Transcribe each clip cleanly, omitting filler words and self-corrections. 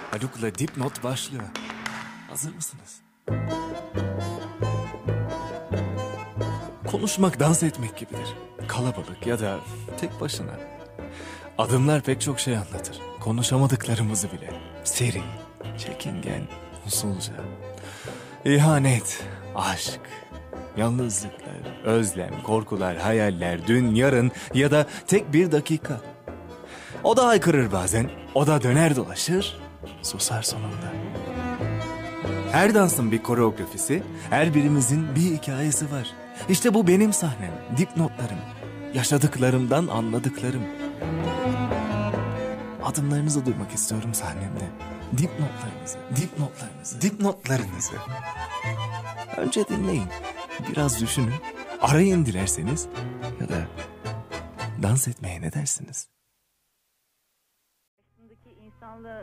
Haluk'la Dipnot başlıyor. Hazır mısınız? Konuşmak dans etmek gibidir. Kalabalık ya da tek başına. Adımlar pek çok şey anlatır. Konuşamadıklarımızı bile. Seri, çekingen, usulca. İhanet, aşk, yalnızlıklar, özlem, korkular, hayaller, dün, yarın ya da tek bir dakika. O da haykırır bazen, o da döner dolaşır, susar sonunda. Her dansın bir koreografisi, her birimizin bir hikayesi var. İşte bu benim sahnem, dipnotlarım, yaşadıklarımdan anladıklarım. Adımlarınızı duymak istiyorum sahnemde. Dipnotlarınızı, dipnotlarınızı, dipnotlarınızı. Önce dinleyin, biraz düşünün, arayın dilerseniz ya da dans etmeye ne dersiniz? Karşısındaki insanla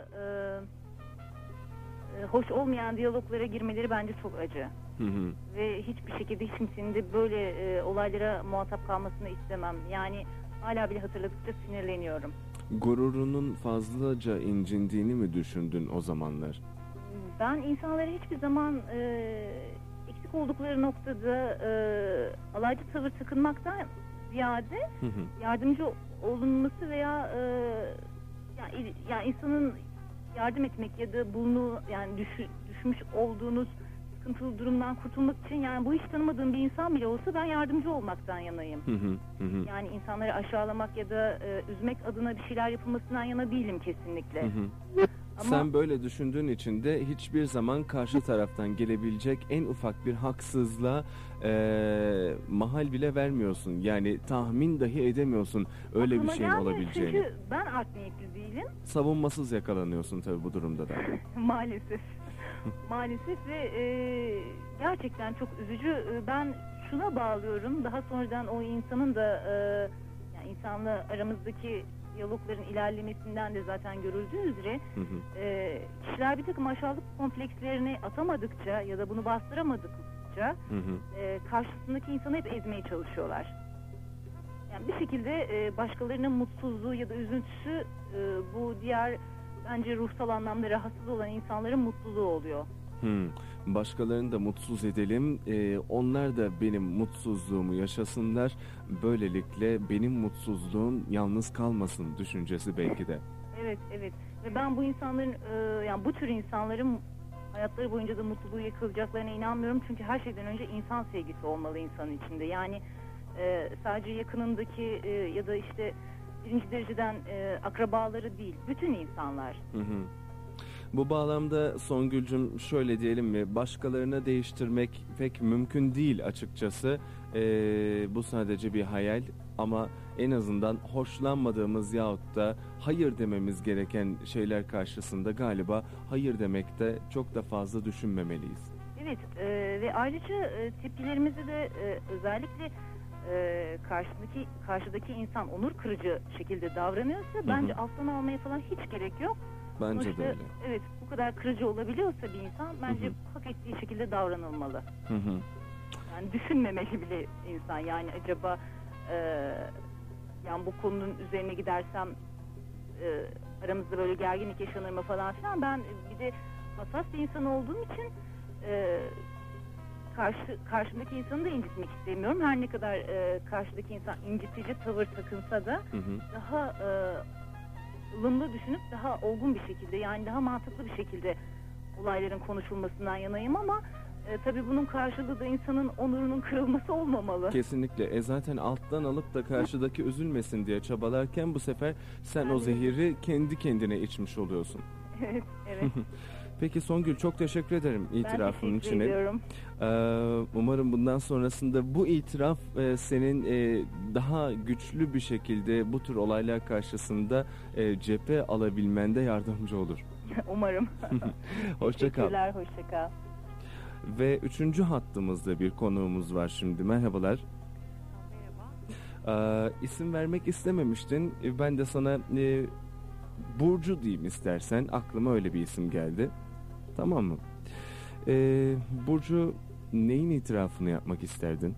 hoş olmayan diyaloglara girmeleri bence çok acı. Ve hiçbir şekilde hiç kimsenin de böyle olaylara muhatap kalmasını istemem. Yani hala bile hatırladıkça sinirleniyorum. Gururunun fazlaca incindiğini mi düşündün o zamanlar? Ben insanlara hiçbir zaman eksik oldukları noktada alaycı tavır takınmaktan ziyade yardımcı olunması veya yani insanın yardım etmek ya da düşmüş olduğunuz sıkıntılı durumdan kurtulmak için, yani bu hiç tanımadığım bir insan bile olsa ben yardımcı olmaktan yanayım. Yani insanları aşağılamak ya da üzmek adına bir şeyler yapılmasından yana değilim kesinlikle. Ama sen böyle düşündüğün için de hiçbir zaman karşı taraftan gelebilecek en ufak bir haksızlığa mahal bile vermiyorsun. Yani tahmin dahi edemiyorsun öyle bir aklıma şeyin gelmiyor olabileceğini. Çünkü ben art niyetli değilim. Savunmasız yakalanıyorsun tabii bu durumda da. Maalesef. Maalesef ve gerçekten çok üzücü. Ben şuna bağlıyorum. Daha sonradan o insanın da yani insanla aramızdaki diyalogların ilerlemesinden de zaten görüldüğü üzere kişiler bir takım aşağılık komplekslerini atamadıkça ya da bunu bastıramadıkça karşısındaki insanı hep ezmeye çalışıyorlar. Yani bir şekilde başkalarının mutsuzluğu ya da üzüntüsü bu diğer bence ruhsal anlamda rahatsız olan insanların mutluluğu oluyor. Başkalarını da mutsuz edelim, onlar da benim mutsuzluğumu yaşasınlar, böylelikle benim mutsuzluğum yalnız kalmasın düşüncesi belki de. Evet. Ve ben bu insanların, yani bu tür insanların hayatları boyunca da mutluluğu yakalayacaklarına inanmıyorum. Çünkü her şeyden önce insan sevgisi olmalı insanın içinde. Yani sadece yakınındaki ya da işte birinci dereceden akrabaları değil, bütün insanlar. Bu bağlamda Songül'cüm şöyle diyelim mi, başkalarını değiştirmek pek mümkün değil açıkçası. Bu sadece bir hayal ama en azından hoşlanmadığımız yahut da hayır dememiz gereken şeyler karşısında galiba hayır demekte çok da fazla düşünmemeliyiz. Evet ve ayrıca tepkilerimizi de özellikle karşıdaki insan onur kırıcı şekilde davranıyorsa bence alttan almaya falan hiç gerek yok. Bence sonuçta, de öyle. Evet, bu kadar kırıcı olabiliyorsa bir insan bence hak ettiği şekilde davranılmalı. Yani düşünmemeli bile insan. Yani acaba yani bu konunun üzerine gidersem aramızda böyle gerginlik yaşanır mı falan filan. Ben bir de hassas bir insan olduğum için karşımdaki insanı da incitmek istemiyorum. Her ne kadar karşıdaki insan incitici tavır takınsa da daha ılımlı düşünüp daha olgun bir şekilde, yani daha mantıklı bir şekilde olayların konuşulmasından yanayım ama tabii bunun karşılığı da insanın onurunun kırılması olmamalı. Kesinlikle. Zaten alttan alıp da karşıdaki üzülmesin diye çabalarken bu sefer sen o zehiri kendi kendine içmiş oluyorsun. Evet. Peki Songül, çok teşekkür ederim itirafın için. Ben teşekkür ediyorum. Umarım bundan sonrasında bu itiraf senin daha güçlü bir şekilde bu tür olaylar karşısında cephe alabilmende yardımcı olur. Umarım. Hoşça kal. Teşekkürler, hoşça kal. Ve 3. hattımızda bir konuğumuz var şimdi. Merhabalar. Merhaba. İsim vermek istememiştin. Ben de sana Burcu diyeyim istersen. Aklıma öyle bir isim geldi. Tamam mı? Burcu, neyin itirafını yapmak isterdin?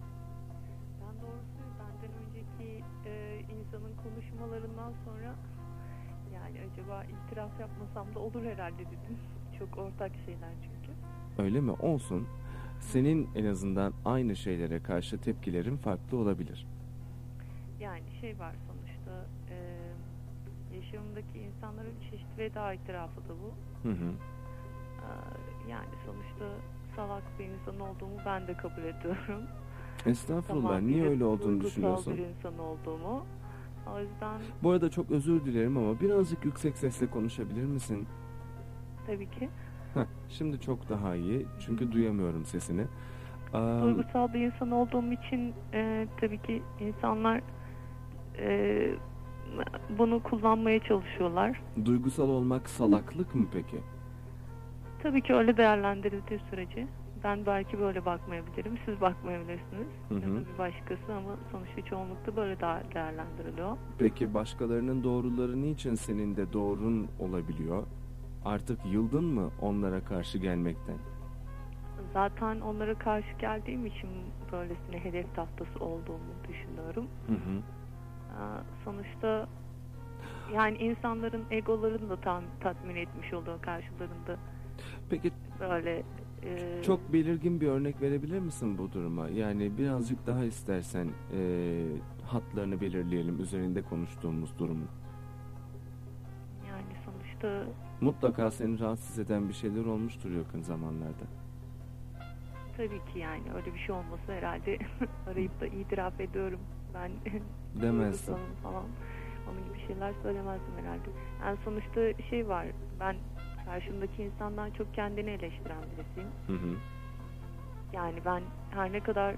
Ben doğrusu benden önceki insanın konuşmalarından sonra Yani acaba itiraf yapmasam da olur herhalde dedim. Çok ortak şeyler çünkü. Öyle mi? Olsun. Senin en azından aynı şeylere karşı tepkilerin farklı olabilir. Yani şey var sonuçta, yaşamımdaki insanların çeşitli veda itirafı da bu. Hı hı. Yani sonuçta salak bir insan olduğumu ben de kabul ediyorum. Estağfurullah. Tamamıyla Niye öyle olduğunu duygusal düşünüyorsun? bir insan olduğumu. O yüzden Bu arada çok özür dilerim ama birazcık yüksek sesle konuşabilir misin? tabii ki Heh, şimdi çok daha iyi. Çünkü duyamıyorum sesini. duygusal bir insan olduğum için tabii ki insanlar e, bunu kullanmaya çalışıyorlar. Duygusal olmak salaklık mı peki? Tabii ki öyle değerlendirildiği sürece ben belki böyle bakmayabilirim, siz bakmayabilirsiniz. Hı Ya hı. da bir başkası, ama sonuçta çoğunlukta böyle değerlendiriliyor. Peki başkalarının doğruları niçin senin de doğrun olabiliyor? Artık yıldın mı onlara karşı gelmekten? Zaten onlara karşı geldiğim için böylesine hedef tahtası olduğumu düşünüyorum. Hı hı. Sonuçta yani insanların egolarını da tatmin etmiş oluyor karşılarında. Peki Böyle çok belirgin bir örnek verebilir misin bu duruma? Yani birazcık daha istersen hatlarını belirleyelim üzerinde konuştuğumuz durumun. yani sonuçta Mutlaka seni rahatsız eden bir şeyler olmuştur yakın zamanlarda. tabii ki yani öyle bir şey olması herhalde arayıp da itiraf ediyorum ben Demezsin. duygusalım falan, onun gibi şeyler söylemezdim herhalde. Yani sonuçta şey var, ben karşımdaki insandan çok kendini eleştiren birisiyim. Hı hı. Yani ben her ne kadar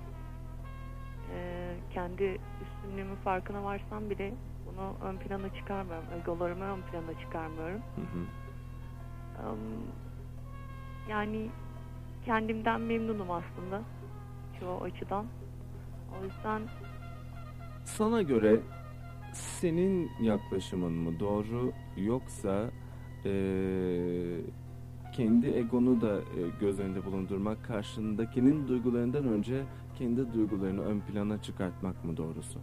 kendi üstünlüğümün farkına varsam bile bunu ön plana çıkarmıyorum. Egolarımı ön plana çıkarmıyorum. Hı hı. Yani kendimden memnunum aslında çoğu açıdan. O yüzden Sana göre senin yaklaşımın mı doğru yoksa kendi egonu da göz önünde bulundurmak, karşındakinin duygularından önce kendi duygularını ön plana çıkartmak mı doğrusu?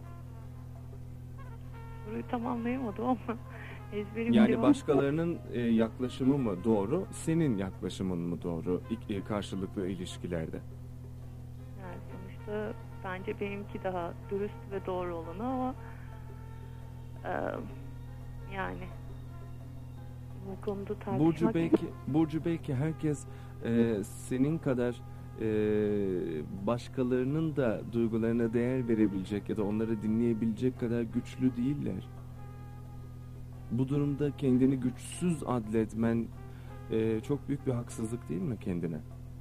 soruyu tam anlayamadım ama ezberim Yani cevap- başkalarının yaklaşımı mı doğru, senin yaklaşımın mı doğru karşılıklı ilişkilerde? Yani sonuçta bence benimki daha dürüst ve doğru olanı, ama yani bu konuda tartışmak Burcu belki herkes senin kadar başkalarının da duygularına değer verebilecek ya da onları dinleyebilecek kadar güçlü değiller. Bu durumda kendini güçsüz adletmen çok büyük bir haksızlık değil mi kendine?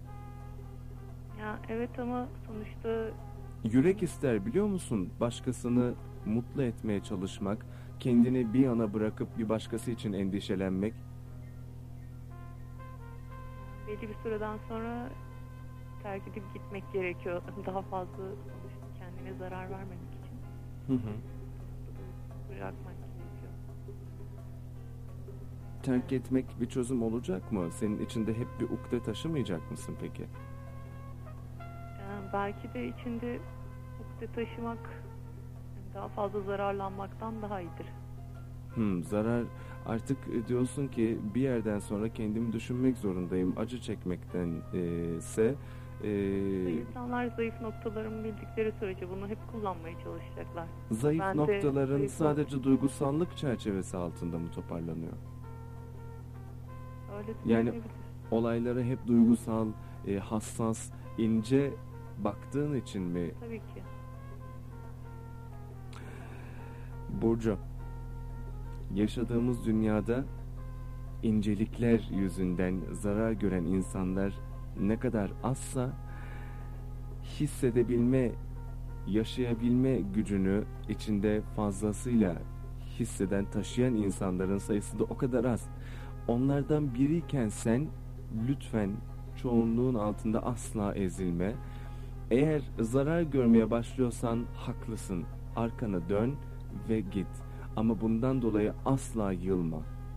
ya evet, ama sonuçta Yürek ister biliyor musun? Başkasını mutlu etmeye çalışmak, kendini bir yana bırakıp bir başkası için endişelenmek. belli bir süreden sonra terk edip gitmek gerekiyor. Daha fazla sonuçta kendine zarar vermemek için Hı hı. bırakmak gerekiyor. Terk etmek bir çözüm olacak mı? Senin içinde hep bir ukde taşımayacak mısın peki? Yani belki de içinde ukde taşımak daha fazla zararlanmaktan daha iyidir. Zarar artık diyorsun ki bir yerden sonra kendimi düşünmek zorundayım. Acı çekmektense İnsanlar zayıf noktalarımı bildikleri sürece bunu hep kullanmaya çalışacaklar. zayıf Ben de noktaların zayıf sadece duygusallık çerçevesi altında mı toparlanıyor? Öyle Yani düşünebilir. olaylara hep duygusal, hassas, ince baktığın için mi? Tabii ki. Burcu, yaşadığımız dünyada incelikler yüzünden zarar gören insanlar ne kadar azsa hissedebilme, yaşayabilme gücünü içinde fazlasıyla hisseden, taşıyan insanların sayısı da o kadar az. Onlardan biriyken sen lütfen çoğunluğun altında asla ezilme. Eğer zarar görmeye başlıyorsan haklısın. Arkana dön ve git. Ama bundan dolayı asla yılma.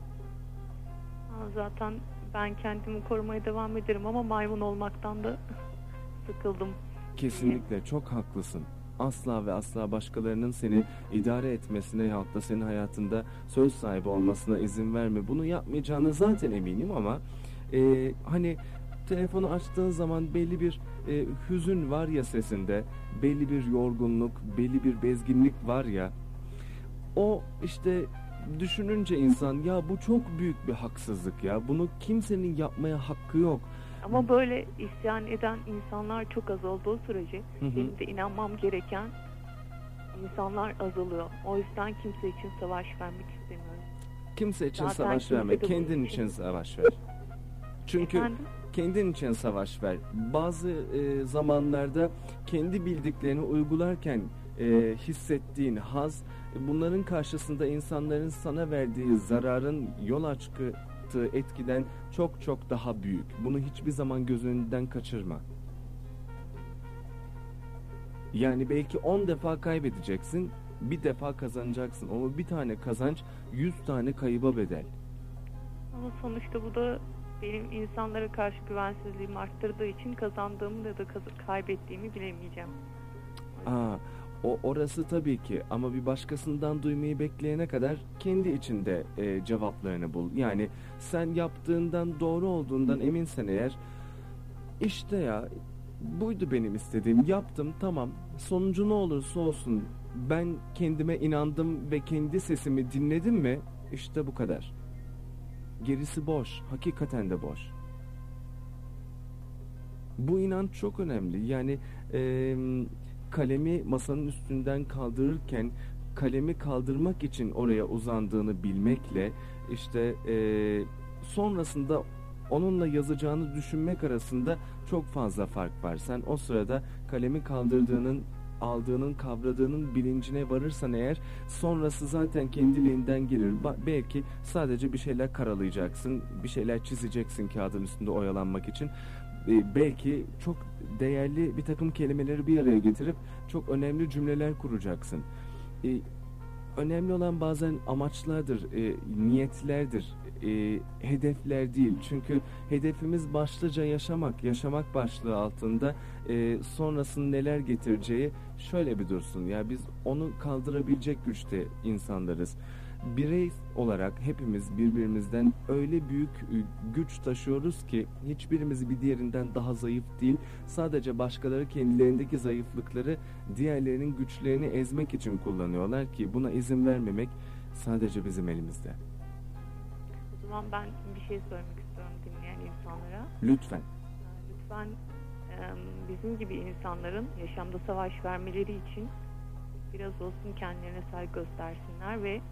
Zaten ben kendimi korumaya devam ederim, ama maymun olmaktan da sıkıldım. Kesinlikle çok haklısın. asla ve asla başkalarının seni idare etmesine yahut da senin hayatında söz sahibi olmasına izin verme. Bunu yapmayacağına zaten eminim ama hani telefonu açtığın zaman belli bir hüzün var ya sesinde, belli bir yorgunluk, belli bir bezginlik var ya, o işte düşününce insan ya bu çok büyük bir haksızlık ya, bunu kimsenin yapmaya hakkı yok. Ama böyle isyan eden insanlar çok az olduğu sürece Hı hı. benim de inanmam gereken insanlar azalıyor. O yüzden kimse için savaş vermek istemiyorum. Kimse için Zaten savaş kimse verme, de bunun kendin için- için savaş ver. Çünkü Efendim? kendin için savaş ver. Bazı zamanlarda kendi bildiklerini uygularken hissettiğin haz, bunların karşısında insanların sana verdiği zararın yol açtığı etkiden çok çok daha büyük. Bunu hiçbir zaman göz önünden kaçırma. Yani belki 10 defa kaybedeceksin, bir defa kazanacaksın. Ama bir tane kazanç 100 tane kayıba bedel. Ama sonuçta bu da benim insanlara karşı güvensizliğimi arttırdığı için kazandığımı ya da kaybettiğimi bilemeyeceğim. Orası tabii ki, ama bir başkasından duymayı bekleyene kadar kendi içinde cevaplarını bul. Yani sen yaptığından, doğru olduğundan eminsen eğer, işte ya buydu benim istediğim, yaptım, tamam, sonucu ne olursa olsun ben kendime inandım ve kendi sesimi dinledim mi, işte bu kadar. Gerisi boş, hakikaten de boş. Bu inanç çok önemli. Yani kalemi masanın üstünden kaldırırken kalemi kaldırmak için oraya uzandığını bilmekle işte sonrasında onunla yazacağını düşünmek arasında çok fazla fark var. Sen o sırada kalemi kaldırdığının, aldığının, kavradığının bilincine varırsan eğer, sonrası zaten kendiliğinden gelir. Belki sadece bir şeyler karalayacaksın, bir şeyler çizeceksin kağıdın üstünde oyalanmak için. Belki çok değerli bir takım kelimeleri bir araya getirip çok önemli cümleler kuracaksın. Önemli olan bazen amaçlardır, niyetlerdir, hedefler değil. Çünkü hedefimiz başlıca yaşamak. Yaşamak başlığı altında sonrasının neler getireceği şöyle bir dursun. Ya biz onu kaldırabilecek güçte insanlarız. Birey olarak hepimiz birbirimizden öyle büyük güç taşıyoruz ki hiçbirimiz bir diğerinden daha zayıf değil. Sadece başkaları kendilerindeki zayıflıkları diğerlerinin güçlerini ezmek için kullanıyorlar ki buna izin vermemek sadece bizim elimizde. O zaman ben bir şey söylemek istiyorum dinleyen insanlara. Lütfen. Lütfen bizim gibi insanların yaşamda savaş vermeleri için biraz olsun kendilerine saygı göstersinler ve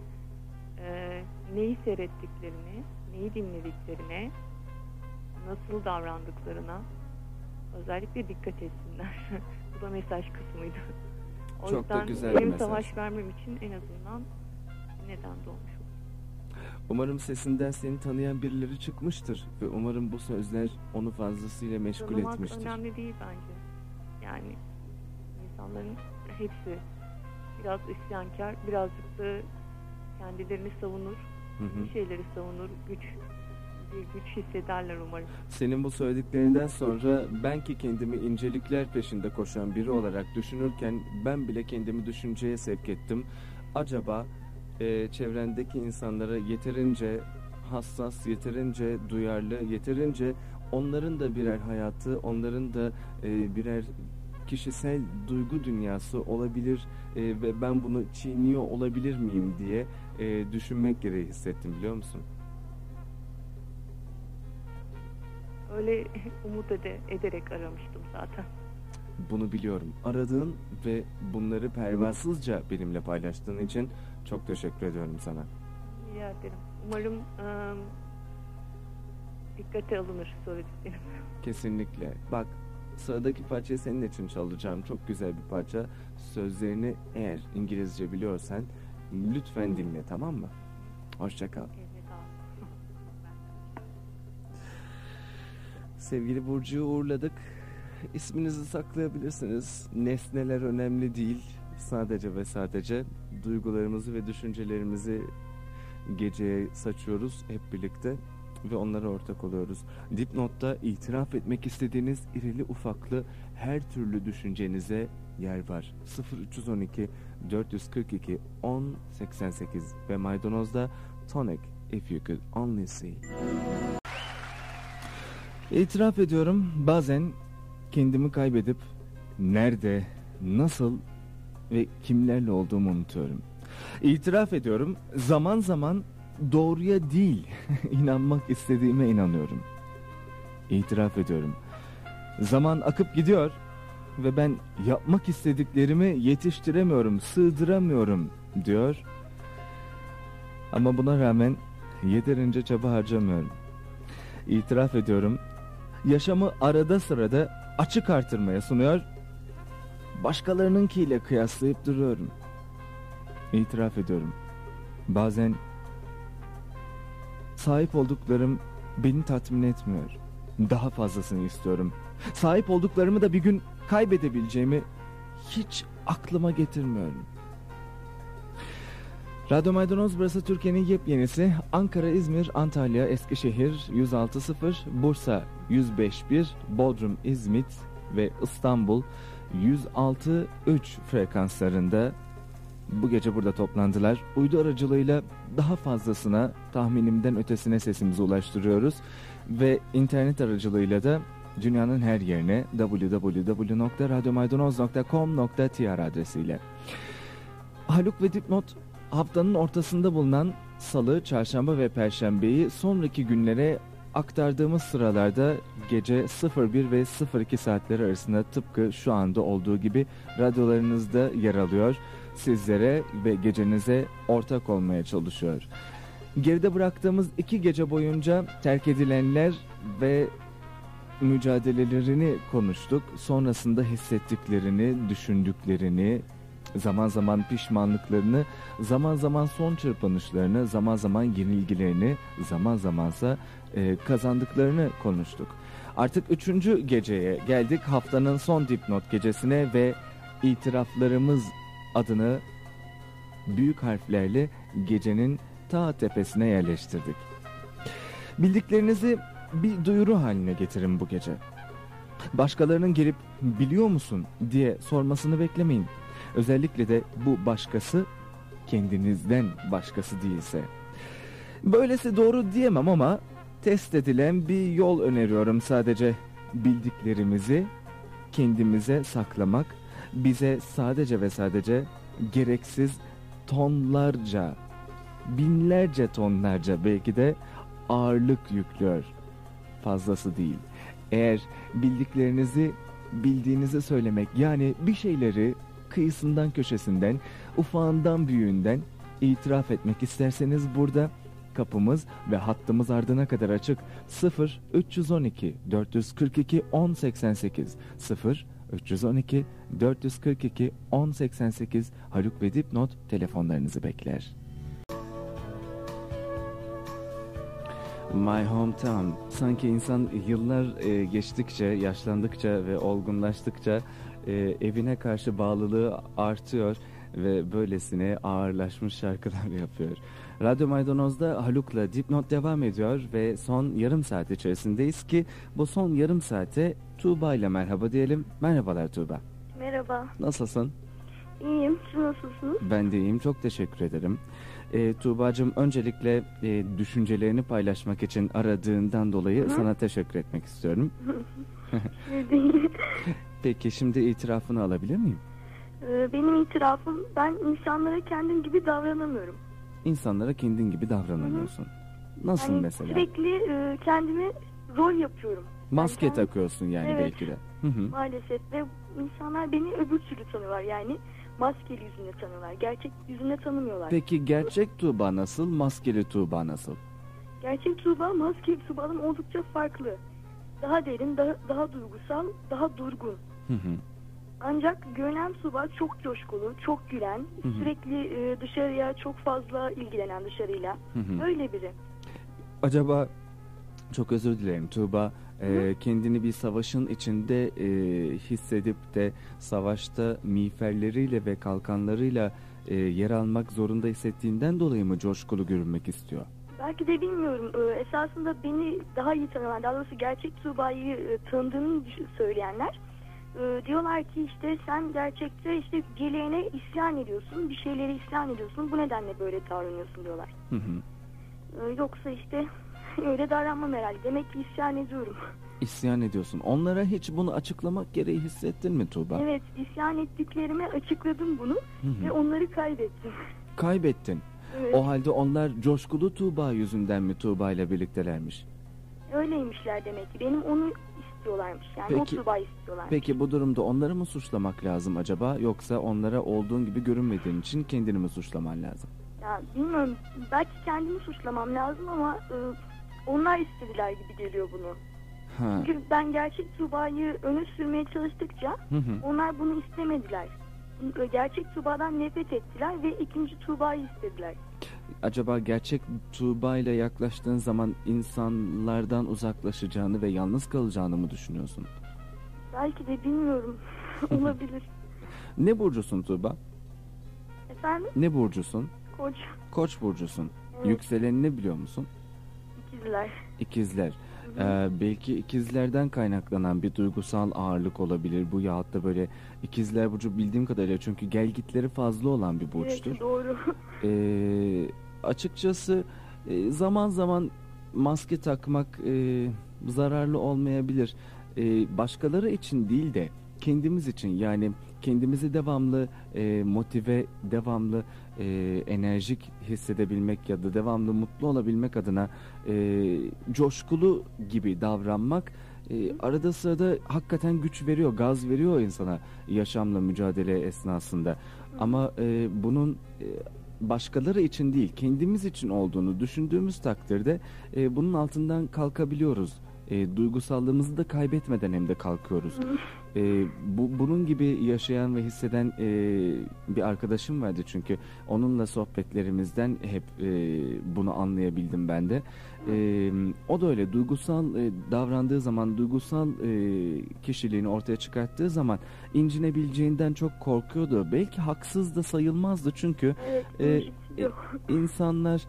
neyi seyrettiklerini, neyi dinlediklerine, nasıl davrandıklarına özellikle dikkat etsinler. Bu da mesaj kısmıydı. O Çok da yüzden güzel bir benim mesaj. savaş vermem için en azından neden doğmuş olur. Umarım sesinden seni tanıyan birileri çıkmıştır ve umarım bu sözler onu fazlasıyla meşgul Tanımak etmiştir. önemli değil bence. Yani insanların hepsi biraz isyankar, birazcık da kendilerini savunur, Hı hı. bir şeyleri savunur, bir güç hissederler umarım. Senin bu söylediklerinden sonra ben ki kendimi incelikler peşinde koşan biri olarak düşünürken ben bile kendimi düşünceye sevk ettim. Acaba çevrendeki insanlara yeterince hassas, yeterince duyarlı, yeterince onların da birer hayatı, onların da birer kişisel duygu dünyası olabilir ve ben bunu çiğniyor olabilir miyim diye düşünmek gereği hissettim, biliyor musun? Öyle umut ederek aramıştım zaten. Bunu biliyorum. Aradığın ve bunları pervasızca benimle paylaştığın için çok teşekkür ediyorum sana. Rica ederim. Umarım dikkate alınır söylediklerim. Kesinlikle. Bak, sıradaki parçayı senin için çalacağım. Çok güzel bir parça. Sözlerini eğer İngilizce biliyorsan lütfen dinle, tamam mı? Hoşça kal. Elveda. Sevgili Burcu'yu uğurladık. İsminizi saklayabilirsiniz. Nesneler önemli değil. Sadece ve sadece duygularımızı ve düşüncelerimizi geceye saçıyoruz hep birlikte ve onlara ortak oluyoruz. Dipnot'ta itiraf etmek istediğiniz irili ufaklı her türlü düşüncenize yer var. 0312 442 1088 ve maydanozda Tonic If You Could Only See. İtiraf ediyorum, bazen kendimi kaybedip nerede, nasıl ve kimlerle olduğumu unutuyorum. İtiraf ediyorum, zaman zaman doğruya değil inanmak istediğime inanıyorum. İtiraf ediyorum, zaman akıp gidiyor ve ben yapmak istediklerimi yetiştiremiyorum, sığdıramıyorum diyor. Ama buna rağmen yeterince çaba harcamıyorum. İtiraf ediyorum, yaşamı arada sırada açık artırmaya sunuyor, başkalarınınkiyle kıyaslayıp duruyorum. İtiraf ediyorum, bazen sahip olduklarım beni tatmin etmiyor. Daha fazlasını istiyorum. Sahip olduklarımı da bir gün kaybedebileceğimi hiç aklıma getirmiyorum. Radyo Maydanoz, burası Türkiye'nin yepyenisi. Ankara, İzmir, Antalya, Eskişehir 106.0, Bursa 105.1, Bodrum, İzmit ve İstanbul 106.3 frekanslarında bu gece burada toplandılar. Uydu aracılığıyla daha fazlasına, tahminimden ötesine sesimizi ulaştırıyoruz. Ve internet aracılığıyla da dünyanın her yerine www.radyomaydanoz.com.tr adresiyle. Haluk ve Dipnot haftanın ortasında bulunan Salı, Çarşamba ve Perşembeyi sonraki günlere aktardığımız sıralarda gece 01 ve 02 saatleri arasında tıpkı şu anda olduğu gibi radyolarınızda yer alıyor. Sizlere ve gecenize ortak olmaya çalışıyor. Geride bıraktığımız 2 gece boyunca terk edilenler ve mücadelelerini konuştuk. Sonrasında hissettiklerini, düşündüklerini, zaman zaman pişmanlıklarını, zaman zaman son çırpınışlarını, zaman zaman yenilgilerini, zaman zamansa kazandıklarını konuştuk. Artık 3. geceye geldik, haftanın son dipnot gecesine ve itiraflarımız adını büyük harflerle gecenin ta tepesine yerleştirdik. Bildiklerinizi bir duyuru haline getirin bu gece. Başkalarının gelip biliyor musun diye sormasını beklemeyin. Özellikle de bu başkası kendinizden başkası değilse. Böylesi doğru diyemem ama test edilen bir yol öneriyorum sadece. Bildiklerimizi kendimize saklamak bize sadece ve sadece gereksiz tonlarca, binlerce tonlarca belki de ağırlık yüklüyor. Fazlası değil. Eğer bildiklerinizi bildiğinizi söylemek, yani bir şeyleri kıyısından köşesinden, ufağından büyüğünden itiraf etmek isterseniz burada kapımız ve hattımız ardına kadar açık. 0312 442 1088 0312 442 1088 Haluk ve Dipnot telefonlarınızı bekler. My Hometown. Sanki insan yıllar geçtikçe, yaşlandıkça ve olgunlaştıkça evine karşı bağlılığı artıyor ve böylesine ağırlaşmış şarkılar yapıyor. Radyo Maydanoz'da Haluk'la Dipnot devam ediyor ve son yarım saat içerisindeyiz ki bu son yarım saate Tuğba ile merhaba diyelim. Merhabalar Tuğba. Merhaba. Nasılsın? İyiyim. Siz nasılsınız? Ben de iyiyim. Çok teşekkür ederim. Tuğba'cığım, öncelikle düşüncelerini paylaşmak için aradığından dolayı sana teşekkür etmek istiyorum. Peki şimdi itirafını alabilir miyim? Benim itirafım, ben insanlara kendim gibi davranamıyorum. İnsanlara kendin gibi davranamıyorsun. Nasıl yani mesela? Sürekli kendime rol yapıyorum. Maske yani takıyorsun yani, evet, belki de. Maalesef ve insanlar beni öbür türlü tanıyorlar, yani maskeli yüzüne tanıyorlar. Gerçek yüzüne tanımıyorlar. Peki gerçek Tuğba nasıl, maskeli Tuğba nasıl? Gerçek Tuğba maskeli Tuğba'dan oldukça farklı. Daha derin, daha duygusal, daha durgun. Ancak görünen Tuğba çok coşkulu, çok gülen, sürekli dışarıya çok fazla ilgilenen, dışarıyla. Öyle biri. Acaba, çok özür dilerim Tuğba, kendini bir savaşın içinde hissedip de savaşta miğferleriyle ve kalkanlarıyla yer almak zorunda hissettiğinden dolayı mı coşkulu görünmek istiyor? Belki de bilmiyorum. Esasında beni daha iyi tanıyan, daha doğrusu gerçek Tuğba'yı tanıdığını söyleyenler Diyorlar ki işte sen gerçekte işte geleneğe isyan ediyorsun, bir şeylere isyan ediyorsun, bu nedenle böyle davranıyorsun diyorlar. Hı hı. Yoksa işte öyle davranmam herhalde. Demek ki isyan ediyorum. İsyan ediyorsun. Onlara hiç bunu açıklamak gereği hissettin mi Tuğba? Evet, isyan ettiklerime açıkladım bunu Hı. ve onları kaybettim. Kaybettin. Evet. O halde onlar coşkulu Tuğba yüzünden mi Tuğba ile birliktelermiş? Öyleymişler demek ki. Benim onu istiyorlarmış. Yani Peki- o Tuğba'yı istiyorlarmış. Peki bu durumda onları mı suçlamak lazım acaba? Yoksa onlara olduğun gibi görünmediğin için kendini mi suçlaman lazım? Ya bilmiyorum. Belki kendimi suçlamam lazım ama onlar istediler gibi geliyor bunu. Ha. Çünkü ben gerçek Tuğba'yı öne sürmeye çalıştıkça Hı hı. onlar bunu istemediler. Gerçek Tuğba'dan nefret ettiler ve ikinci Tuğba'yı istediler. Acaba gerçek Tuğba ile yaklaştığın zaman insanlardan uzaklaşacağını ve yalnız kalacağını mı düşünüyorsun? Belki de bilmiyorum. Olabilir. Ne burcusun Tuğba? Efendim? Ne burcusun? Koç. Koç burcusun. Evet. Yükselenini biliyor musun? İkizler. İkizler. Belki ikizlerden kaynaklanan bir duygusal ağırlık olabilir bu, yahut da böyle ikizler burcu bildiğim kadarıyla çünkü gelgitleri fazla olan bir burçtur. Evet, doğru. Açıkçası zaman zaman maske takmak zararlı olmayabilir. Başkaları için değil de kendimiz için, yani kendimizi devamlı motive, devamlı enerjik hissedebilmek ya da devamlı mutlu olabilmek adına coşkulu gibi davranmak arada sırada hakikaten güç veriyor, gaz veriyor insana yaşamla mücadele esnasında. Ama bunun başkaları için değil, kendimiz için olduğunu düşündüğümüz takdirde bunun altından kalkabiliyoruz. Duygusallığımızı da kaybetmeden hem de kalkıyoruz. Bunun gibi yaşayan ve hisseden bir arkadaşım vardı çünkü onunla sohbetlerimizden hep bunu anlayabildim ben de. O da öyle duygusal davrandığı zaman, duygusal kişiliğini ortaya çıkarttığı zaman incinebileceğinden çok korkuyordu. Belki haksız da sayılmazdı çünkü Evet, yok. insanlar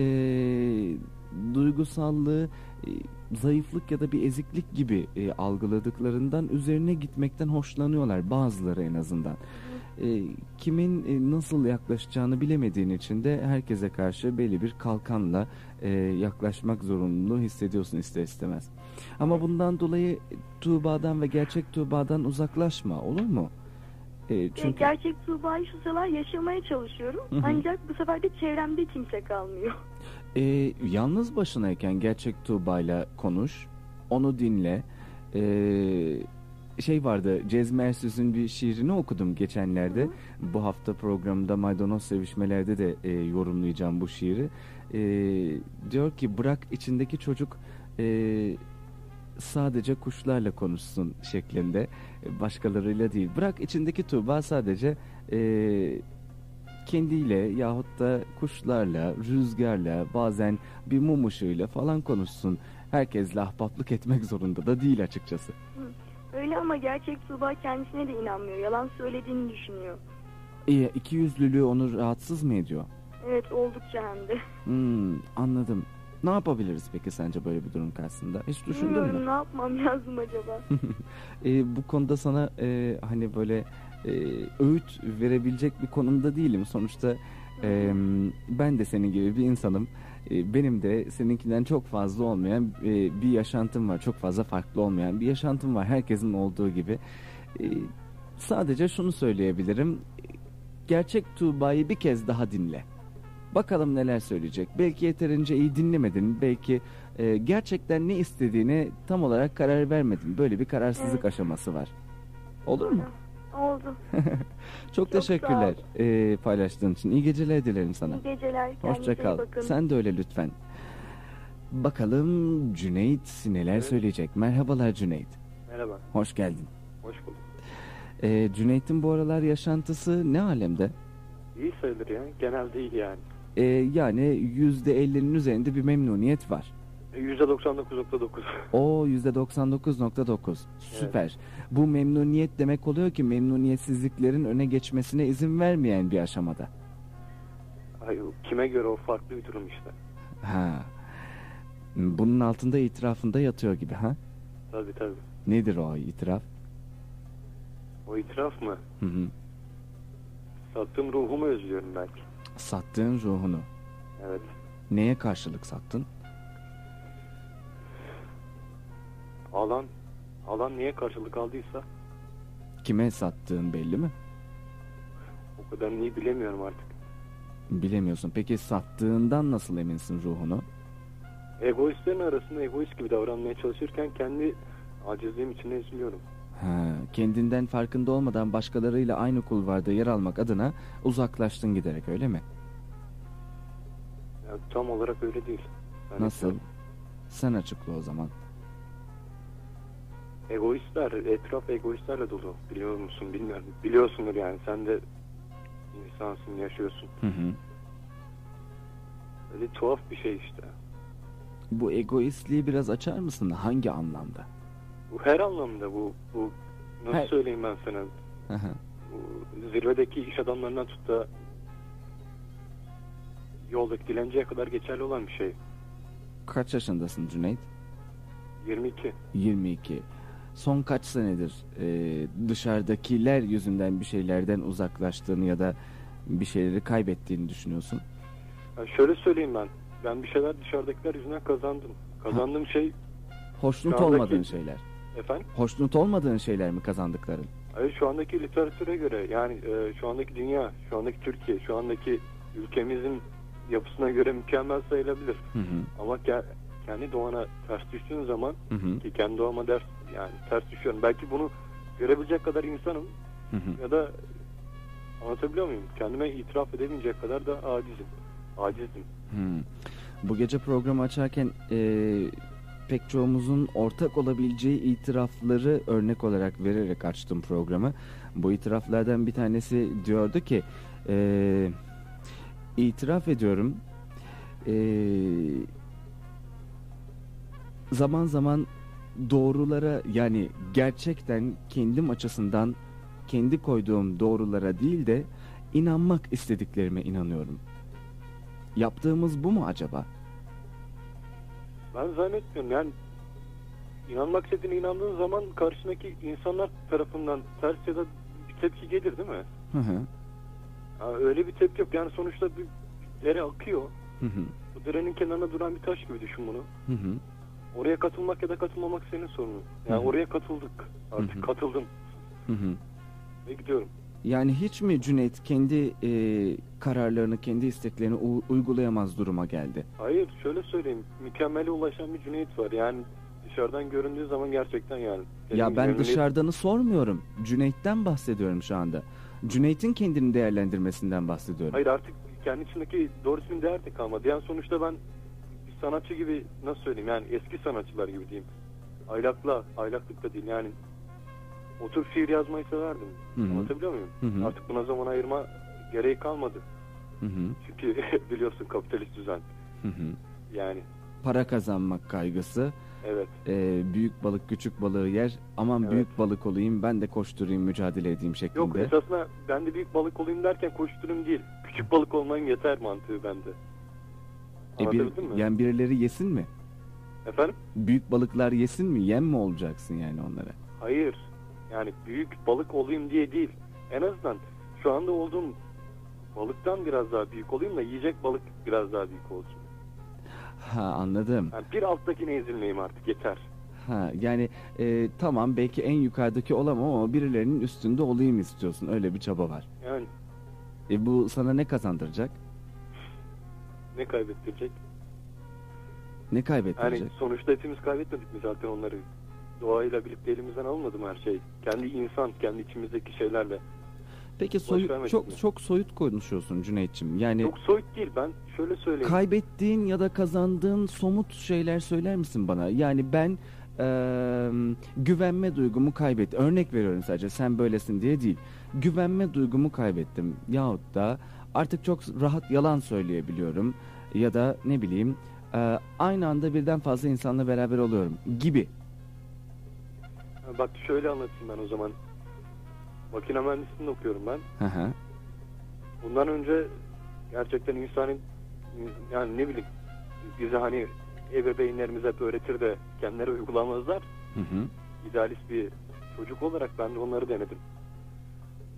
duygusallığı zayıflık ya da bir eziklik gibi algıladıklarından üzerine gitmekten hoşlanıyorlar, bazıları en azından. Kimin nasıl yaklaşacağını bilemediğin için de herkese karşı belli bir kalkanla yaklaşmak zorunluluğu hissediyorsun ister istemez. Ama bundan dolayı Tuğba'dan ve gerçek Tuğba'dan uzaklaşma, olur mu? Çünkü Gerçek Tuğba'yı şu sıralar yaşamaya çalışıyorum. Hı hı. Ancak bu sefer de çevremde kimse kalmıyor. yalnız başınayken gerçek Tuğba'yla konuş, onu dinle. Şey vardı, Cezmi Ersüz'ün bir şiirini okudum geçenlerde. Bu hafta programda Maydanoz Sevişmeler'de de yorumlayacağım bu şiiri. Diyor ki bırak içindeki çocuk sadece kuşlarla konuşsun şeklinde, başkalarıyla değil. Bırak içindeki Tuğba sadece kendiyle yahut da kuşlarla, rüzgarla, bazen bir mum ışığıyla falan konuşsun. Herkesle ahbaplık etmek zorunda da değil açıkçası. Öyle ama gerçek Tuğba kendisine de inanmıyor. Yalan söylediğini düşünüyor. İkiyüzlülüğü onu rahatsız mı ediyor? Evet, oldukça hem de. Anladım. Ne yapabiliriz peki sence böyle bir durum karşısında? Hiç düşündün Bilmiyorum, mü? ne yapmam lazım acaba? Bu konuda sana hani böyle öğüt verebilecek bir konumda değilim. Sonuçta ben de senin gibi bir insanım. Benim de seninkinden çok fazla olmayan bir yaşantım var. Çok fazla farklı olmayan bir yaşantım var. Herkesin olduğu gibi. Sadece şunu söyleyebilirim. Gerçek Tuğba'yı bir kez daha dinle. Bakalım neler söyleyecek. Belki yeterince iyi dinlemedin. Belki gerçekten ne istediğine tam olarak karar vermedin. Böyle bir kararsızlık aşaması var. Olur mu? Oldu. Çok teşekkürler paylaştığın için. İyi geceler dilerim sana. İyi geceler. Hoşça Kendinize kal. iyi bakın. Sen de öyle lütfen. Bakalım Cüneyt neler söyleyecek. Merhabalar Cüneyt. Merhaba, Hoş geldin. hoş bulduk. Cüneyt'in bu aralar yaşantısı ne alemde? İyi sayılır ya, genel değil yani. Yani %50'nin üzerinde bir memnuniyet var. %99.9. O %99.9. Süper. Bu memnuniyet demek oluyor ki memnuniyetsizliklerin öne geçmesine izin vermeyen bir aşamada. Ay, kime göre o farklı bir durum işte. Ha. Bunun altında itirafında yatıyor gibi ha? Tabii tabii. Nedir o itiraf? O itiraf mı? Hı hı. Sattığım ruhumu özlüyorum belki. Sattığın ruhunu. Evet. Neye karşılık sattın? Alan niye karşılık aldıysa Kime sattığın belli mi? o kadar iyi bilemiyorum artık. Bilemiyorsun. Peki sattığından nasıl eminsin ruhunu? Egoistlerin arasında egoist gibi davranmaya çalışırken kendi acizliğim içinde üzülüyorum. Ha, kendinden farkında olmadan başkalarıyla aynı kulvarda yer almak adına uzaklaştın giderek, öyle mi? Yani tam olarak öyle değil. Yani Nasıl? Sen açıkla o zaman. Etraf egoistlerle dolu. Biliyor musun bilmiyorum. Biliyorsundur yani, sen de insansın, yaşıyorsun. Hı hı. Öyle tuhaf bir şey işte. Bu egoistliği biraz açar mısın? Hangi anlamda? Bu her anlamda bu nasıl Her- söyleyeyim ben sana? Hı hı. Bu zirvedeki iş adamlarından tut da yoldaki dilenciye kadar geçerli olan bir şey. Kaç yaşındasın Cüneyt? 22. 22. Son kaç senedir dışarıdakiler yüzünden bir şeylerden uzaklaştığını ya da bir şeyleri kaybettiğini düşünüyorsun? Yani şöyle söyleyeyim ben. Ben bir şeyler dışarıdakiler yüzünden kazandım. Kazandığım şey Hoşnut Şu andaki- olmadığın şeyler. efendim. Hoşnut olmadığın şeyler mi kazandıkların? Hayır, şu andaki literatüre göre yani şu andaki dünya, şu andaki Türkiye, şu andaki ülkemizin yapısına göre mükemmel sayılabilir. Hı hı. Ama kendi doğana ters düştüğün zaman Hı hı. ki kendi doğama ters düşüyorum. Belki bunu görebilecek kadar insanım Hı hı. ya da anlatabiliyor muyum? Kendime itiraf edemeyecek kadar da acizim. Hmm. Bu gece programı açarken pek çoğumuzun ortak olabileceği itirafları örnek olarak vererek açtım programı. Bu itiraflardan bir tanesi diyordu ki itiraf ediyorum, zaman zaman doğrulara, yani gerçekten kendim açısından kendi koyduğum doğrulara değil de inanmak istediklerime inanıyorum. Yaptığımız bu mu acaba? Ben zannetmiyorum yani, inanmak istediğine inandığın zaman karşındaki insanlar tarafından ters ya da bir tepki gelir değil mi? Hı hı. Yani öyle bir tepki yok yani, sonuçta bir dere akıyor. Hı hı. Bu derenin kenarına duran bir taş gibi düşün bunu. Hı hı. Oraya katılmak ya da katılmamak senin sorunun. Yani Hı hı. oraya katıldık. Artık Hı hı. katıldım Hı hı. ve gidiyorum. Yani hiç mi Cüneyt kendi kararlarını, kendi isteklerini uygulayamaz duruma geldi? Hayır, şöyle söyleyeyim. Mükemmele ulaşan bir Cüneyt var. Yani dışarıdan göründüğü zaman gerçekten yani. Ya ben dışarıdanı sormuyorum. Cüneyt'ten bahsediyorum şu anda. Cüneyt'in kendini değerlendirmesinden bahsediyorum. Hayır, artık kendi içindeki doğru ismin değer de kalmadı. Yani sonuçta ben bir sanatçı gibi, nasıl söyleyeyim yani, eski sanatçılar gibi diyeyim. Aylaklık da değil yani. Oturup şiir yazmayı severdim. Hı hı. Anlatabiliyor muyum? Hı hı. Artık buna zaman ayırma gereği kalmadı. Hı hı. Çünkü biliyorsun, kapitalist düzen. Hı hı. Yani Para kazanmak kaygısı, evet. büyük balık küçük balığı yer, aman Evet. büyük balık olayım, ben de koşturayım, mücadele edeyim şeklinde. Yok, esasında ben de büyük balık olayım derken koşturum değil. Küçük balık olmayım yeter mantığı bende. Anlatabildim mi? Yani birileri yesin mi? Efendim? Büyük balıklar yesin mi? Yem mi olacaksın yani onlara? Hayır. Yani büyük balık olayım diye değil. En azından şu anda olduğum balıktan biraz daha büyük olayım da yiyecek balık biraz daha büyük olsun. Ha, anladım. Yani bir alttakine ezilmeyeyim artık, yeter. Ha, yani tamam, belki en yukarıdaki olamam ama birilerinin üstünde olayım istiyorsun. Öyle bir çaba var. Yani Bu sana ne kazandıracak? ne kaybettirecek? Ne Yani kaybettirecek? sonuçta hepimiz kaybetmedik mi zaten onları? Doğayla birlikte elimizden almadı mı her şey? Kendi insan, kendi içimizdeki şeylerle. Peki vermedik çok mi? çok soyut konuşuyorsun Cüneyt'ciğim. Yani Çok soyut değil, ben şöyle söyleyeyim. kaybettiğin ya da kazandığın somut şeyler söyler misin bana? Yani ben güvenme duygumu kaybettim. Örnek veriyorum sadece, sen böylesin diye değil. Güvenme duygumu kaybettim. Yahut da artık çok rahat yalan söyleyebiliyorum. Ya da ne bileyim, aynı anda birden fazla insanla beraber oluyorum gibi. Bak şöyle anlatayım ben o zaman. Makine mühendisliğini okuyorum ben. Hı hı. Bundan önce gerçekten insanın, yani ne bileyim, bize hani ebeveynlerimiz hep öğretir de kendileri uygulamazlar. Hı hı. İdealist bir çocuk olarak ben de onları denedim.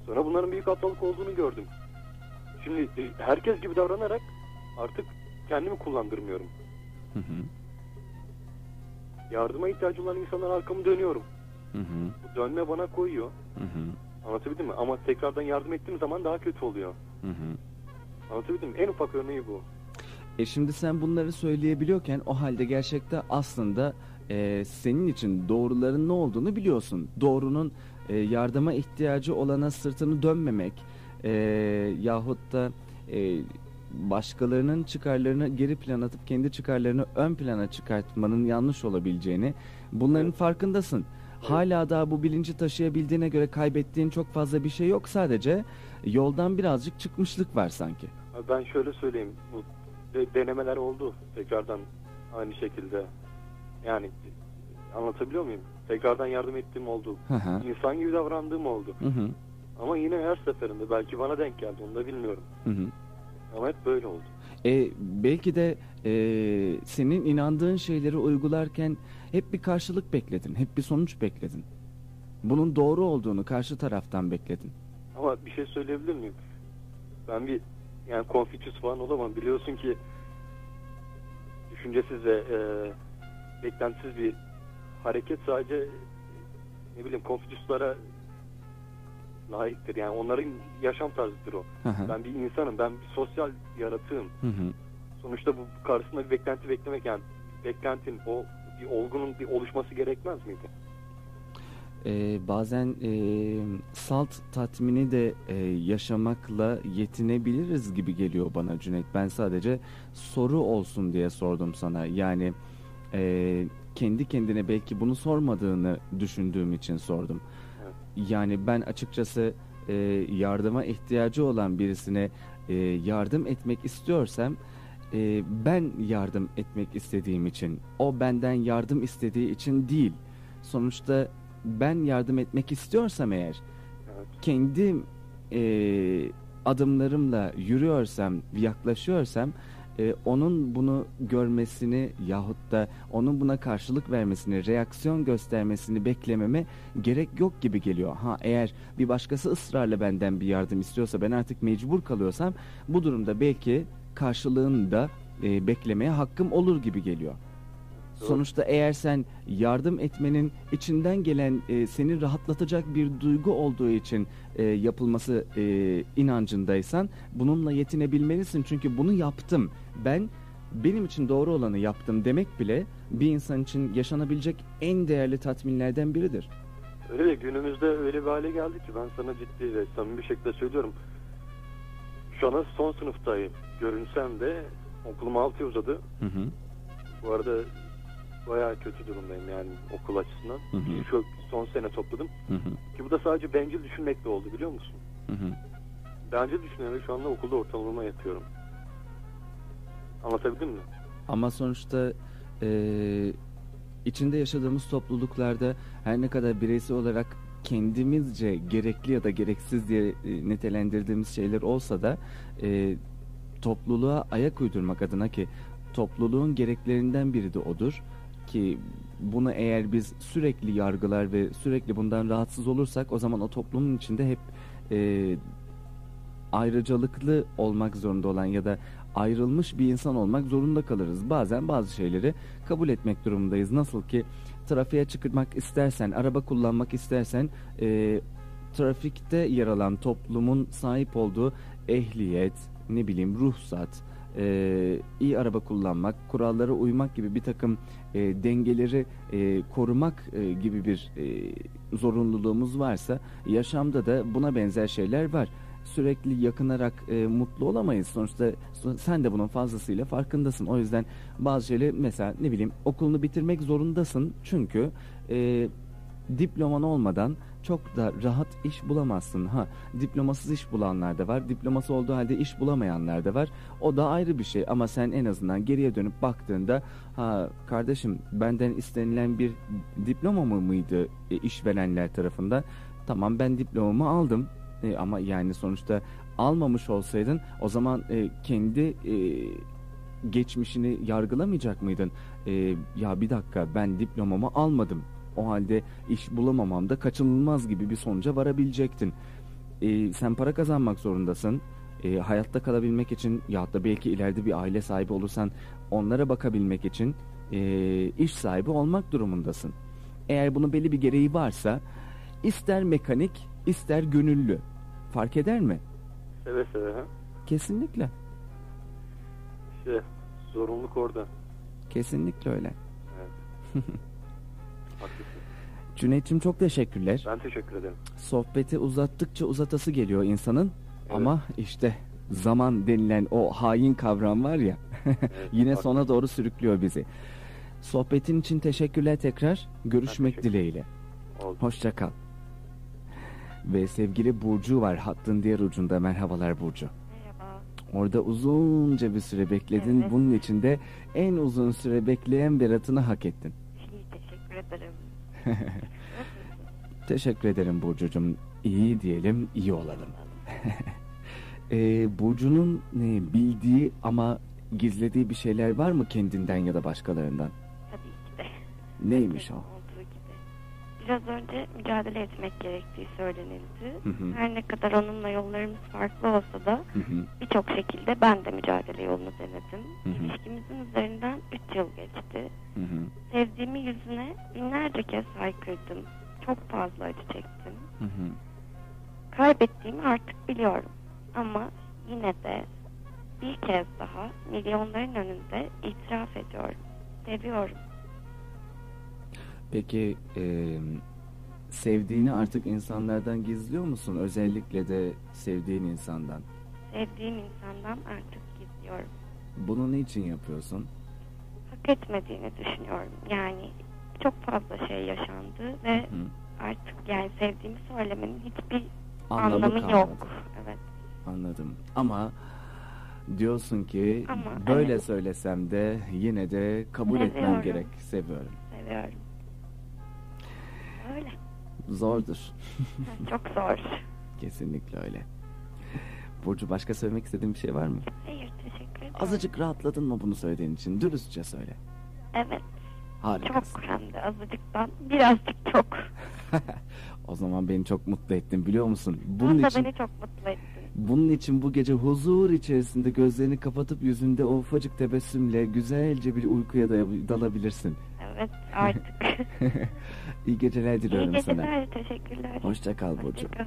Sonra bunların büyük aptallık olduğunu gördüm. Şimdi herkes gibi davranarak artık kendimi kullandırmıyorum. Hı hı. Yardıma ihtiyacı olan insanlara arkamı dönüyorum. Hı hı. Bu dönme bana koyuyor. Hı hı. Anlatabildim mi? Ama tekrardan yardım ettiğim zaman daha kötü oluyor. Hı hı. Anlatabildim mi? En ufak örneği bu. Şimdi sen bunları söyleyebiliyorken o halde gerçekten aslında senin için doğruların ne olduğunu biliyorsun. Doğrunun yardıma ihtiyacı olana sırtını dönmemek yahut da başkalarının çıkarlarını geri plan atıp kendi çıkarlarını ön plana çıkartmanın yanlış olabileceğini, bunların farkındasın. Hala daha bu bilinci taşıyabildiğine göre kaybettiğin çok fazla bir şey yok. Sadece yoldan birazcık çıkmışlık var sanki. Ben şöyle söyleyeyim. Bu denemeler oldu tekrardan aynı şekilde. Yani anlatabiliyor muyum? Tekrardan yardım ettiğim oldu. Hı hı. İnsan gibi davrandığım oldu. Hı hı. Ama yine her seferinde belki bana denk geldi, onu da bilmiyorum. Hı hı. Ama hep böyle oldu. Belki de senin inandığın şeyleri uygularken hep bir karşılık bekledin, hep bir sonuç bekledin. Bunun doğru olduğunu karşı taraftan bekledin. Ama bir şey söyleyebilir miyim? Ben bir yani Konfüçyüs falan olamam. Biliyorsun ki düşüncesiz ve beklentisiz bir hareket sadece ne bileyim Konfüçyüslara layıktır. Yani onların yaşam tarzıdır o. Hı hı. Ben bir insanım. Ben bir sosyal yaratığım. Hı hı. Sonuçta bu karşısında bir beklenti beklemek, yani beklentin, o bir olgunun bir oluşması gerekmez miydi? Bazen salt tatmini de yaşamakla yetinebiliriz gibi geliyor bana Cüneyt. Ben sadece soru olsun diye sordum sana. Yani kendi kendine belki bunu sormadığını düşündüğüm için sordum. Evet. Yani ben açıkçası yardıma ihtiyacı olan birisine yardım etmek istiyorsam ben yardım etmek istediğim için, o benden yardım istediği için değil. Sonuçta ben yardım etmek istiyorsam eğer, Evet. kendi adımlarımla yürüyorsam, yaklaşıyorsam, onun bunu görmesini yahut da onun buna karşılık vermesini, reaksiyon göstermesini beklememe gerek yok gibi geliyor. Eğer bir başkası ısrarla benden bir yardım istiyorsa, ben artık mecbur kalıyorsam, bu durumda belki karşılığını da beklemeye hakkım olur gibi geliyor. Doğru. Sonuçta eğer sen yardım etmenin içinden gelen seni rahatlatacak bir duygu olduğu için yapılması inancındaysan, bununla yetinebilmelisin. Çünkü bunu yaptım, benim için doğru olanı yaptım demek bile bir insan için yaşanabilecek en değerli tatminlerden biridir. Öyle günümüzde öyle bir hale geldi ki ben sana ciddi ve samimi bir şekilde söylüyorum. Şu an son sınıftayım. Görünsem de okulum 6 yıl uzadı. Hı hı. Bu Bu arada bayağı kötü durumdayım yani okul açısından. Hı hı. Şu son sene topladım. Hı hı. Ki bu da sadece bencil düşünmekle oldu, biliyor musun? Hı hı. Bencil düşünüyorum ve şu anda okulda ortalama yapıyorum. Anlatabildim mi? Ama sonuçta içinde yaşadığımız topluluklarda her ne kadar bireysel olarak kendimizce gerekli ya da gereksiz diye nitelendirdiğimiz şeyler olsa da topluluğa ayak uydurmak adına, ki topluluğun gereklerinden biri de odur ki bunu eğer biz sürekli yargılar ve sürekli bundan rahatsız olursak, o zaman o toplumun içinde hep ayrıcalıklı olmak zorunda olan ya da ayrılmış bir insan olmak zorunda kalırız. Bazen bazı şeyleri kabul etmek durumundayız. Nasıl ki trafiğe çıkmak istersen, araba kullanmak istersen, trafikte yer alan toplumun sahip olduğu ehliyet, ne bileyim ruhsat, iyi araba kullanmak, kurallara uymak gibi bir takım dengeleri korumak gibi bir zorunluluğumuz varsa, yaşamda da buna benzer şeyler var. Sürekli yakınarak mutlu olamayız. Sonuçta sen de bunun fazlasıyla farkındasın. O yüzden bazı şeyleri, mesela ne bileyim, okulunu bitirmek zorundasın. Çünkü diploman olmadan çok da rahat iş bulamazsın. Diplomasız iş bulanlar da var. Diploması olduğu halde iş bulamayanlar da var. O da ayrı bir şey. Ama sen en azından geriye dönüp baktığında, kardeşim, benden istenilen bir diploma mıydı işverenler tarafından? Tamam, ben diplomamı aldım. Ama yani sonuçta almamış olsaydın, o zaman kendi geçmişini yargılamayacak mıydın? Ya bir dakika, ben diplomamı almadım, o halde iş bulamamam da kaçınılmaz gibi bir sonuca varabilecektin. sen para kazanmak zorundasın. Hayatta kalabilmek için ya da belki ileride bir aile sahibi olursan onlara bakabilmek için iş sahibi olmak durumundasın. Eğer bunun belli bir gereği varsa ister mekanik ister gönüllü fark eder mi? Seve seve ha. Kesinlikle. İşte zorunluluk orada. Kesinlikle öyle. Evet. Haklısın. Cüneyt'ciğim çok teşekkürler. Ben teşekkür ederim. Sohbeti uzattıkça uzatası geliyor insanın. Evet. Ama işte zaman denilen o hain kavram var ya Evet, yine haklısın. sona doğru sürüklüyor bizi. Sohbetin için teşekkürler tekrar. Görüşmek teşekkür dileğiyle. Oldu. Hoşça kal. Ve sevgili Burcu var hattın diğer ucunda. Merhabalar Burcu. Merhaba. Orada uzunca bir süre bekledin. Evet. Bunun içinde en uzun süre bekleyen Berat'ını hak ettin. İyi, teşekkür ederim. Teşekkür ederim Burcucuğum. İyi diyelim, iyi olalım. Burcu'nun bildiği ama gizlediği bir şeyler var mı kendinden ya da başkalarından? Tabii ki de. Neymiş o? Olduğu gibi. Biraz önce mücadele etmek gerektiği söylenildi. Hı hı. Her ne kadar onunla yollarımız farklı olsa da Hı hı. birçok şekilde ben de mücadele yolunu denedim. Hı hı. İlişkimizin üzerinden 3 yıl geçti. Hı hı. Sevdiğimi yüzüne binlerce kez haykırdım. Çok fazla acı çektim. Hı hı. Kaybettiğimi artık biliyorum. Ama yine de bir kez daha milyonların önünde itiraf ediyorum. Seviyorum. Peki sevdiğini artık insanlardan gizliyor musun? Özellikle de sevdiğin insandan. Sevdiğim insandan artık gizliyorum. Bunu niçin yapıyorsun? Hak etmediğini düşünüyorum. Yani çok fazla şey yaşandı ve Hı. artık yani sevdiğimi söylemenin hiçbir Anlamı anlamı kalmadı. yok. Evet. Anladım. Ama diyorsun ki Ama böyle evet. söylesem de yine de kabul etmem Seviyorum. gerek. Seviyorum. Seviyorum. Öyle. Zordur. Çok zor. Kesinlikle öyle. Burcu başka söylemek istediğin bir şey var mı? Hayır, teşekkür ederim. Azıcık rahatladın mı bunu söylediğin için? Dürüstçe söyle. Evet. Harikasın. Çok hem de azıcıktan birazcık çok. O zaman beni çok mutlu ettin biliyor musun? Bunun Bunun için beni çok mutlu etti. bunun için bu gece huzur içerisinde gözlerini kapatıp yüzünde o ufacık tebessümle güzelce bir uykuya dalabilirsin. Evet, artık. İyi geceler İyi diliyorum sana. geceler, teşekkürler. Hoşça kal Burcu. Hoşça kal.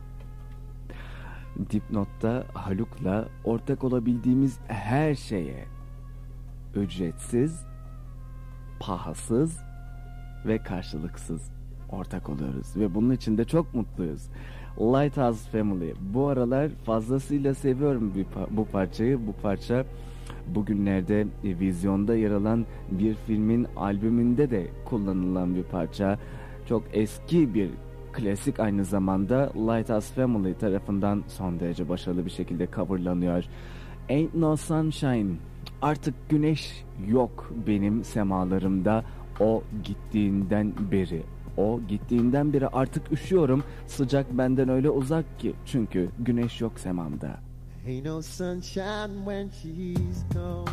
Dipnot'ta Haluk'la ortak olabildiğimiz her şeye ücretsiz, pahasız ve karşılıksız ortak oluyoruz. Ve bunun için de çok mutluyuz. Lighthouse Family. Bu aralar fazlasıyla seviyorum bu parçayı. Bu parça bugünlerde vizyonda yer alan bir filmin albümünde de kullanılan bir parça. Çok eski bir klasik aynı zamanda Lighthouse Family tarafından son derece başarılı bir şekilde coverlanıyor. Ain't No Sunshine. Artık güneş yok benim semalarımda o gittiğinden beri. O gittiğinden beri artık üşüyorum. Sıcak benden öyle uzak ki. Çünkü güneş yok semamda. Ain't no sunshine when she's gone.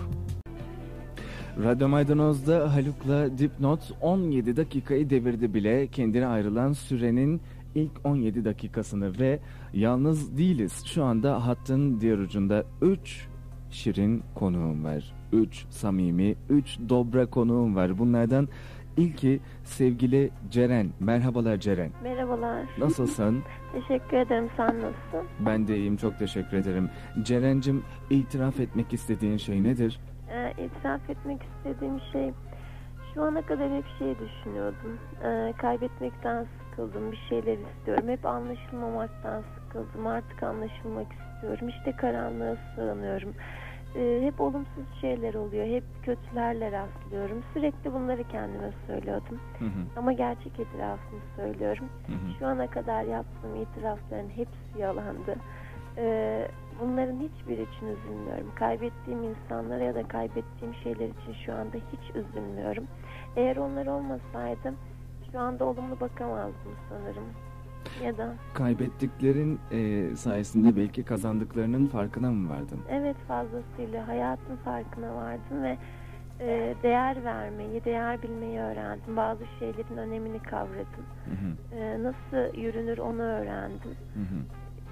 Radyo Maydanoz'da Haluk'la Dipnot 17 dakikayı devirdi bile. Kendine ayrılan sürenin ilk 17 dakikasını ve yalnız değiliz. Şu anda hattın diğer ucunda 3 şirin konuğum var. 3 samimi, 3 dobra konuğum var. Bunlardan ilki sevgili Ceren. Merhabalar Ceren. Merhabalar. Nasılsın? Teşekkür ederim. Sen nasılsın? Ben de iyiyim, çok teşekkür ederim. Ceren'cim, itiraf etmek istediğin şey nedir? İtiraf etmek istediğim şey, şu ana kadar hep şey düşünüyordum. Kaybetmekten sıkıldım. Bir şeyler istiyorum. Hep anlaşılmamaktan sıkıldım. Artık anlaşılmak istiyorum. İşte karanlığa sığınıyorum. Hep olumsuz şeyler oluyor. Hep kötülerle rastlıyorum. Sürekli bunları kendime söylüyordum. Hı hı. Ama gerçek itirafımı söylüyorum. Hı hı. Şu ana kadar yaptığım itirafların hepsi yalandı. Bunların hiçbiri için üzülmüyorum. Kaybettiğim insanlara ya da kaybettiğim şeyler için şu anda hiç üzülmüyorum. Eğer onlar olmasaydı şu anda olumlu bakamazdım sanırım. Ya da Kaybettiklerin sayesinde belki kazandıklarının farkına mı vardın? evet, fazlasıyla hayatın farkına vardım ve değer vermeyi, değer bilmeyi öğrendim. Bazı şeylerin önemini kavradım. Hı hı. Nasıl yürünür onu öğrendim. Hı hı.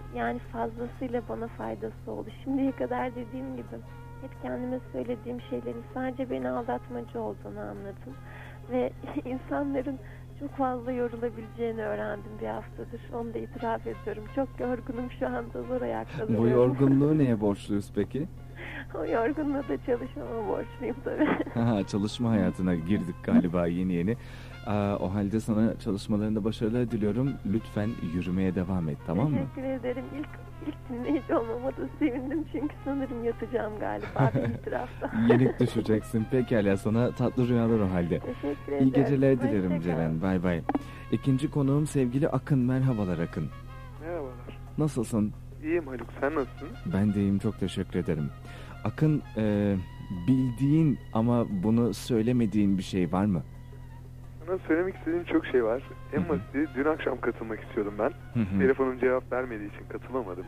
yani fazlasıyla bana faydası oldu. Şimdiye kadar dediğim gibi hep kendime söylediğim şeylerin sadece beni aldatmacı olduğunu anladım. Ve insanların çok fazla yorulabileceğini öğrendim bir haftadır. Onu da itiraf ediyorum. Çok yorgunum şu anda, zor ayakta duruyorum. Bu yorgunluğu neye borçluyuz peki? O yorgunluğu da çalışmama borçluyum tabii. Çalışma hayatına girdik galiba yeni. O halde sana çalışmalarında başarılar diliyorum. Lütfen yürümeye devam et, tamam mı? Teşekkür ederim. İlk dinleyici olmama da sevindim çünkü sanırım yatacağım galiba bir itirafta. Yenik düşeceksin. Pekala, sana tatlı rüyalar o halde. Teşekkür ederim. İyi geceler dilerim Hoşça kal. Ceren. Bay bay. İkinci konuğum sevgili Akın. Merhabalar Akın. Merhabalar. Nasılsın? İyiyim Haluk, sen nasılsın? Ben de iyiyim, çok teşekkür ederim. Akın, bildiğin ama bunu söylemediğin bir şey var mı? Sana söylemek istediğim çok şey var. En basiti dün akşam katılmak istiyordum ben. Telefonum cevap vermediği için katılamadım.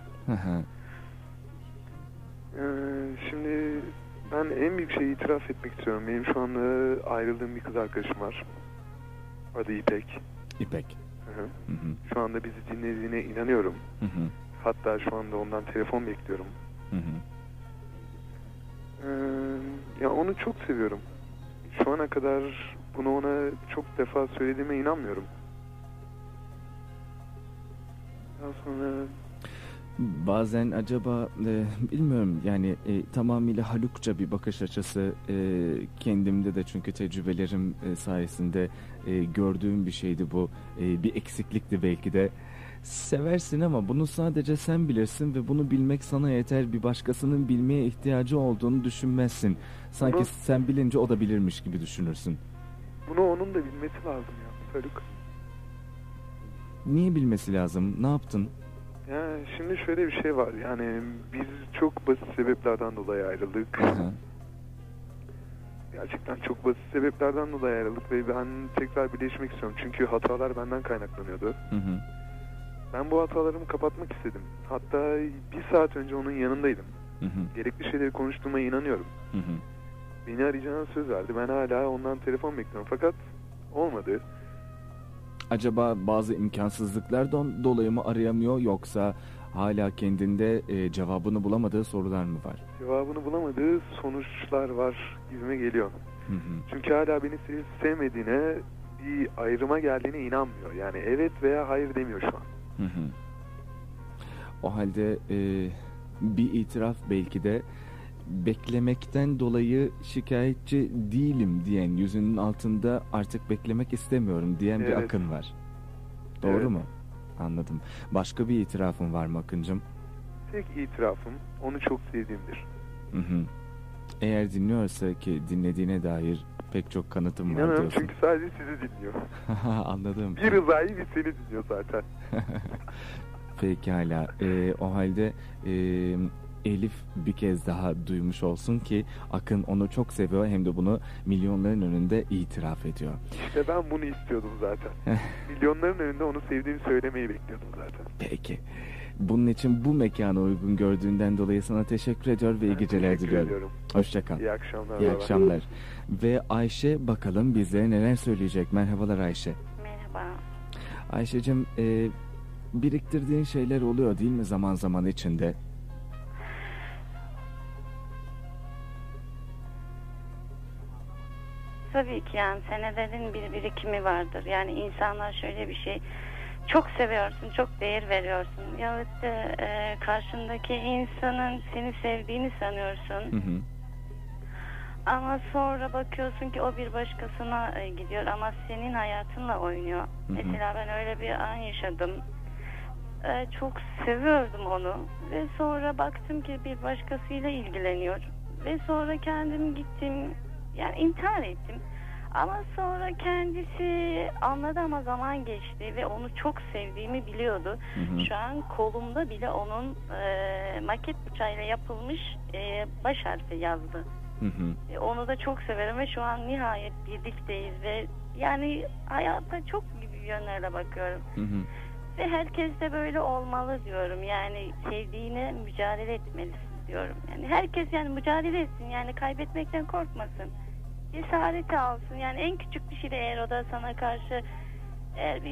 Şimdi ben en büyük şeyi itiraf etmek istiyorum. Benim şu anda ayrıldığım bir kız arkadaşım var. Adı İpek. İpek. Şu anda bizi dinlediğine inanıyorum. Hatta şu anda ondan telefon bekliyorum. Ya onu çok seviyorum. Şu ana kadar bunu ona çok defa söylediğime inanmıyorum. Daha sonra Bazen acaba bilmiyorum yani tamamıyla Halukça bir bakış açısı kendimde de, çünkü tecrübelerim sayesinde gördüğüm bir şeydi bu. Bir eksiklikti belki de. Seversin ama bunu sadece sen bilirsin ve bunu bilmek sana yeter. Bir başkasının bilmeye ihtiyacı olduğunu düşünmezsin. Sanki sen bilince o da bilirmiş gibi düşünürsün. bunu onun da bilmesi lazım ya Haluk. Niye bilmesi lazım? Ne yaptın? Ya şimdi şöyle bir şey var. Yani biz çok basit sebeplerden dolayı ayrıldık. Gerçekten çok basit sebeplerden dolayı ayrıldık ve ben tekrar birleşmek istiyorum. Çünkü hatalar benden kaynaklanıyordu. Ben bu hatalarımı kapatmak istedim. Hatta bir saat önce onun yanındaydım. Gerekli şeyleri konuştuğuma inanıyorum. Beni arayacağına söz verdi. Ben hala ondan telefon bekliyorum. Fakat olmadı. Acaba bazı imkansızlıklardan dolayı mı arayamıyor, yoksa hala kendinde cevabını bulamadığı sorular mı var? Cevabını bulamadığı sonuçlar var gibime geliyor. Çünkü hala beni sevip sevmediğine, bir ayrıma geldiğine inanmıyor. Yani evet veya hayır demiyor şu an. O halde bir itiraf belki de, beklemekten dolayı şikayetçi değilim diyen, yüzünün altında artık beklemek istemiyorum diyen bir Akın var. Doğru mu? Anladım. Başka bir itirafın var mı Akıncığım? Tek itirafım onu çok sevdiğimdir. Eğer dinliyorsa, ki dinlediğine dair pek çok kanıtım var İnanırım diyorsun. çünkü sadece sizi dinliyor. Anladım. Bir Rıza'yı bir seni dinliyor zaten. Pekala. O halde Elif bir kez daha duymuş olsun ki Akın onu çok seviyor, hem de bunu milyonların önünde itiraf ediyor. İşte ben bunu istiyordum zaten. Milyonların önünde onu sevdiğimi söylemeyi bekliyordum zaten. Peki. Bunun için bu mekana uygun gördüğünden dolayı sana teşekkür ediyor ve iyi geceler diliyorum. Hoşça kal. İyi akşamlar. İyi akşamlar. Ve Ayşe bakalım bize neler söyleyecek. Merhabalar Ayşe. Merhaba. Ayşe'cim, biriktirdiğin şeyler oluyor değil mi zaman zaman içinde? Tabii ki, yani senelerin bir birikimi vardır. Yani insanlar şöyle bir şey, çok seviyorsun, çok değer veriyorsun. Ya da karşındaki insanın seni sevdiğini sanıyorsun. Ama sonra bakıyorsun ki o bir başkasına gidiyor ama senin hayatınla oynuyor. Mesela ben öyle bir an yaşadım. Çok seviyordum onu ve sonra baktım ki bir başkasıyla ilgileniyor. Ve sonra kendim gittim, yani intihar ettim. Ama sonra kendisi anladı ama zaman geçti ve onu çok sevdiğimi biliyordu. Şu an kolumda bile onun maket bıçağıyla yapılmış baş harfi yazdı. Onu da çok severim ve şu an nihayet birlikteyiz ve yani hayata çok gibi yönlerle bakıyorum. Ve herkes de böyle olmalı diyorum. Yani sevdiğine mücadele etmelisin diyorum. Yani herkes yani mücadele etsin, yani kaybetmekten korkmasın. Cesareti alsın. Yani en küçük bir şeyde, eğer o da sana karşı eğer bir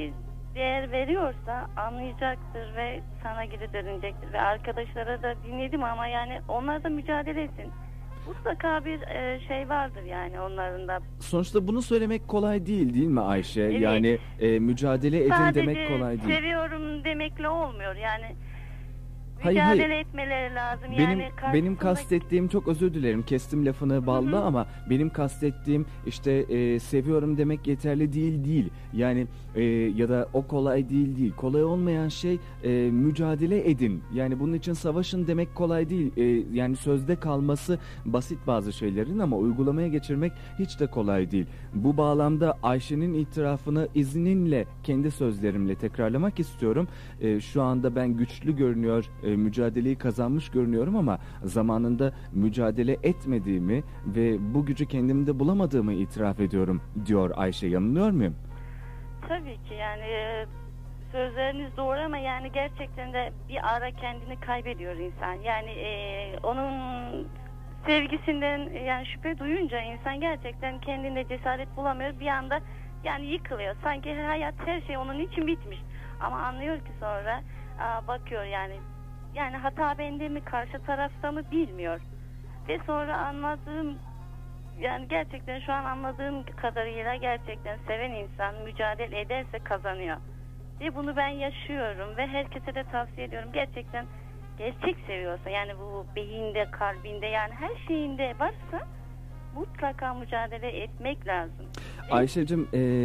değer veriyorsa anlayacaktır ve sana geri dönecektir. Ve arkadaşlara da dinledim ama yani onlar da mücadele etsin. Mutlaka bir şey vardır yani onların da. Sonuçta bunu söylemek kolay değil mi Ayşe? Evet. Yani mücadele edin Sadece demek kolay değil. seviyorum demekle olmuyor yani. Hayır, Mücadele etmeleri lazım. Benim Yani kastettiğim, çok özür dilerim kestim lafını balla, ama benim kastettiğim işte seviyorum demek yeterli değil. Yani ya da o kolay değil. Kolay olmayan şey mücadele edin. Yani bunun için savaşın demek kolay değil. Yani sözde kalması basit bazı şeylerin ama uygulamaya geçirmek hiç de kolay değil. Bu bağlamda Ayşe'nin itirafını izninle kendi sözlerimle tekrarlamak istiyorum. Şu anda ben güçlü görünüyor, mücadeleyi kazanmış görünüyorum ama zamanında mücadele etmediğimi ve bu gücü kendimde bulamadığımı itiraf ediyorum diyor Ayşe. Yanılıyor muyum? tabii ki yani sözleriniz doğru ama yani gerçekten de bir ara kendini kaybediyor insan. Yani onun sevgisinden yani şüphe duyunca insan gerçekten kendinde cesaret bulamıyor. Bir anda yani yıkılıyor. Sanki hayat, her şey onun için bitmiş. Ama anlıyor ki sonra bakıyor yani hata bende mi, karşı tarafta mı bilmiyor. Ve sonra anladığım, yani gerçekten şu an anladığım kadarıyla gerçekten seven insan mücadele ederse kazanıyor. Ve bunu ben yaşıyorum ve herkese de tavsiye ediyorum. Gerçekten gerçek seviyorsa, yani bu beyinde, kalbinde, yani her şeyinde varsa mutlaka mücadele etmek lazım. Ayşe'cim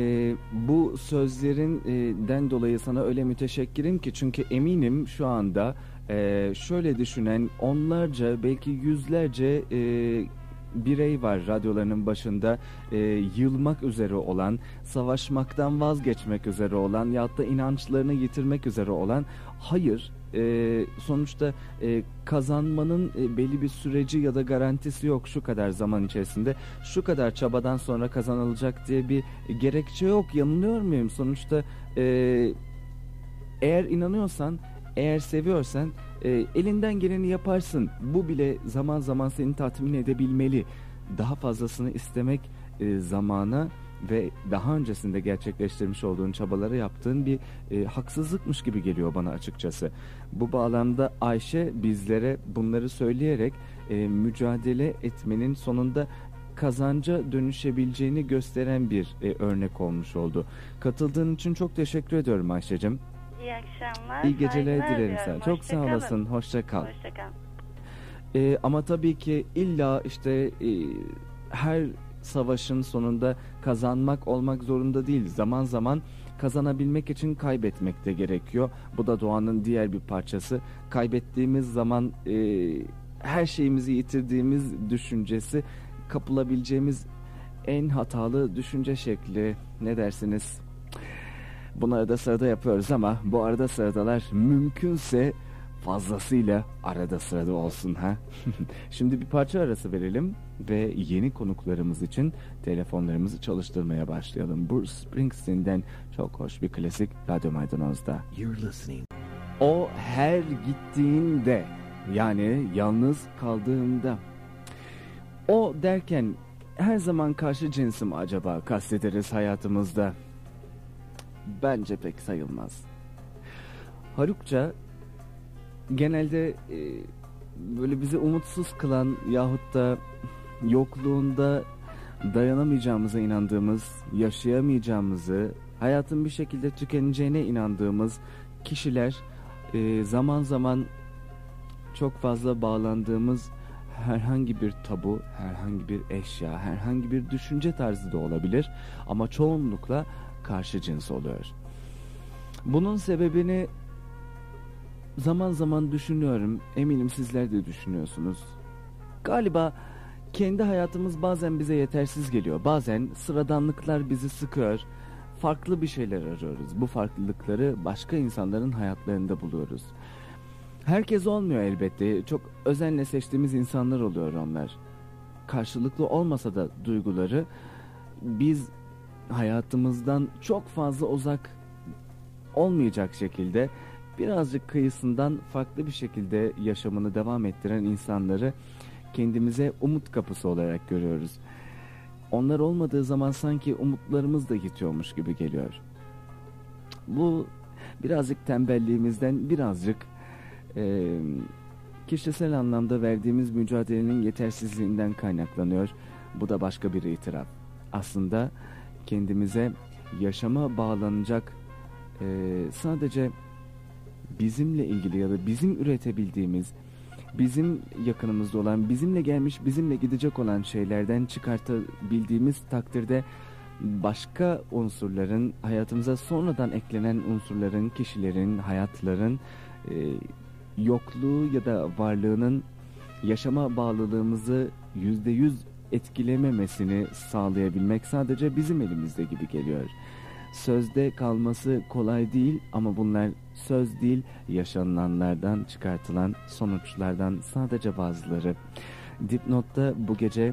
bu sözlerinden dolayı sana öyle müteşekkirim ki, çünkü eminim şu anda şöyle düşünen onlarca, belki yüzlerce birey var radyolarının başında, yılmak üzere olan, savaşmaktan vazgeçmek üzere olan ya da inançlarını yitirmek üzere olan. Hayır, sonuçta kazanmanın belli bir süreci ya da garantisi yok. Şu kadar zaman içerisinde, şu kadar çabadan sonra kazanılacak diye bir gerekçe yok. Yanılıyor muyum? Sonuçta eğer inanıyorsan, eğer seviyorsan elinden geleni yaparsın. Bu bile zaman zaman seni tatmin edebilmeli. Daha fazlasını istemek zamana ve daha öncesinde gerçekleştirmiş olduğun çabalara yaptığın bir haksızlıkmış gibi geliyor bana açıkçası. Bu bağlamda Ayşe bizlere bunları söyleyerek mücadele etmenin sonunda kazanca dönüşebileceğini gösteren bir örnek olmuş oldu. Katıldığın için çok teşekkür ediyorum Ayşe'cim. İyi akşamlar. İyi geceler dilerim sana. Çok Hoşça sağ kalın. olasın. Hoşça kal. Hoşça kal. Ama tabii ki illa işte her savaşın sonunda kazanmak olmak zorunda değil. Zaman zaman kazanabilmek için kaybetmek de gerekiyor. Bu da doğanın diğer bir parçası. Kaybettiğimiz zaman her şeyimizi yitirdiğimiz düşüncesi kapılabileceğimiz en hatalı düşünce şekli. Ne dersiniz? Bunları da sırada yapıyoruz ama bu arada sıradalar mümkünse fazlasıyla arada sırada olsun ha. Şimdi bir parça arası verelim ve yeni konuklarımız için telefonlarımızı çalıştırmaya başlayalım. Bruce Springsteen'den çok hoş bir klasik Radyo Maydanoz'da. You're listening. O her gittiğinde, yani yalnız kaldığında, o derken her zaman karşı cinsi mi acaba kastederiz hayatımızda? Bence pek sayılmaz. Halukça genelde böyle bizi umutsuz kılan yahut da yokluğunda dayanamayacağımıza inandığımız, yaşayamayacağımızı, hayatın bir şekilde tükeneceğine inandığımız kişiler, zaman zaman çok fazla bağlandığımız herhangi bir tabu, herhangi bir eşya, herhangi bir düşünce tarzı da olabilir ama çoğunlukla karşı cins oluyor. Bunun sebebini zaman zaman düşünüyorum. Eminim sizler de düşünüyorsunuz. Galiba kendi hayatımız bazen bize yetersiz geliyor. Bazen sıradanlıklar bizi sıkıyor. Farklı bir şeyler arıyoruz. Bu farklılıkları başka insanların hayatlarında buluyoruz. Herkes olmuyor elbette. Çok özenle seçtiğimiz insanlar oluyor onlar. Karşılıklı olmasa da duyguları, biz hayatımızdan çok fazla uzak olmayacak şekilde birazcık kıyısından farklı bir şekilde yaşamını devam ettiren insanları kendimize umut kapısı olarak görüyoruz. Onlar olmadığı zaman sanki umutlarımız da yitiyormuş gibi geliyor. Bu birazcık tembelliğimizden, birazcık kişisel anlamda verdiğimiz mücadelenin yetersizliğinden kaynaklanıyor. Bu da başka bir itiraf. Aslında kendimize yaşama bağlanacak sadece bizimle ilgili ya da bizim üretebildiğimiz, bizim yakınımızda olan, bizimle gelmiş, bizimle gidecek olan şeylerden çıkartabildiğimiz takdirde başka unsurların, hayatımıza sonradan eklenen unsurların, kişilerin, hayatların yokluğu ya da varlığının yaşama bağlılığımızı %100 etkilememesini sağlayabilmek sadece bizim elimizde gibi geliyor. Sözde kalması kolay değil ama bunlar söz değil, yaşanılanlardan çıkartılan sonuçlardan sadece bazıları. Dipnot'ta bu gece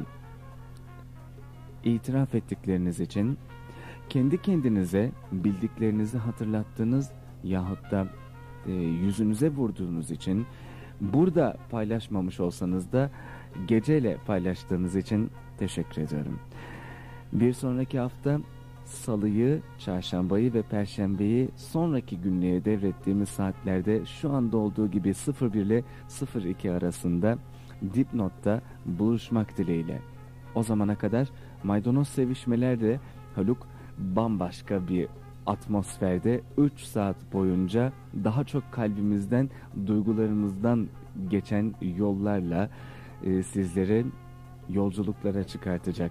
itiraf ettikleriniz için, kendi kendinize bildiklerinizi hatırlattığınız yahut da yüzünüze vurduğunuz için, burada paylaşmamış olsanız da geceyle paylaştığınız için teşekkür ediyorum. Bir sonraki hafta Salıyı, Çarşambayı ve Perşembeyi sonraki günlüğe devrettiğimiz saatlerde şu anda olduğu gibi 01 ile 02 arasında Dipnot'ta buluşmak dileğiyle. O zamana kadar maydanoz sevişmelerde Haluk bambaşka bir atmosferde 3 saat boyunca daha çok kalbimizden, duygularımızdan geçen yollarla sizleri yolculuklara çıkartacak.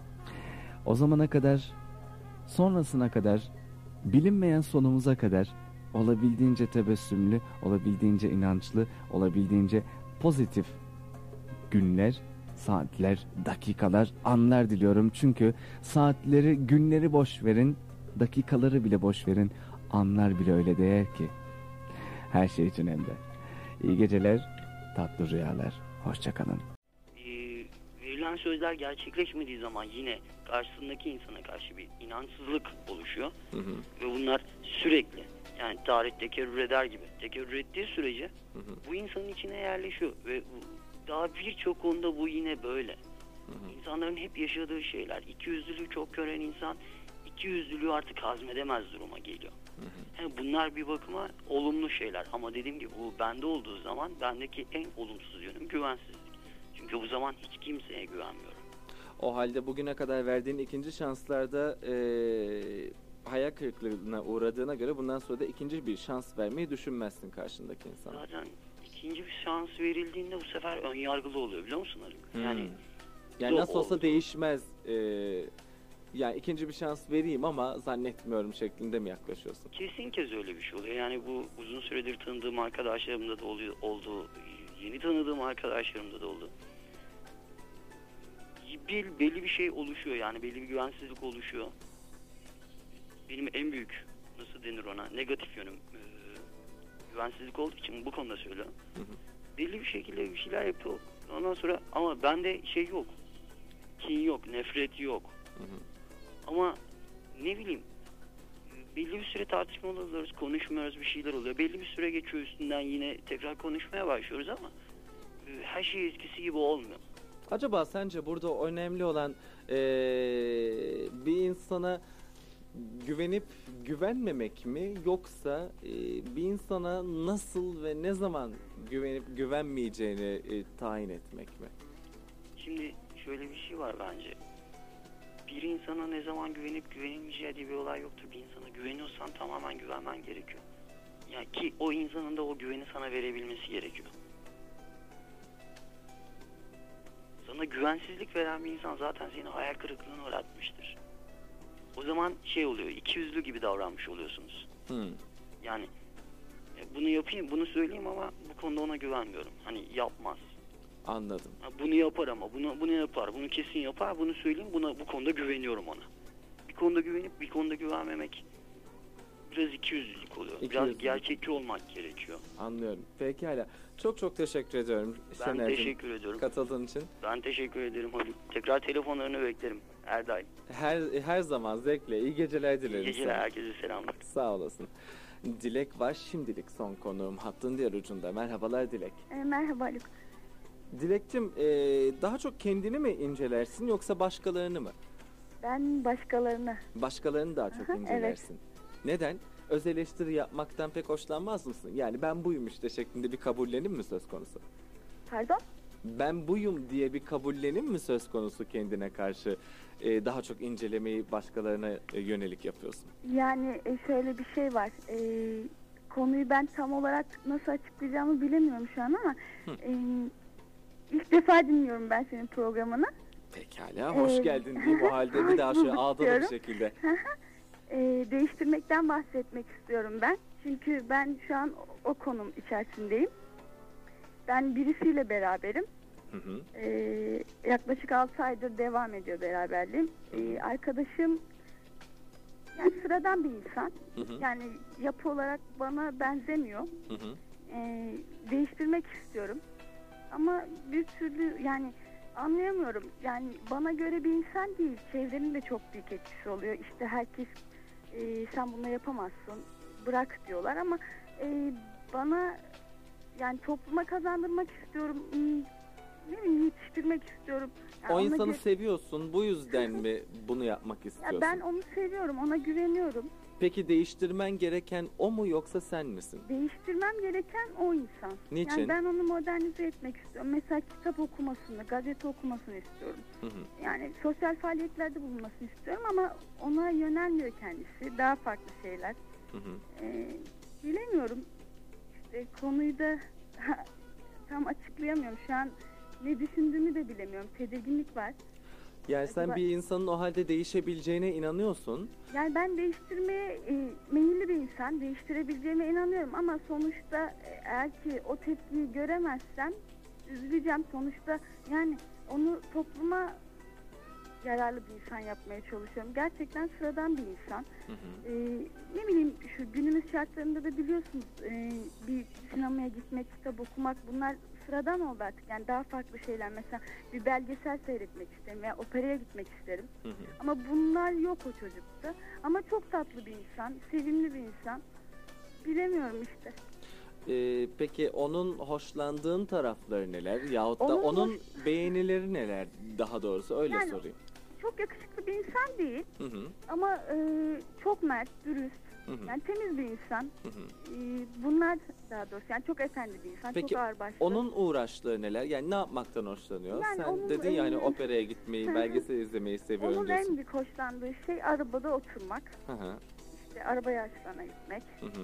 O zamana kadar, sonrasına kadar, bilinmeyen sonumuza kadar olabildiğince tebessümlü, olabildiğince inançlı, olabildiğince pozitif günler, saatler, dakikalar, anlar diliyorum. Çünkü saatleri, günleri boş verin, dakikaları bile boş verin, anlar bile öyle değer ki. Her şey için hem de. İyi geceler, tatlı rüyalar. Hoşça kalın. Verilen sözler gerçekleşmediği zaman yine karşısındaki insana karşı bir inançsızlık oluşuyor. Ve bunlar sürekli, yani tarih tekerrür eder gibi. Tekerrür ettiği sürece bu insanın içine yerleşiyor. Ve daha birçok konuda bu yine böyle. İnsanların hep yaşadığı şeyler. İkiyüzlülüğü çok gören insan ikiyüzlülüğü artık hazmedemez duruma geliyor. Yani bunlar bir bakıma olumlu şeyler. Ama dediğim gibi bu bende olduğu zaman bendeki en olumsuz yönüm güvensizlik. Çünkü bu zaman hiç kimseye güvenmiyorum. O halde bugüne kadar verdiğin ikinci şanslarda hayal kırıklığına uğradığına göre bundan sonra da ikinci bir şans vermeyi düşünmezsin karşındaki insana. Zaten ikinci bir şans verildiğinde bu sefer ön yargılı oluyor, biliyor musun Haluk? Yani nasıl olsa değişmez. Yani ikinci bir şans vereyim ama zannetmiyorum şeklinde mi yaklaşıyorsun? Kesin kez öyle bir şey oluyor. Yani bu uzun süredir tanıdığım arkadaşlarımda da oldu. Yeni tanıdığım arkadaşlarımda da oldu. Belli bir şey oluşuyor, yani belli bir güvensizlik oluşuyor. Benim en büyük, nasıl denir ona, negatif yönüm güvensizlik olduğu için bu konuda söylüyorum. Belli bir şekilde bir şeyler yapıyor. Ondan sonra ama bende şey yok. Kin yok, nefret yok. Ama ne bileyim, belli bir süre tartışmalı oluyoruz, konuşmuyoruz, bir şeyler oluyor. Belli bir süre geçiyor üstünden, yine tekrar konuşmaya başlıyoruz ama her şey eskisi gibi olmuyor. Acaba sence burada önemli olan bir insana güvenip güvenmemek mi, yoksa bir insana nasıl ve ne zaman güvenip güvenmeyeceğini tayin etmek mi? Şimdi şöyle bir şey var bence. Bir insana ne zaman güvenip güvenilmeyeceği diye bir olay yoktur. Bir insana güveniyorsan tamamen güvenmen gerekiyor. Yani ki o insanın da o güveni sana verebilmesi gerekiyor. Sana güvensizlik veren bir insan zaten seni hayal kırıklığına uğratmıştır. O zaman şey oluyor, ikiyüzlü gibi davranmış oluyorsunuz. Yani bunu yapayım, bunu söyleyeyim ama bu konuda ona güvenmiyorum. Hani yapmaz. Anladım. Bunu yapar ama bunu yapar, bunu kesin yapar, bunu söyleyeyim, bu konuda güveniyorum ona. Bir konuda güvenip bir konuda güvenmemek biraz ikiyüzlülük oluyor. Biraz gerçekçi olmak gerekiyor. Anlıyorum. Pekala. Çok teşekkür ediyorum. Ben teşekkür ediyorum. Katıldığın için. Ben teşekkür ederim Haluk. Tekrar telefonlarını beklerim. Her daim. Her zaman zevkle. İyi geceler dilerim. İyi geceler. Herkese selamlar. Sağ olasın. Dilek var. Şimdilik son konuğum. Hattın diğer ucunda. Merhabalar Dilek. Merhaba Haluk. Dilek'cim, daha çok kendini mi incelersin yoksa başkalarını mı? Ben başkalarını. Başkalarını daha çok incelersin. Evet. Neden? öz eleştiri yapmaktan pek hoşlanmaz mısın? Yani ben buyum işte şeklinde bir kabullenim mi söz konusu? Pardon? Ben buyum diye bir kabullenim mi söz konusu kendine karşı? Daha çok incelemeyi başkalarına yönelik yapıyorsun. Yani şöyle bir şey var. Konuyu ben tam olarak nasıl açıklayacağımı bilemiyorum şu an ama ilk defa dinliyorum ben senin programını. Pekala, hoş geldin diyeyim o halde bir daha şöyle ağdalı bir şekilde. Değiştirmekten bahsetmek istiyorum ben. Çünkü ben şu an o konum içerisindeyim. Ben birisiyle beraberim. Yaklaşık 6 aydır devam ediyor beraberliğim. Arkadaşım yani sıradan bir insan. Yani yapı olarak bana benzemiyor. Değiştirmek istiyorum. Ama bir türlü yani anlayamıyorum. Yani bana göre bir insan değil. Çevrenin de çok büyük etkisi oluyor. İşte herkes sen bunu yapamazsın, bırak diyorlar ama bana yani topluma kazandırmak istiyorum. Ne bileyim, yetiştirmek istiyorum. Yani o insanı seviyorsun. Bu yüzden mi bunu yapmak istiyorsun? Ya ben onu seviyorum. Ona güveniyorum. Peki değiştirmen gereken o mu yoksa sen misin? Değiştirmem gereken o insan. Niçin? Yani ben onu modernize etmek istiyorum. Mesela kitap okumasını, gazete okumasını istiyorum. Yani sosyal faaliyetlerde bulunmasını istiyorum ama ona yönelmiyor kendisi. Daha farklı şeyler. Bilemiyorum. İşte konuyu da tam açıklayamıyorum. Şu an ne düşündüğümü de bilemiyorum. Tedirginlik var. Yani sen bir insanın o halde değişebileceğine inanıyorsun. Yani ben değiştirmeye meyilli bir insan. Değiştirebileceğime inanıyorum ama sonuçta eğer ki o tepkiyi göremezsem üzüleceğim. Sonuçta yani onu topluma yararlı bir insan yapmaya çalışıyorum. Gerçekten sıradan bir insan. Ne bileyim şu günümüz şartlarında da biliyorsunuz bir sinemaya gitmek, kitap okumak bunlar sıradan oldu artık. Yani daha farklı şeyler. Mesela bir belgesel seyretmek isterim veya operaya gitmek isterim. Ama bunlar yok o çocukta. Ama çok tatlı bir insan, sevimli bir insan. Bilemiyorum işte. Peki onun hoşlandığın tarafları neler? Yahut da onun beğenileri neler? Daha doğrusu öyle yani, sorayım. Çok yakışıklı bir insan değil. Ama çok mert, dürüst. Yani temiz bir insan. Bunlar daha doğrusu yani çok efendi bir insan. Peki, çok ağırbaşlı. onun uğraştığı neler? Yani ne yapmaktan hoşlanıyor? Yani sen dedin ya hani operaya gitmeyi, belgesel izlemeyi seviyorum onun diyorsun. en büyük hoşlandığı şey arabada oturmak. İşte araba yarışlarına gitmek.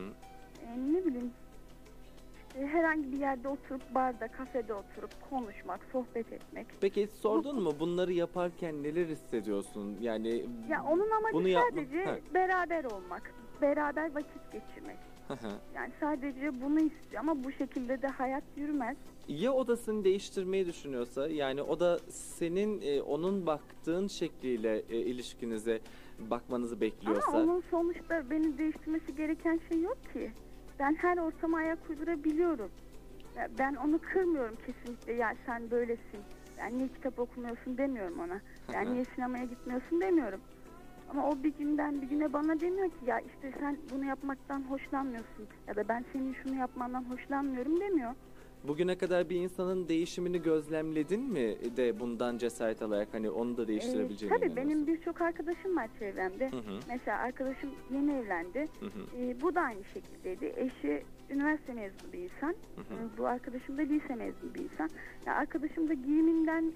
Ne bileyim herhangi bir yerde oturup barda, kafede oturup konuşmak, sohbet etmek. Peki sordun mu bunları yaparken neler hissediyorsun? Yani ya onun amacı bunu sadece beraber olmak, beraber vakit geçirmek. Yani sadece bunu istiyor ama bu şekilde de hayat yürümez. Ya o da seni değiştirmeyi düşünüyorsa, yani o da senin onun baktığın şekliyle ilişkinize bakmanızı bekliyorsa. Ama onun sonuçta beni değiştirmesi gereken şey yok ki. Ben her ortama ayak uydurabiliyorum. Ben onu kırmıyorum kesinlikle. Ya sen böylesin. Yani niye kitap okumuyorsun demiyorum ona. Yani niye sinemaya gitmiyorsun demiyorum. Ama o bir günden bir güne bana demiyor ki ya işte sen bunu yapmaktan hoşlanmıyorsun. Ya da ben senin şunu yapmandan hoşlanmıyorum demiyor. Bugüne kadar bir insanın değişimini gözlemledin mi de bundan cesaret alarak hani onu da değiştirebileceğini tabii benim birçok arkadaşım var çevremde. Mesela arkadaşım yeni evlendi. Bu da aynı şekildeydi. Eşi üniversite mezunu bir insan. Bu arkadaşım da lise mezunu bir insan. Yani arkadaşım da giyiminden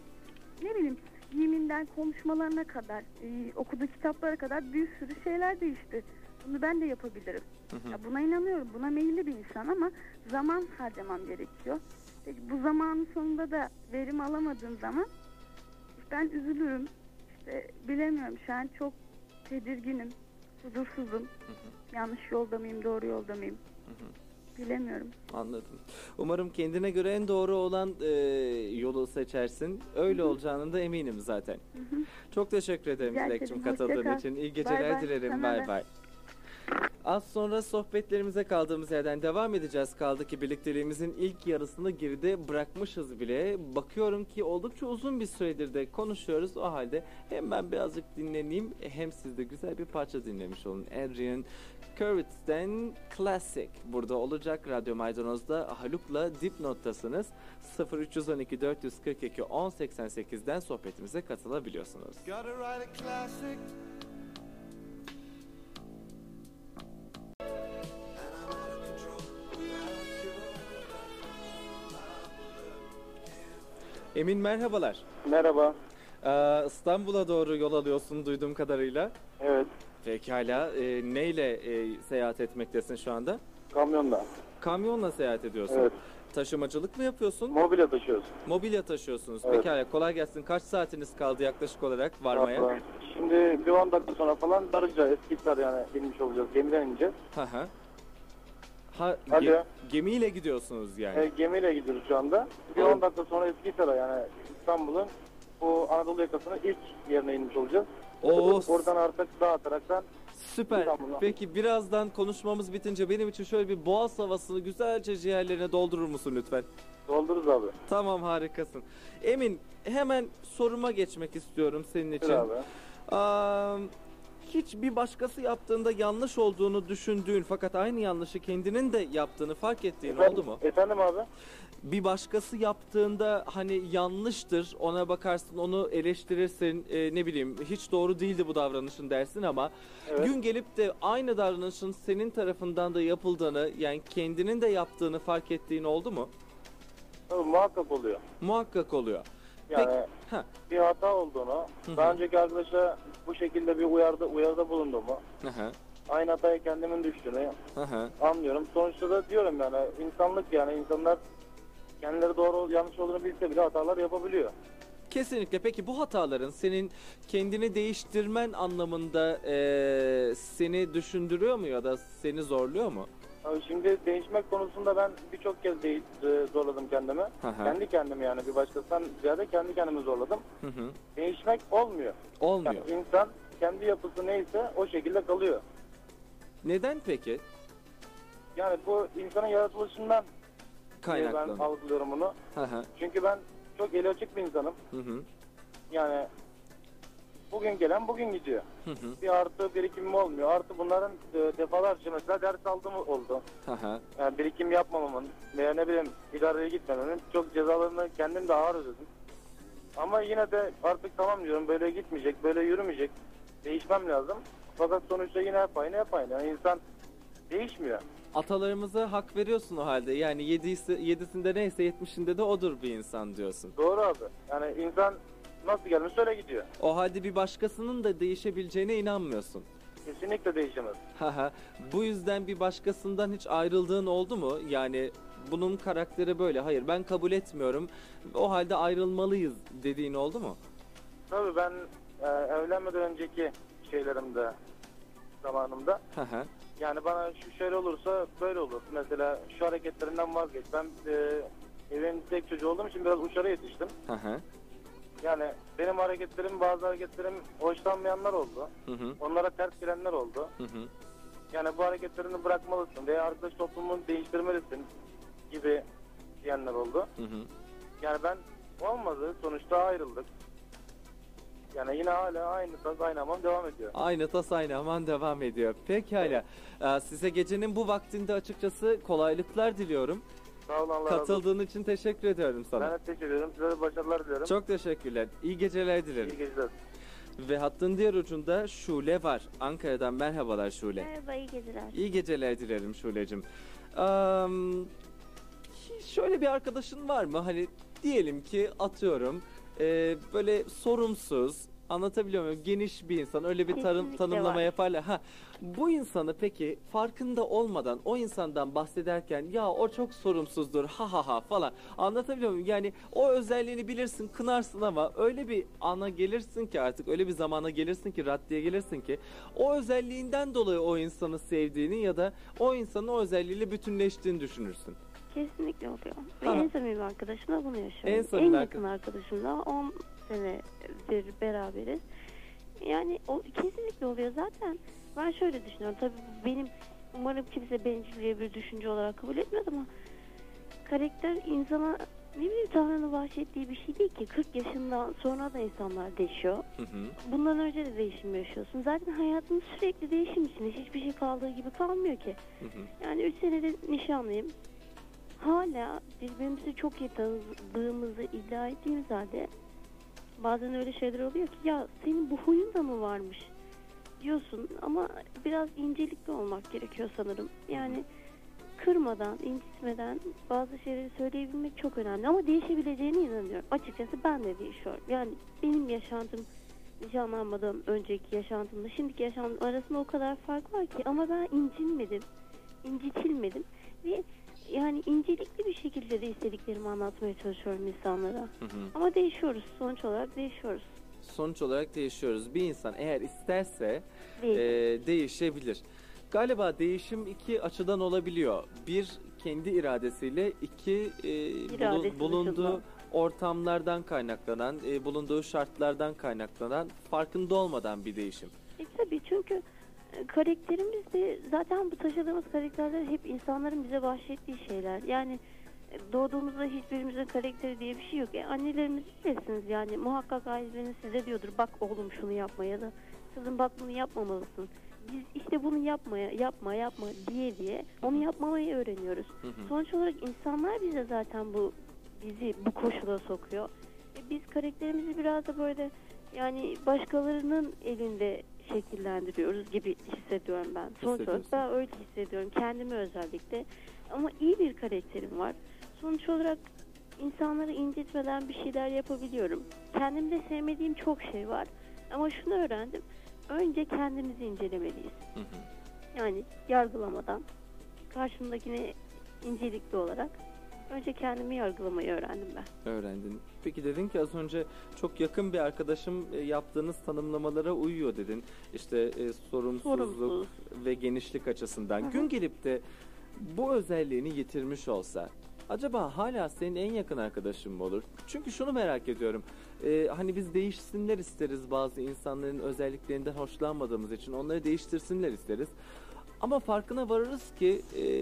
ne bileyim giyiminden konuşmalarına kadar okuduğu kitaplara kadar bir sürü şeyler değişti. Bunu ben de yapabilirim. Ya buna inanıyorum. Buna meyilli bir insan ama zaman harcamam gerekiyor. Peki bu zamanın sonunda da verim alamadığım zaman ben üzülürüm. İşte bilemiyorum. Şu an çok tedirginim. Huzursuzum. Yanlış yolda mıyım, doğru yolda mıyım? Bilemiyorum. Anladım. Umarım kendine göre en doğru olan yolu seçersin. Öyle olacağını da eminim zaten. Çok teşekkür ederim Dilek'cim katıldığın için. İyi geceler dilerim. Bay bay. Az sonra sohbetlerimize kaldığımız yerden devam edeceğiz. Kaldı ki birlikteliğimizin ilk yarısını geride bırakmışız bile. Bakıyorum ki oldukça uzun bir süredir de konuşuyoruz. O halde hem ben birazcık dinleneyim hem siz de güzel bir parça dinlemiş olun. Adrian Curtis'ten Classic burada olacak. Radyo Maydanoz'da Haluk'la Dipnot'tasınız. 0312 442 1088'den sohbetimize katılabiliyorsunuz. Emin merhabalar. Merhaba. İstanbul'a doğru yol alıyorsun duyduğum kadarıyla. Evet. Pekala. Neyle seyahat etmektesin şu anda? Kamyonla. Kamyonla seyahat ediyorsun. Evet. Taşımacılık mı yapıyorsun? Mobilya taşıyoruz. Mobilya taşıyorsunuz. Evet. Pekala. Kolay gelsin. Kaç saatiniz kaldı yaklaşık olarak varmaya? Şimdi bir 10 dakika sonra falan Darıca, Eskişehir yani inmiş olacağız. Gemiden ineceğiz. Alo. Gemiyle gidiyorsunuz yani. Gemiyle gidiyoruz şu anda. Bir 10 dakika sonra Eskişehir'e yani İstanbul'un bu Anadolu yakasının ilk yerine inmiş olacağız. Oradan artık dağıtaraktan Süper. Peki birazdan konuşmamız bitince benim için şöyle bir Boğaz havasını güzelce ciğerlerine doldurur musun lütfen? Doldururuz abi. Tamam, harikasın. Emin, hemen soruma geçmek istiyorum senin için. Hiç bir başkası yaptığında yanlış olduğunu düşündüğün fakat aynı yanlışı kendinin de yaptığını fark ettiğin oldu mu? Efendim abi? Bir başkası yaptığında hani yanlıştır, ona bakarsın, onu eleştirirsin, ne bileyim hiç doğru değildi bu davranışın dersin ama gün gelip de aynı davranışın senin tarafından da yapıldığını, yani kendinin de yaptığını fark ettiğin oldu mu? Tabii, muhakkak oluyor. Muhakkak oluyor. Yani bir hata olduğunu, daha önceki arkadaşa bu şekilde bir uyarıda bulunduğumu, aynı hataya kendimin düştüğünü anlıyorum. Sonuçta da diyorum yani insanlık, yani insanlar kendileri doğru yanlış olduğunu bilse bile hatalar yapabiliyor. Kesinlikle. Peki bu hataların senin kendini değiştirmen anlamında seni düşündürüyor mu ya da seni zorluyor mu? Şimdi değişmek konusunda ben birçok kez zorladım kendimi. Kendi kendimi, yani bir başkasından ziyade kendi kendimi zorladım. Değişmek olmuyor. Olmuyor. Yani insan kendi yapısı neyse o şekilde kalıyor. Neden peki? Yani bu insanın yaratılışından ben algılıyorum bunu. Çünkü ben çok eli açık bir insanım. Yani bugün gelen bugün gidiyor. Bir artı birikimim olmuyor. Artı bunların defalarca mesela ders aldığım oldu. Yani birikim yapmamamın veya ne bileyim idareye gitmememin çok cezalarını kendim de ağır ödedim. Ama yine de artık tamam diyorum, böyle gitmeyecek, böyle yürümeyecek. Değişmem lazım. Fakat sonuçta yine hep aynı. Yani insan değişmiyor. Atalarımıza hak veriyorsun o halde. Yani yedisinde neyse 70'inde de odur bir insan diyorsun. Doğru abi. Yani insan nasıl gelmiş öyle gidiyor. O halde bir başkasının da değişebileceğine inanmıyorsun. Kesinlikle değişemez. Bu yüzden bir başkasından hiç ayrıldığın oldu mu? Yani bunun karakteri böyle, hayır ben kabul etmiyorum, o halde ayrılmalıyız dediğin oldu mu? Tabii ben evlenmeden önceki şeylerimde, zamanımda yani bana şu şöyle olursa böyle olur. Mesela şu hareketlerinden vazgeç. Ben evin tek çocuğu olduğum için biraz uçarı yetiştim. Yani benim bazı hareketlerim hoşlanmayanlar oldu. Onlara ters gelenler oldu. Yani bu hareketlerini bırakmalısın veya arkadaş toplumunu değiştirmelisin gibi diyenler oldu. Yani ben olmadı. Sonuçta ayrıldık. Yani yine hala aynı tas aynı hamam devam ediyor. Aynı tas aynı hamam devam ediyor. Pekala. Size gecenin bu vaktinde açıkçası kolaylıklar diliyorum. Sağ olun, Allah katıldığın için teşekkür ediyorum sana. Ben de teşekkür ederim. Size de başarılar diliyorum. Çok teşekkürler. İyi geceler dilerim. İyi geceler. Ve hattın diğer ucunda Şule var. Ankara'dan merhabalar Şule. Merhaba, iyi geceler. İyi geceler dilerim Şule'cim. Şöyle bir arkadaşın var mı? Hani diyelim ki atıyorum böyle sorumsuz, anlatabiliyor muyum? Geniş bir insan, öyle bir tanımlama var. yaparlar. Bu insanı peki farkında olmadan o insandan bahsederken ya o çok sorumsuzdur falan, anlatabiliyor muyum? Yani o özelliğini bilirsin, kınarsın ama öyle bir ana gelirsin ki artık, öyle bir zamana gelirsin ki, raddeye gelirsin ki o özelliğinden dolayı o insanı sevdiğini ya da o insanın o özelliğiyle bütünleştiğini düşünürsün. Kesinlikle oluyor. Ve en samimi arkadaşımla bunu yaşıyorum. En yakın arkadaşımla 10 senedir beraberiz. Yani o kesinlikle oluyor zaten. Ben şöyle düşünüyorum. Tabii benim, umarım kimse bencilliğe bir düşünce olarak kabul etmez ama karakter insana ne bileyim Tanrı'nın bahşettiği bir şey değil ki. 40 yaşından sonra da insanlar değişiyor. Bundan önce de değişim yaşıyorsun. Zaten hayatın sürekli değişim içinde. Hiçbir şey kaldığı gibi kalmıyor ki. Yani 3 senedir nişanlıyım. Hala birbirimizi çok iyi tanıdığımızı iddia ettiğimiz halde bazen öyle şeyler oluyor ki ya senin bu huyun da mı varmış diyorsun ama biraz incelikli olmak gerekiyor sanırım. Yani kırmadan, incitmeden bazı şeyleri söyleyebilmek çok önemli. Ama değişebileceğine inanıyorum. Açıkçası ben de değişiyorum. Yani benim yaşantım nişanlanmadan önceki yaşantımla şimdiki yaşantım arasında o kadar fark var ki, ama ben incinmedim, incitilmedim ve yani incelikli bir şekilde de istediklerimi anlatmaya çalışıyorum insanlara. Ama değişiyoruz, sonuç olarak değişiyoruz. Sonuç olarak değişiyoruz. Bir insan eğer isterse değişebilir. Galiba değişim iki açıdan olabiliyor. Bir, kendi iradesiyle; iki, bulunduğu ortamlardan kaynaklanan, bulunduğu şartlardan kaynaklanan, farkında olmadan bir değişim. Tabii, çünkü karakterimiz de zaten bu taşıdığımız karakterler hep insanların bize bahşettiği şeyler. Yani doğduğumuzda hiçbirimizin karakteri diye bir şey yok. Annelerimiz bilirsiniz, yani muhakkak aileleriniz size diyordur, bak oğlum şunu yapma, ya da kızım bak bunu yapmamalısın. Biz işte bunu yapma diye onu yapmamayı öğreniyoruz. Sonuç olarak insanlar bize zaten bizi bu koşula sokuyor. Biz karakterimizi biraz da böyle yani başkalarının elinde şekillendiriyoruz gibi hissediyorum ben. Sonuç olarak ben öyle hissediyorum kendimi özellikle. Ama iyi bir karakterim var. Sonuç olarak insanları incitmeden bir şeyler yapabiliyorum. Kendimde sevmediğim çok şey var. Ama şunu öğrendim. Önce kendimizi incelemeliyiz. Yani yargılamadan, karşımdakine incelikli olarak önce kendimi yargılamayı öğrendim ben. Öğrendin. Peki dedin ki az önce çok yakın bir arkadaşım yaptığınız tanımlamalara uyuyor dedin. İşte sorumsuzluk ve genişlik açısından. Gün gelip de bu özelliğini yitirmiş olsa acaba hala senin en yakın arkadaşın mı olur? Çünkü şunu merak ediyorum. Hani biz değişsinler isteriz, bazı insanların özelliklerinden hoşlanmadığımız için onları değiştirsinler isteriz. Ama farkına varırız ki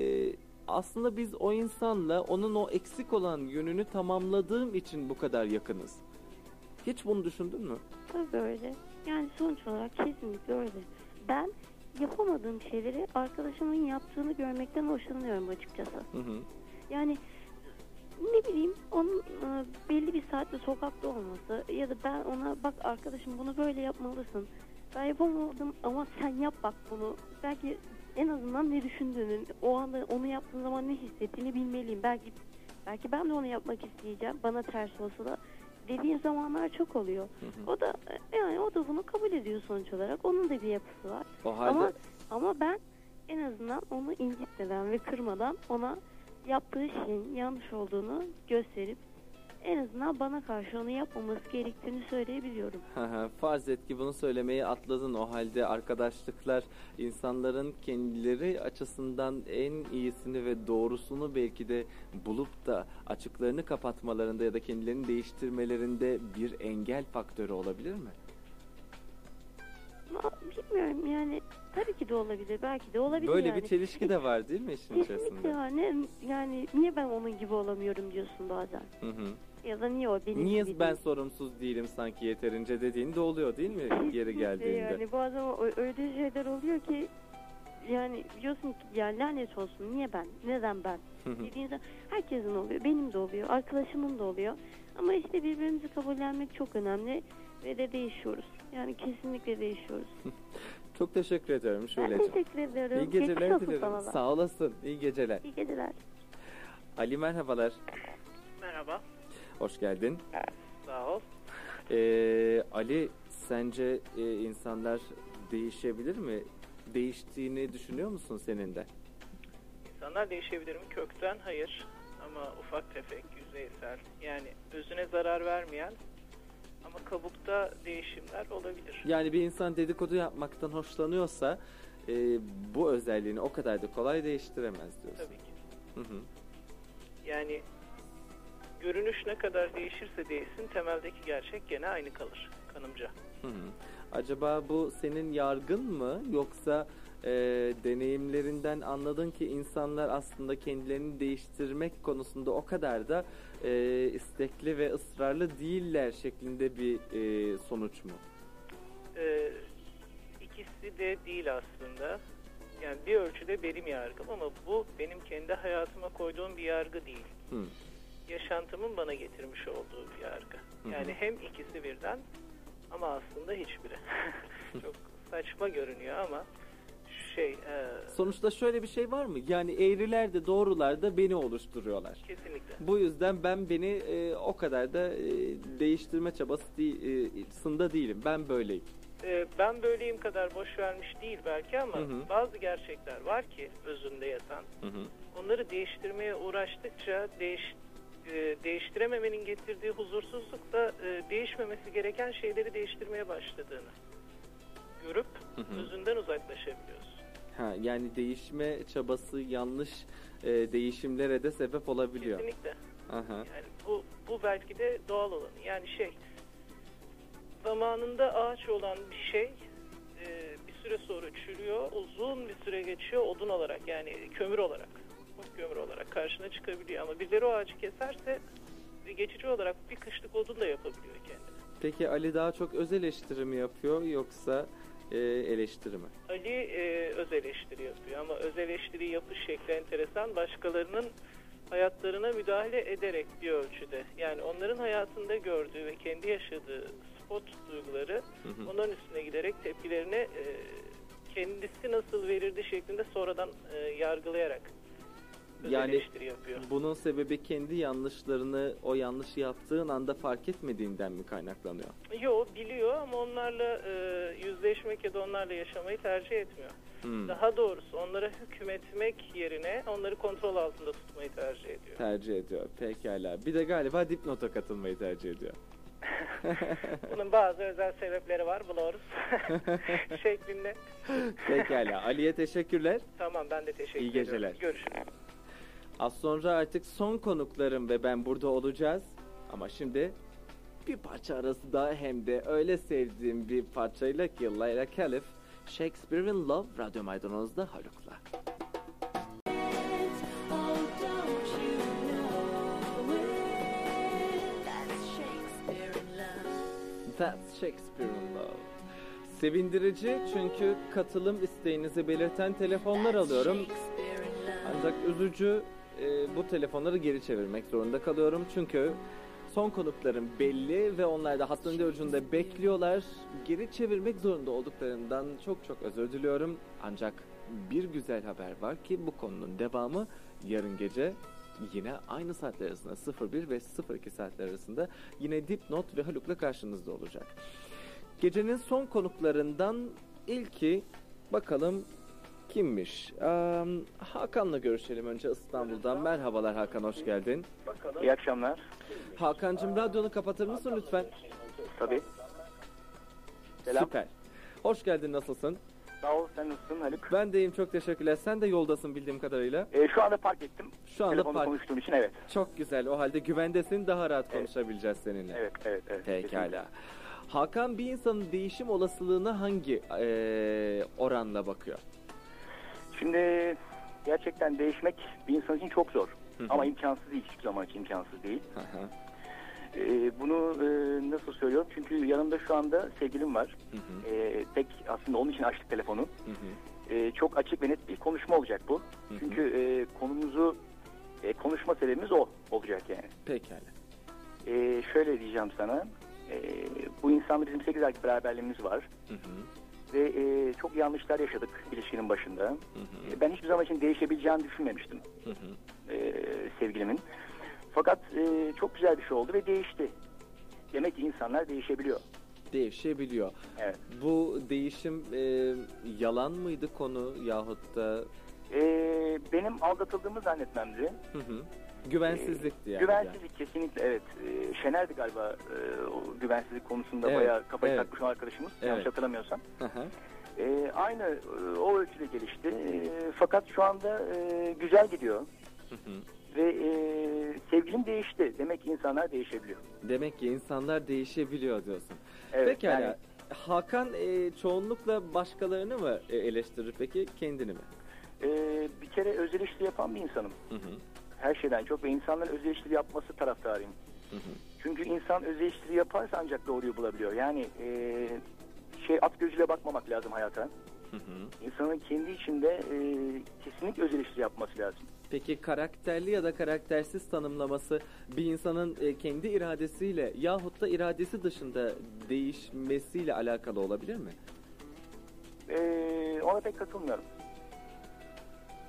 aslında biz o insanla onun o eksik olan yönünü tamamladığım için bu kadar yakınız. Hiç bunu düşündün mü? Tabii öyle. Yani sonuç olarak kesinlikle öyle. Ben yapamadığım şeyleri arkadaşımın yaptığını görmekten hoşlanıyorum açıkçası. Yani ne bileyim, onun belli bir saatte sokakta olması ya da ben ona bak arkadaşım bunu böyle yapmalısın, ben yapamadım ama sen yap bak bunu, belki en azından ne düşündüğünü, o anda onu yaptığın zaman ne hissettiğini bilmeliyim, belki ben de onu yapmak isteyeceğim, bana ters olsa da dediğim zamanlar çok oluyor. O da bunu kabul ediyor sonuç olarak, onun da bir yapısı var. O halde... ama ben en azından onu incitmeden ve kırmadan ona yaptığı şeyin yanlış olduğunu gösterip en azından bana karşı onu yapmaması gerektiğini söyleyebiliyorum. Farz et ki bunu söylemeyi atladın. O halde arkadaşlıklar insanların kendileri açısından en iyisini ve doğrusunu belki de bulup da açıklarını kapatmalarında ya da kendilerini değiştirmelerinde bir engel faktörü olabilir mi? Bilmiyorum yani, tabii ki de olabilir, belki de olabilir. Böyle yani. Bir çelişki de var değil mi işin içerisinde? Yani niye ben onun gibi olamıyorum diyorsun bazen. Ya da niye o benim gibi Niye değil? ben sorumsuz değilim sanki yeterince dediğin de oluyor değil mi geri geldiğinde? Yani bazen öyle şeyler oluyor ki yani diyorsun ki ya lanet olsun, niye ben, neden ben dediğin zaman herkesin oluyor, benim de oluyor, arkadaşımın da oluyor. Ama işte birbirimizi kabullenmek çok önemli ve de değişiyoruz. Yani kesinlikle değişiyoruz. Çok teşekkür ediyorum Şuleciğim. Ben teşekkür ediyorum. İyi geceler dilerim. Sağ olasın. İyi geceler. İyi geceler. Ali merhabalar. Merhaba. Hoş geldin. Sağ ol. Ali, sence insanlar değişebilir mi? Değiştiğini düşünüyor musun senin de? İnsanlar değişebilir mi? Kökten hayır. Ama ufak tefek, yüzeysel. Yani özüne zarar vermeyen ama kabukta değişimler olabilir. Yani bir insan dedikodu yapmaktan hoşlanıyorsa bu özelliğini o kadar da kolay değiştiremez diyorsun. Tabii ki. Yani görünüş ne kadar değişirse değişsin temeldeki gerçek gene aynı kalır kanımca. Acaba bu senin yargın mı, yoksa deneyimlerinden anladın ki insanlar aslında kendilerini değiştirmek konusunda o kadar da istekli ve ısrarlı değiller şeklinde bir sonuç mu? İkisi de değil aslında. Yani bir ölçüde benim yargım ama bu benim kendi hayatıma koyduğum bir yargı değil. Yaşantımın bana getirmiş olduğu bir yargı. Yani hem ikisi birden ama aslında hiçbiri. Çok saçma görünüyor ama Sonuçta şöyle bir şey var mı? Yani eğriler de doğrular da beni oluşturuyorlar. Kesinlikle. Bu yüzden ben beni o kadar da değiştirme çabasında değilim. Ben böyleyim. Ben böyleyim kadar boş vermiş değil belki ama bazı gerçekler var ki özünde yatan. Onları değiştirmeye uğraştıkça değiştirememenin getirdiği huzursuzlukla değişmemesi gereken şeyleri değiştirmeye başladığını görüp özünden uzaklaşabiliyorsun. Yani değişme çabası yanlış değişimlere de sebep olabiliyor. Kesinlikle. Yani bu belki de doğal olanı. Yani zamanında ağaç olan bir şey bir süre sonra çürüyor, uzun bir süre geçiyor odun olarak, yani kömür olarak, kömür olarak karşına çıkabiliyor. Ama birileri o ağacı keserse geçici olarak bir kışlık odun da yapabiliyor kendine. Peki Ali daha çok öz eleştiri mi yapıyor yoksa eleştiri mi? Ali öz eleştiri yapıyor ama öz eleştiri yapış şekli enteresan. Başkalarının hayatlarına müdahale ederek bir ölçüde. Yani onların hayatında gördüğü ve kendi yaşadığı spot duyguları onların üstüne giderek tepkilerini kendisi nasıl verirdi şeklinde sonradan yargılayarak eleştiri yapıyor. Bunun sebebi kendi yanlışlarını o yanlış yaptığın anda fark etmediğinden mi kaynaklanıyor? Yok, biliyor ama onlarla yüzleşmek ya da onlarla yaşamayı tercih etmiyor. Daha doğrusu onlara hükmetmek yerine onları kontrol altında tutmayı tercih ediyor. Tercih ediyor. Pekala. Bir de galiba dipnota katılmayı tercih ediyor. Bunun bazı özel sebepleri var, buluruz şeklinde. Pekala. Ali'ye teşekkürler. Tamam, ben de teşekkür ederim. İyi geceler. Görüşürüz. Az sonra artık son konuklarım ve ben burada olacağız. Ama şimdi bir parça arası daha, hem de öyle sevdiğim bir parçayla ki Layla Khalif, Shakespeare in Love, Radyo Maydanoz'da Haluk'la. That's Shakespeare in Love. Sevindirici çünkü katılım isteğinizi belirten telefonlar alıyorum. Ancak üzücü, bu telefonları geri çevirmek zorunda kalıyorum. Çünkü son konuklarım belli ve onlar da hattın ucunda bekliyorlar. Geri çevirmek zorunda olduklarından çok özür diliyorum. Ancak bir güzel haber var ki bu konunun devamı yarın gece yine aynı saatler arasında 01 ve 02 saatler arasında yine Dipnot ve Haluk'la karşınızda olacak. Gecenin son konuklarından ilki bakalım kimmiş? Hakan'la görüşelim önce İstanbul'dan. Merhabalar Hakan, hoş geldin. İyi akşamlar. Hakan'cığım, radyonu kapatır mısın lütfen? Tabii. Selam. Süper. Hoş geldin, nasılsın? Sağ ol, sen nasılsın Haluk? Ben de iyiyim, çok teşekkürler. Sen de yoldasın bildiğim kadarıyla. Şu anda park ettim. Şu anda Telefonla konuştuğum için, evet. Çok güzel, o halde güvendesin, daha rahat konuşabileceğiz seninle. Evet. Pekala. Kesinlikle. Hakan, bir insanın değişim olasılığına hangi oranla bakıyor? Şimdi gerçekten değişmek bir insan için çok zor. Ama imkansız değil, hiçbir zaman için imkansız değil. Bunu nasıl söylüyorum? Çünkü yanımda şu anda sevgilim var. Tek aslında onun için açtık telefonu. Çok açık ve net bir konuşma olacak bu. Çünkü konumuzu konuşma sebebimiz o olacak yani. Pekala. Şöyle diyeceğim sana. Bu insanla bizim 8 aylık beraberliğimiz var. Ve çok yanlışlar yaşadık ilişkinin başında. Ben hiçbir zaman için değişebileceğini düşünmemiştim. Sevgilimin. Fakat çok güzel bir şey oldu ve değişti. Demek ki insanlar değişebiliyor. Değişebiliyor. Evet. Bu değişim yalan mıydı konu yahut da? Benim aldatıldığımı zannetmemdi. Güvensizlikti yani. Güvensizlik kesinlikle, evet. Şener'di galiba o güvensizlik konusunda bayağı kafayı takmış o arkadaşımız. Yanlış hatırlamıyorsam. Aynı o ölçüde gelişti. Fakat şu anda güzel gidiyor. Ve sevgilim değişti. Demek ki insanlar değişebiliyor. Demek ki insanlar değişebiliyor diyorsun. Evet, pekala. yani, Hakan çoğunlukla başkalarını mı eleştirir peki, kendini mi? Bir kere öz eleştiri yapan bir insanım. Her şeyden çok ve insanların öz eleştiri yapması taraftarıyım. Çünkü insan öz eleştiri yaparsa ancak doğruyu bulabiliyor. Yani at gözüyle bakmamak lazım hayata. İnsanın kendi içinde kesinlikle öz eleştiri yapması lazım. Peki karakterli ya da karaktersiz tanımlaması bir insanın kendi iradesiyle yahut da iradesi dışında değişmesiyle alakalı olabilir mi? Ona pek katılmıyorum.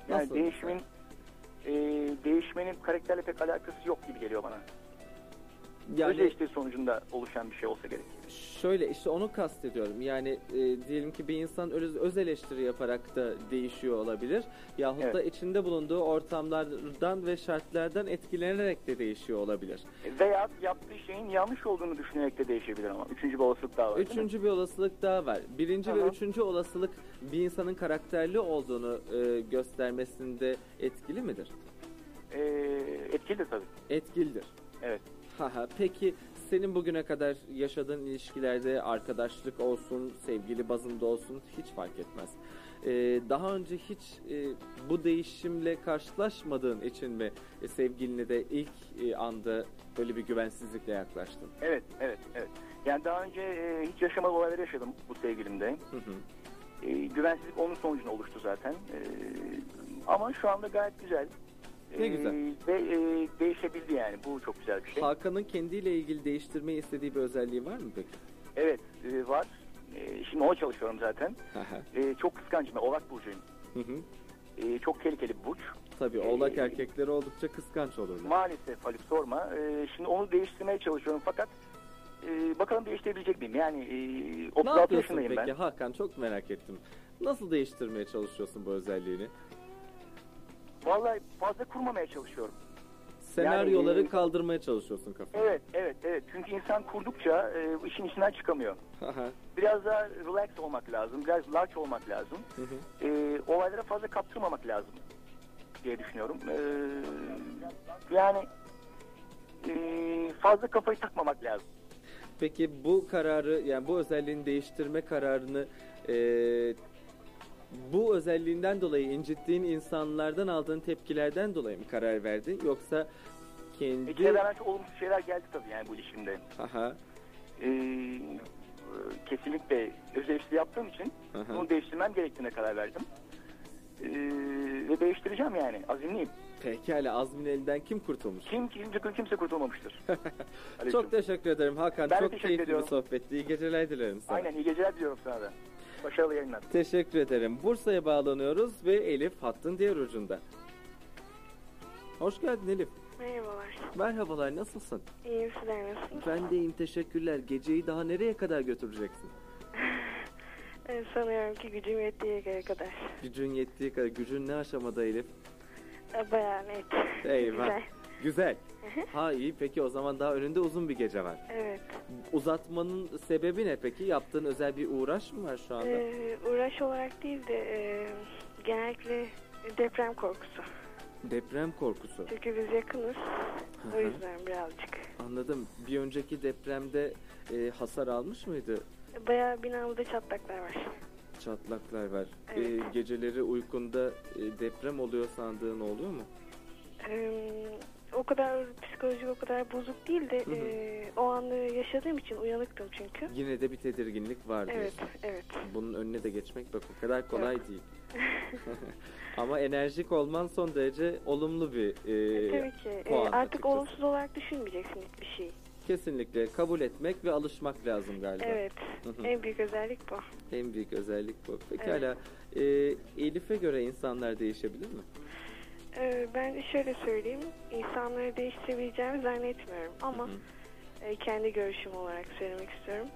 Yani Nasıl? değişmenin karakterle pek alakası yok gibi geliyor bana. Yani Öz eleştiri sonucunda oluşan bir şey olsa gerek. şöyle işte onu kastediyorum. Yani diyelim ki bir insan öz eleştiri yaparak da değişiyor olabilir. Yahut da içinde bulunduğu ortamlardan ve şartlardan etkilenerek de değişiyor olabilir. Veya yaptığı şeyin yanlış olduğunu düşünerek de değişebilir ama. Üçüncü bir olasılık daha var. Üçüncü bir olasılık daha var. Birinci ve üçüncü olasılık bir insanın karakterli olduğunu göstermesinde etkili midir? Etkilidir tabii. Etkilidir. Evet. Peki senin bugüne kadar yaşadığın ilişkilerde arkadaşlık olsun, sevgili bazında olsun hiç fark etmez. Daha önce hiç bu değişimle karşılaşmadığın için mi sevgiline de ilk anda böyle bir güvensizlikle yaklaştın? Evet. Yani daha önce hiç yaşamadığı olayları yaşadım bu sevgilimde. Güvensizlik onun sonucunda oluştu zaten. Ama şu anda gayet güzel. Ne güzel. Ve değişebildi yani. Bu çok güzel bir şey. Hakan'ın kendiyle ilgili değiştirmeyi istediği bir özelliği var mı peki? Evet var. Şimdi ona çalışıyorum zaten. Çok kıskancım. Oğlak burcuyum. Çok tehlikeli bir burç. Tabii oğlak erkekleri oldukça kıskanç olurlar. Maalesef Haluk sorma. Şimdi onu değiştirmeye çalışıyorum fakat bakalım değiştirebilecek miyim? Yani 36 yaşındayım ben. Peki Hakan, çok merak ettim. Nasıl değiştirmeye çalışıyorsun bu özelliğini? Vallahi fazla kurmamaya çalışıyorum. Senaryoları kaldırmaya çalışıyorsun kafana. Evet. Çünkü insan kurdukça işin içinden çıkamıyor. Biraz daha relax olmak lazım. Biraz large olmak lazım. Olaylara fazla kaptırmamak lazım diye düşünüyorum. Yani fazla kafayı takmamak lazım. Peki bu kararı, yani bu özelliğini değiştirme kararını bu özelliğinden dolayı incittiğin insanlardan aldığın tepkilerden dolayı mı karar verdin? Yoksa kendi... Çevremden çok olumsuz şeyler geldi tabii yani bu ilişkimde. Kesinlikle öz eleştiri yaptığım için bunu değiştirmem gerektiğine karar verdim. Ve değiştireceğim yani. Azimliyim. Pekala, azmin elinden kim kurtulmuş? Kimse kurtulmamıştır. Çok teşekkür ederim Hakan. Ben çok keyifli bir sohbetti. İyi geceler dilerim sana. Aynen, iyi geceler diliyorum sana da. Başarılı yayınlar. Teşekkür ederim. Bursa'ya bağlanıyoruz ve Elif hattın diğer ucunda. Hoş geldin Elif. Merhabalar. Merhabalar, nasılsın? İyiyim, sizler nasılsınız? Ben de iyiyim, teşekkürler. Geceyi daha nereye kadar götüreceksin? Sanıyorum ki gücüm yettiği yere kadar. Gücün yettiği kadar. Gücün ne aşamada Elif? Bayağı net. Eyvah. Güzel. İyi, peki o zaman daha önünde uzun bir gece var. Evet. Uzatmanın sebebi ne peki? Yaptığın özel bir uğraş mı var şu anda? Uğraş olarak değil de genellikle deprem korkusu. Deprem korkusu. Çünkü biz yakınız. O yüzden birazcık. Anladım. Bir önceki depremde hasar almış mıydı? Bayağı binamızda çatlaklar var. Çatlaklar var. Evet. Geceleri uykunda deprem oluyor sandığın oluyor mu? O kadar psikolojik, o kadar bozuk değil de o anı yaşadığım için uyanıktım çünkü. Yine de bir tedirginlik var diyorsun. Evet. Bunun önüne de geçmek bak o kadar kolay değil. Ama enerjik olman son derece olumlu bir tabii ki. puan. Artık açıkçası. olumsuz olarak düşünmeyeceksin hiçbir şeyi. Kesinlikle kabul etmek ve alışmak lazım galiba. Evet. En büyük özellik bu. En büyük özellik bu. Pekala. Elif'e göre insanlar değişebilir mi? Ben şöyle söyleyeyim. İnsanları değiştirebileceğimi zannetmiyorum. Ama kendi görüşüm olarak söylemek istiyorum.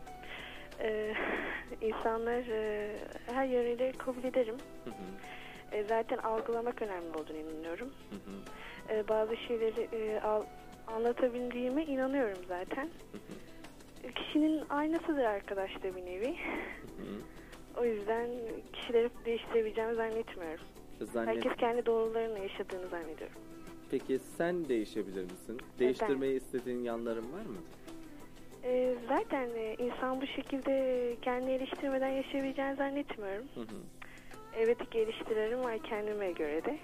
İnsanlar her yönüyle kabul ederim. Zaten algılamak önemli olduğunu inanıyorum. Bazı şeyleri anlatabildiğime inanıyorum zaten. Kişinin aynasıdır arkadaş da bir nevi. O yüzden kişileri değiştirebileceğimi zannetmiyorum. Herkes kendi doğrularını yaşadığını zannediyorum. Peki sen değişebilir misin? Değiştirmeyi istediğin yanların var mı? Zaten insan bu şekilde kendini eleştirmeden yaşayabileceğini zannetmiyorum. Evet ki eleştirilerim var kendime göre de.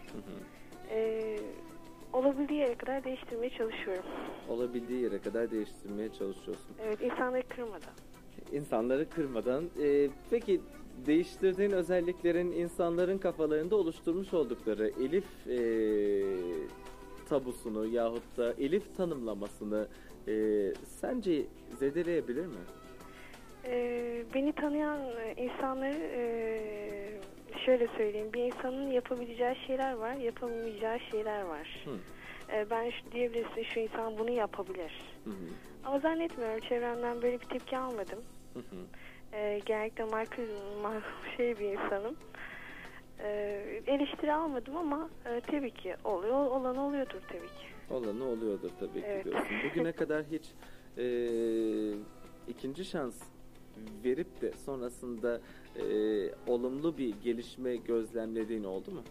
Olabildiği yere kadar değiştirmeye çalışıyorum. Olabildiği yere kadar değiştirmeye çalışıyorsun. Evet, insanları kırmadan. İnsanları kırmadan. Peki değiştirdiğin özelliklerin insanların kafalarında oluşturmuş oldukları Elif tabusunu yahut da Elif tanımlamasını sence zedeleyebilir mi? Beni tanıyan insanları şöyle söyleyeyim. Bir insanın yapabileceği şeyler var, yapamayacağı şeyler var. Ben diyebilirsin şu insan bunu yapabilir. Ama zannetmiyorum. Çevremden böyle bir tepki almadım. Genellikle bir insanım. Eleştiri almadım ama tabii ki olan oluyordur tabii ki. Olanı oluyordur tabii ki Evet. diyorsun. Bugüne kadar hiç ikinci şans verip de sonrasında olumlu bir gelişme gözlemlediğin oldu mu?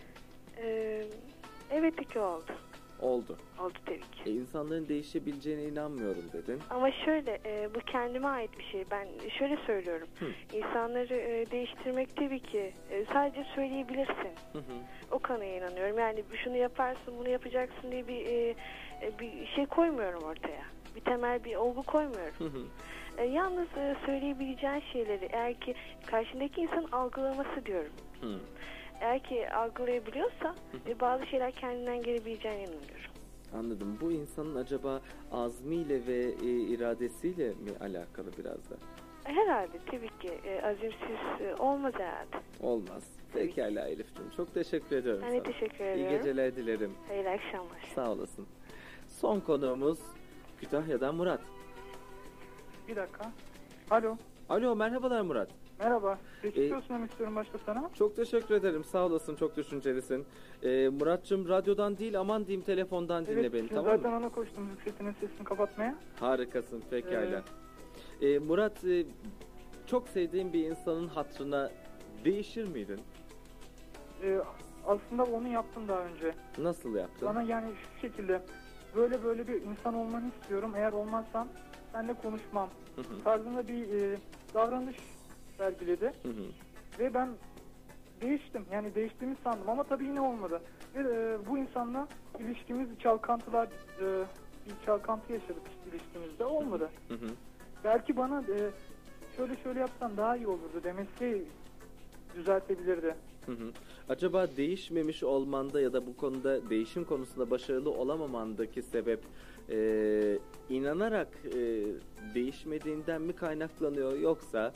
Evet ki oldu. Oldu. Oldu tabii ki. İnsanların değişebileceğine inanmıyorum dedin. Ama şöyle bu kendime ait bir şey. Ben şöyle söylüyorum. İnsanları değiştirmek tabii ki sadece söyleyebilirsin. O kanıya inanıyorum. Yani şunu yaparsın, bunu yapacaksın diye bir şey koymuyorum ortaya. Bir temel bir olgu koymuyorum. Yalnız söyleyebileceğin şeyleri eğer ki karşındaki insanın algılaması diyorum. Eğer ki algılayabiliyorsa bazı şeyler kendinden gelebileceğine inanıyorum. Anladım. Bu insanın acaba azmiyle ve iradesiyle mi alakalı biraz da? Herhalde tabii ki azimsiz olmaz herhalde. Olmaz. Pekala Elif'ciğim. Çok teşekkür ediyorum Ben de sana. teşekkür İyi ediyorum. geceler dilerim. Hayırlı akşamlar. Sağ olasın. Son konuğumuz Kütahya'dan Murat. Bir dakika. Alo. Alo, merhabalar Murat. Merhaba. Geçmiş olsun demek istiyorum başta sana. Çok teşekkür ederim. Sağ olasın. Çok düşüncelisin. Murat'cığım radyodan değil aman diyeyim telefondan dinle beni, tamam mı? Zaten ona koştum yükseltinin sesini kapatmaya. Harikasın. Pekala. Murat, çok sevdiğin bir insanın hatırına değişir miydin? Aslında onu yaptım daha önce. Nasıl yaptın? Bana yani şu şekilde böyle bir insan olmanı istiyorum. Eğer olmazsan seninle konuşmam. Tarzında bir davranış sergiledi. Ve ben değiştim. Yani değiştiğimi sandım ama tabii yine olmadı. Ve bu insanla ilişkimiz bir çalkantı yaşadık ilişkimizde. Olmadı. Belki bana şöyle yapsan daha iyi olurdu demesi düzeltebilirdi. Acaba değişmemiş olmanda ya da bu konuda değişim konusunda başarılı olamamandaki sebep inanarak değişmediğinden mi kaynaklanıyor, yoksa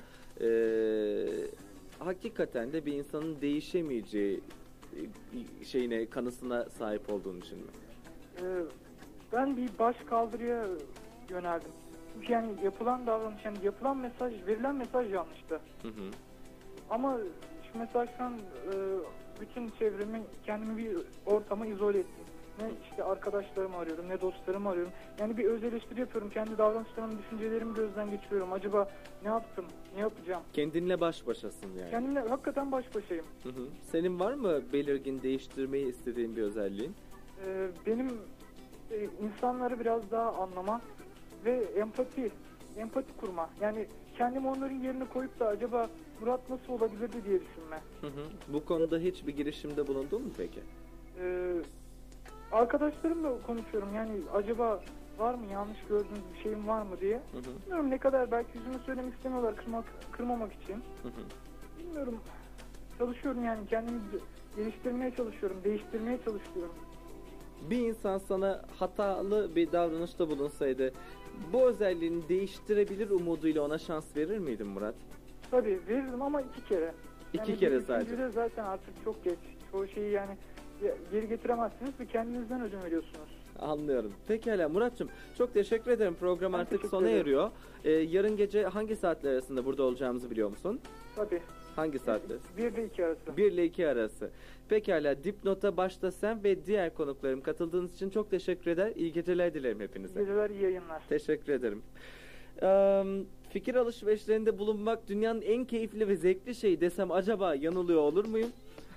hakikaten de bir insanın değişemeyeceği kanısına sahip olduğun için mi? Ben bir baş kaldırıya yöneldim. Çünkü yani yapılan davranış, yani verilen mesaj yanlıştı. Ama şu mesajdan bütün çevremi, kendimi bir ortama izole ettim. Ne işte arkadaşlarımı arıyorum, ne dostlarımı arıyorum. Yani bir öz eleştiri yapıyorum. Kendi davranışlarımı, düşüncelerimi gözden geçiriyorum. Acaba ne yaptım, ne yapacağım? Kendinle baş başasın yani. Kendimle hakikaten baş başayım. Senin var mı belirgin değiştirmeyi istediğin bir özelliğin? Benim insanları biraz daha anlama ve empati kurma. Yani kendimi onların yerine koyup da acaba Murat nasıl olabilirdi diye düşünme. Bu konuda hiçbir girişimde bulundun mu peki? Arkadaşlarımla konuşuyorum. Yani acaba var mı, yanlış gördüğünüz bir şeyim var mı diye. Bilmiyorum ne kadar, belki yüzüme söylemek istemiyorlar kırmamak için. Bilmiyorum. Çalışıyorum yani, kendimi geliştirmeye çalışıyorum, değiştirmeye çalışıyorum. Bir insan sana hatalı bir davranışta bulunsaydı bu özelliğini değiştirebilir umuduyla ona şans verir miydin Murat? Tabii verirdim ama 2 kere. İki kere sadece. Zaten artık çok geç. Çoğu şeyi yani geri getiremezsiniz ve kendinizden ödün veriyorsunuz. Anlıyorum. Pekala Murat'cığım, çok teşekkür ederim. Program artık sona eriyor. Yarın gece hangi saatler arasında burada olacağımızı biliyor musun? Tabii. Hangi saatler? 1 ile 2 arası. 1 ile 2 arası. Pekala, Dipnot'a başta sen ve diğer konuklarım katıldığınız için çok teşekkür eder. İyi geceler dilerim hepinize. İyi geceler, iyi yayınlar. Teşekkür ederim. Fikir alışverişlerinde bulunmak dünyanın en keyifli ve zevkli şeyi desem acaba yanılıyor olur muyum?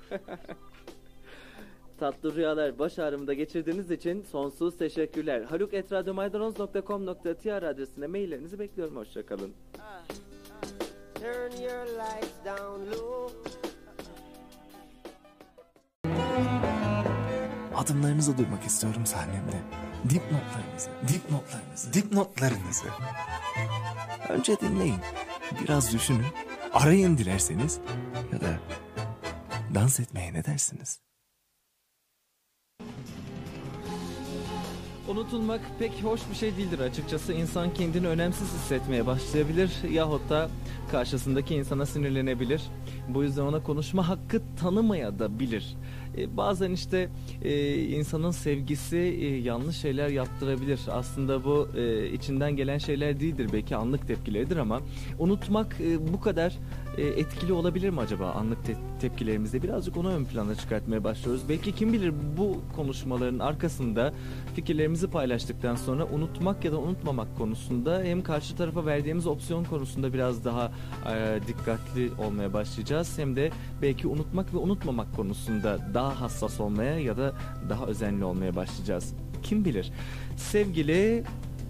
Tatlı rüyalar baş ağrımda geçirdiğiniz için sonsuz teşekkürler. haluk@radyomaydanoz.com.tr adresine maillerinizi bekliyorum. Hoşçakalın. Turn your lights down low. Adımlarınızı duymak istiyorum sahnemde. Dipnotlarınızı. Önce dinleyin, biraz düşünün, arayın dilerseniz ya da dans etmeye ne dersiniz? Unutulmak pek hoş bir şey değildir açıkçası. İnsan kendini önemsiz hissetmeye başlayabilir yahut da karşısındaki insana sinirlenebilir. Bu yüzden ona konuşma hakkı tanımayabilir. Bazen işte insanın sevgisi yanlış şeyler yaptırabilir. Aslında bu içinden gelen şeyler değildir, belki anlık tepkileridir ama unutmak bu kadar etkili olabilir mi acaba anlık tepkilerimizde? Birazcık onu ön plana çıkartmaya başlıyoruz. Belki kim bilir bu konuşmaların arkasında fikirlerimizi paylaştıktan sonra unutmak ya da unutmamak konusunda hem karşı tarafa verdiğimiz opsiyon konusunda biraz daha dikkatli olmaya başlayacağız. Hem de belki unutmak ve unutmamak konusunda daha hassas olmaya ya da daha özenli olmaya başlayacağız. Kim bilir? Sevgili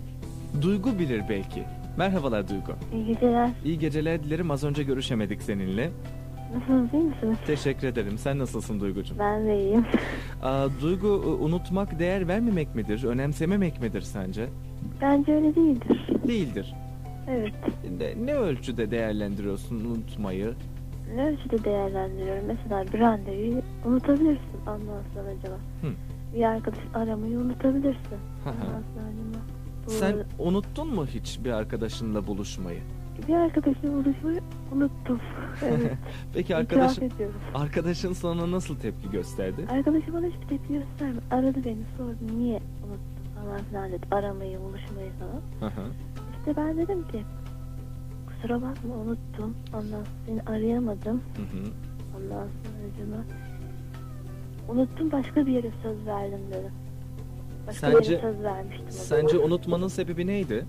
Duygu bilir belki. Merhabalar Duygu. İyi geceler. İyi geceler dilerim. Az önce görüşemedik seninle. Nasılsınız, iyi misiniz? Teşekkür ederim. Sen nasılsın Duygucuğum? Ben de iyiyim. Duygu, unutmak değer vermemek midir? Önemsememek midir sence? Bence öyle değildir. Değildir. Evet. Ne ölçüde değerlendiriyorsun unutmayı? Ne ölçüde değerlendiriyorum? Mesela bir randevuyu unutabilirsin ondan sonra acaba. Bir arkadaş aramayı unutabilirsin. Ondan sonra Sen unuttun mu hiç bir arkadaşınla buluşmayı? Bir arkadaşımla buluşmayı unuttum. Evet. Peki arkadaşın sana nasıl tepki gösterdi? Arkadaşım bana hiçbir tepki göstermedi. Aradı beni, sordu niye unuttun falan filan dedi. Aramayı, buluşmayı falan. İşte ben dedim ki kusura bakma unuttum. Ondan sonra seni arayamadım. Ondan sonra unuttum, başka bir yere söz verdim dedim. Başka bir yere söz vermiştim. Sence unutmanın sebebi neydi?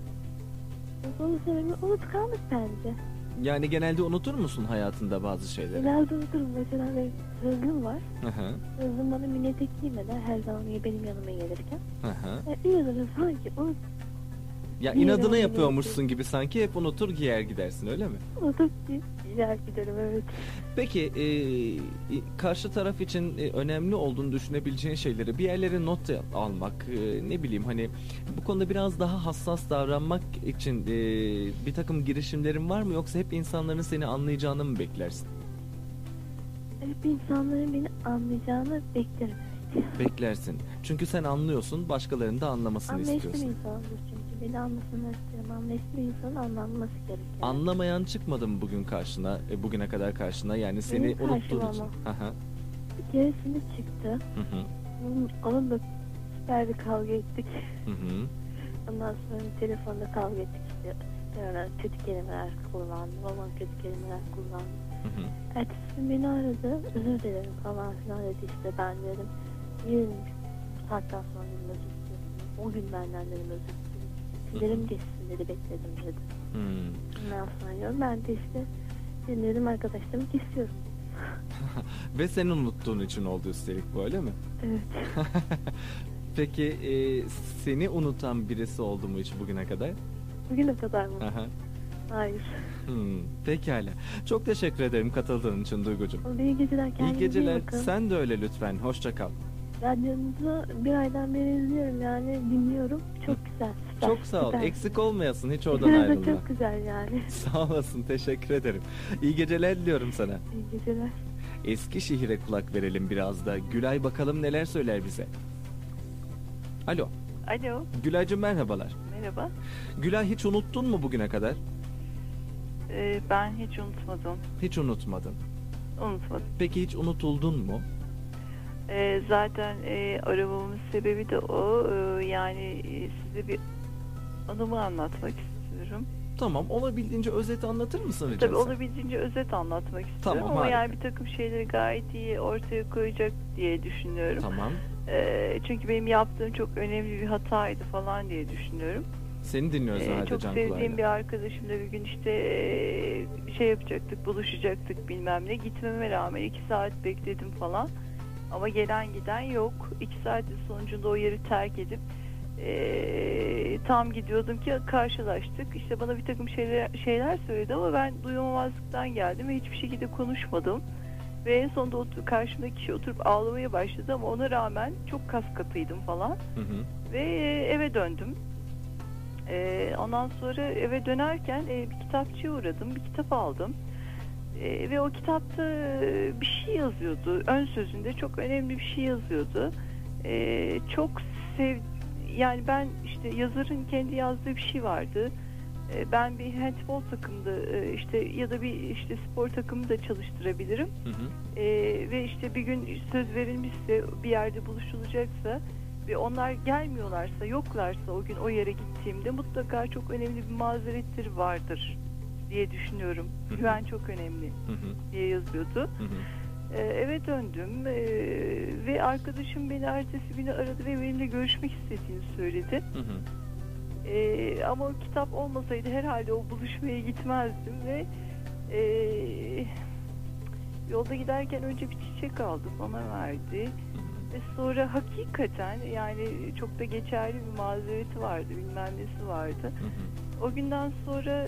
Onun sebebi unutkanlık bence. Yani genelde unutur musun hayatında bazı şeyleri? Genelde unuturum. Mesela benim sözlüm var. Sözlüm bana mini etek giymeden her zaman benim yanıma gelirken. İnadına sanki ya inadına yapıyormuşsun gibi sanki hep unutur giyer gidersin, öyle mi? Unutur giyer giderim, evet. Peki karşı taraf için önemli olduğunu düşünebileceğin şeyleri bir yerlere not almak, ne bileyim hani bu konuda biraz daha hassas davranmak için bir takım girişimlerin var mı, yoksa hep insanların seni anlayacağını mı beklersin? Hep insanların beni anlayacağını beklerim. Beklersin. Çünkü sen anlıyorsun, başkalarının da anlamasını istiyorsun. Anlayışlı bir insandır çünkü. Beni anlasınlar isterim. Anlayışlı bir insanın anlanması gerekiyor. Anlamayan çıkmadı mı bugün karşına, bugüne kadar karşına? Yani seni unuttuğun için. Bir keresinde çıktı. Onunla süper bir kavga ettik. Ondan sonra telefonda kavga ettik işte. Yani kötü kelimeler kullandım. Babam kötü kelimeler kullandı. Ertesi gün beni aradı. Özür dilerim falan filan dedi işte. Ben dedim yarın bu saatten sonra dedim özür dilerim. O gün benden dedim özür dilerim. Sinirim geçsin dedi, bekledim dedi. Ondan sonra ben de işte seni dedim arkadaşlarımı kesiyorum. Ve senin unuttuğun için oldu üstelik bu, öyle mi? Evet. Peki seni unutan birisi oldu mu hiç bugüne kadar? Bugüne kadar mı? Hayır. Pekala. Çok teşekkür ederim katıldığın için Duygucuğum. İyi geceler. İyi geceler. Sen de öyle lütfen. Hoşça kal. Radyonuzu bir aydan beri izliyorum, yani dinliyorum. Çok güzel. Süper, çok sağ ol. Süper. Eksik olmayasın. Hiç oradan ayrılma. Çok güzel yani. Sağ olasın. Teşekkür ederim. İyi geceler diliyorum sana. İyi geceler. Eskişehir'e kulak verelim biraz da. Gülay bakalım neler söyler bize. Alo. Alo. Gülaycığım merhabalar. Merhaba. Gülay, hiç unuttun mu bugüne kadar? Ben hiç unutmadım. Hiç unutmadın. Unutmadım. Peki hiç unutuldun mu? Zaten aramamın sebebi de o. Yani size bir anımı anlatmak istiyorum. Tamam, olabildiğince özet anlatır mısın rica Tabii olabildiğince özet anlatmak istiyorum, tamam, ama harika. yani bir takım şeyleri gayet iyi ortaya koyacak diye düşünüyorum. Tamam. Çünkü benim yaptığım çok önemli bir hataydı falan diye düşünüyorum. Seni dinliyoruz o halde çok Can sevdiğim kulağıyla. bir arkadaşımla bir gün işte şey yapacaktık, buluşacaktık bilmem ne. Gitmeme rağmen 2 saat bekledim falan. Ama gelen giden yok. 2 saatin sonucunda o yeri terk edip tam gidiyordum ki karşılaştık. İşte bana bir takım şeyler söyledi ama ben duyamamazlıktan geldim ve hiçbir şekilde konuşmadım. Ve en sonunda karşımdaki kişi oturup ağlamaya başladı ama ona rağmen çok kas katıydım falan. Ve eve döndüm. Ondan sonra eve dönerken bir kitapçıya uğradım. Bir kitap aldım. Ve o kitapta bir şey yazıyordu. Ön sözünde çok önemli bir şey yazıyordu. Çok yani ben işte yazarın kendi yazdığı bir şey vardı. Ben bir handball takımda işte ya da bir işte spor takımı da çalıştırabilirim. Ve işte bir gün söz verilmişse, bir yerde buluşulacaksa ve onlar gelmiyorlarsa, yoklarsa o gün o yere gittiğimde mutlaka çok önemli bir mazeretleri vardır diye düşünüyorum. Güven çok önemli diye yazıyordu. Eve döndüm ve arkadaşım beni ertesi günü aradı ve benimle görüşmek istediğini söyledi. Ama o kitap olmasaydı herhalde o buluşmaya gitmezdim ve yolda giderken önce bir çiçek aldı, bana verdi ve sonra hakikaten yani çok da geçerli bir mazereti vardı, bilmem nesi vardı. O günden sonra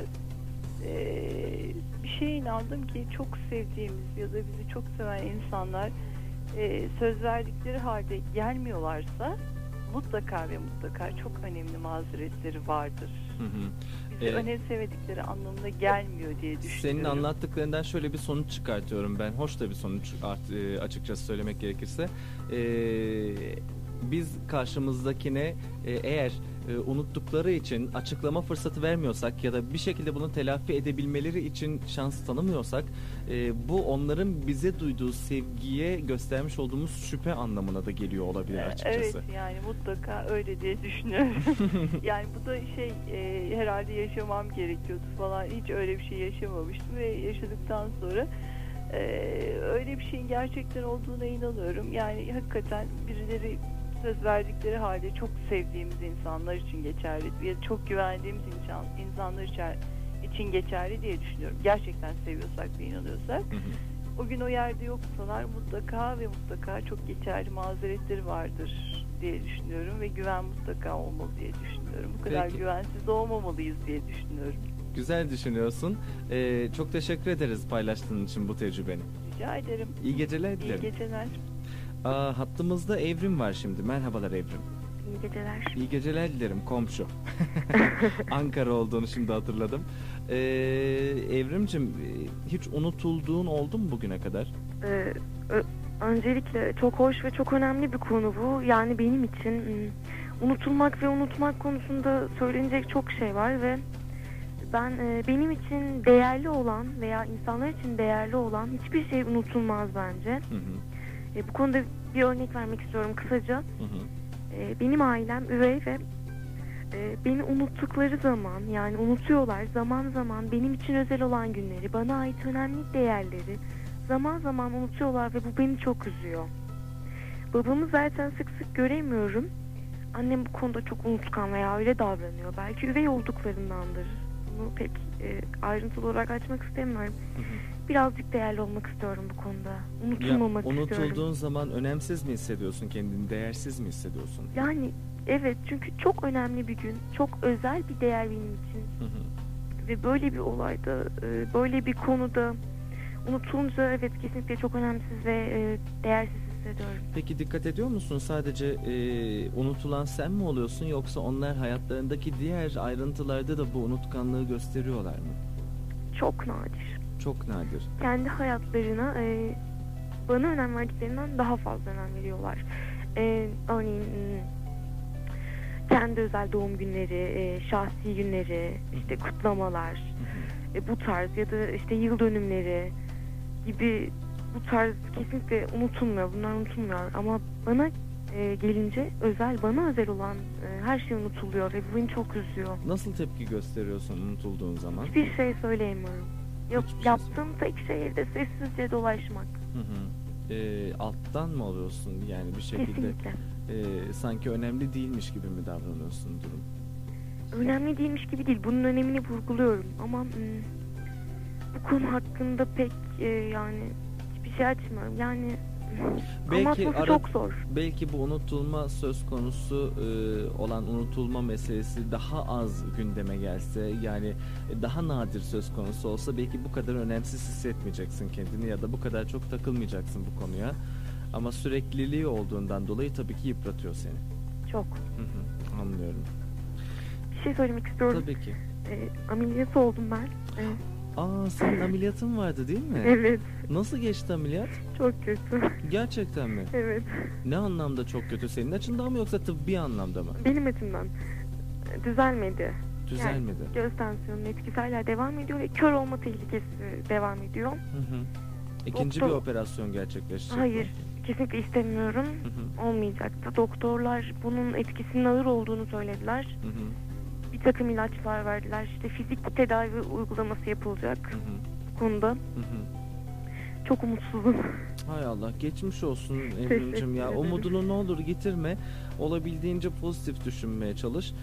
bir şeye inandım ki çok sevdiğimiz ya da bizi çok seven insanlar söz verdikleri halde gelmiyorlarsa mutlaka ve mutlaka çok önemli mazeretleri vardır. Bizi önemsemedikleri anlamına gelmiyor diye düşünüyorum. Senin anlattıklarından şöyle bir sonuç çıkartıyorum ben. Hoş da bir sonuç açıkçası söylemek gerekirse. Biz karşımızdakine eğer unuttukları için açıklama fırsatı vermiyorsak ya da bir şekilde bunu telafi edebilmeleri için şans tanımıyorsak bu onların bize duyduğu sevgiye göstermiş olduğumuz şüphe anlamına da geliyor olabilir açıkçası. Evet, yani mutlaka öyle diye düşünüyorum. Yani bu da herhalde yaşamam gerekiyordu falan, hiç öyle bir şey yaşamamıştım ve yaşadıktan sonra öyle bir şeyin gerçekten olduğuna inanıyorum. Yani hakikaten birileri söz verdikleri halde çok sevdiğimiz insanlar için geçerli ya çok güvendiğimiz insanlar için geçerli diye düşünüyorum. Gerçekten seviyorsak ve inanıyorsak. O gün o yerde yoksalar mutlaka ve mutlaka çok geçerli mazeretleri vardır diye düşünüyorum ve güven mutlaka olmalı diye düşünüyorum. Bu kadar güvensiz olmamalıyız diye düşünüyorum. Güzel düşünüyorsun. Çok teşekkür ederiz paylaştığın için bu tecrübeni. Rica ederim. İyi geceler dilerim. İyi geceler. Hattımızda Evrim var şimdi. Merhabalar Evrim. İyi geceler. İyi geceler dilerim komşu. Ankara olduğunu şimdi hatırladım. Evrimcim, hiç unutulduğun oldu mu bugüne kadar? Öncelikle çok hoş ve çok önemli bir konu bu. Yani benim için unutulmak ve unutmak konusunda söylenecek çok şey var ve ben benim için değerli olan veya insanlar için değerli olan hiçbir şey unutulmaz bence. Bu konuda bir örnek vermek istiyorum kısaca. Benim ailem üvey ve beni unuttukları zaman, yani unutuyorlar zaman zaman benim için özel olan günleri, bana ait önemli değerleri zaman zaman unutuyorlar ve bu beni çok üzüyor. Babamı zaten sık sık göremiyorum. Annem bu konuda çok unutkan veya öyle davranıyor. Belki üvey olduklarındandır. Bunu pek ayrıntılı olarak açmak istemiyorum. Birazcık değerli olmak istiyorum bu konuda. Unutulmamak istiyorum. Unutulduğun zaman önemsiz mi hissediyorsun kendini? Değersiz mi hissediyorsun? Yani evet, çünkü çok önemli bir gün. Çok özel bir değer benim için. Ve böyle bir olayda, böyle bir konuda unutulunca evet kesinlikle çok önemsiz ve değersiz hissediyorum. Peki dikkat ediyor musun? Sadece unutulan sen mi oluyorsun, yoksa onlar hayatlarındaki diğer ayrıntılarda da bu unutkanlığı gösteriyorlar mı? Çok nadir. Çok nadir. Kendi hayatlarına bana önem verdiklerinden daha fazla önem veriyorlar. Örneğin kendi özel doğum günleri, şahsi günleri, işte kutlamalar, bu tarz ya da işte yıl dönümleri gibi bu tarz kesinlikle unutulmuyor. Bunlar unutulmuyor ama bana gelince bana özel olan her şey unutuluyor ve bu beni çok üzüyor. Nasıl tepki gösteriyorsun unutulduğun zaman? Hiçbir şey söyleyemiyorum. Yaptığım tek şey evde sessizce dolaşmak. Alttan mı alıyorsun yani bir şekilde? Kesinlikle. Sanki önemli değilmiş gibi mi davranıyorsun durum? Önemli değilmiş gibi değil. Bunun önemini vurguluyorum ama bu konu hakkında pek yani hiçbir şey açmıyorum. Yani anlatması çok zor. Belki bu unutulma söz konusu olan unutulma meselesi daha az gündeme gelse, yani daha nadir söz konusu olsa belki bu kadar önemsiz hissetmeyeceksin kendini ya da bu kadar çok takılmayacaksın bu konuya. Ama sürekliliği olduğundan dolayı tabii ki yıpratıyor seni. Çok. Anlıyorum. Bir şey söylemek istiyorum. Tabii ki. Ameliyat oldum ben. Senin ameliyatın vardı değil mi? Evet. Nasıl geçti ameliyat? Çok kötü. Gerçekten mi? Evet. Ne anlamda çok kötü? Senin açından mı yoksa tıbbi anlamda mı? Benim açımdan düzelmedi. Düzelmedi. Yani göz tansiyonunun etkisi hala devam ediyor ve kör olma tehlikesi devam ediyor. İkinci bir operasyon gerçekleşecek. Hayır, kesinlikle istemiyorum. Olmayacaktı. Doktorlar bunun etkisinin ağır olduğunu söylediler. Bir takım ilaçlar verdiler. İşte fizik tedavi uygulaması yapılacak bu konuda. Çok umutsuzum. Hay Allah, geçmiş olsun Evrimcim ya. Umudunu ne olur yitirme. Olabildiğince pozitif düşünmeye çalış.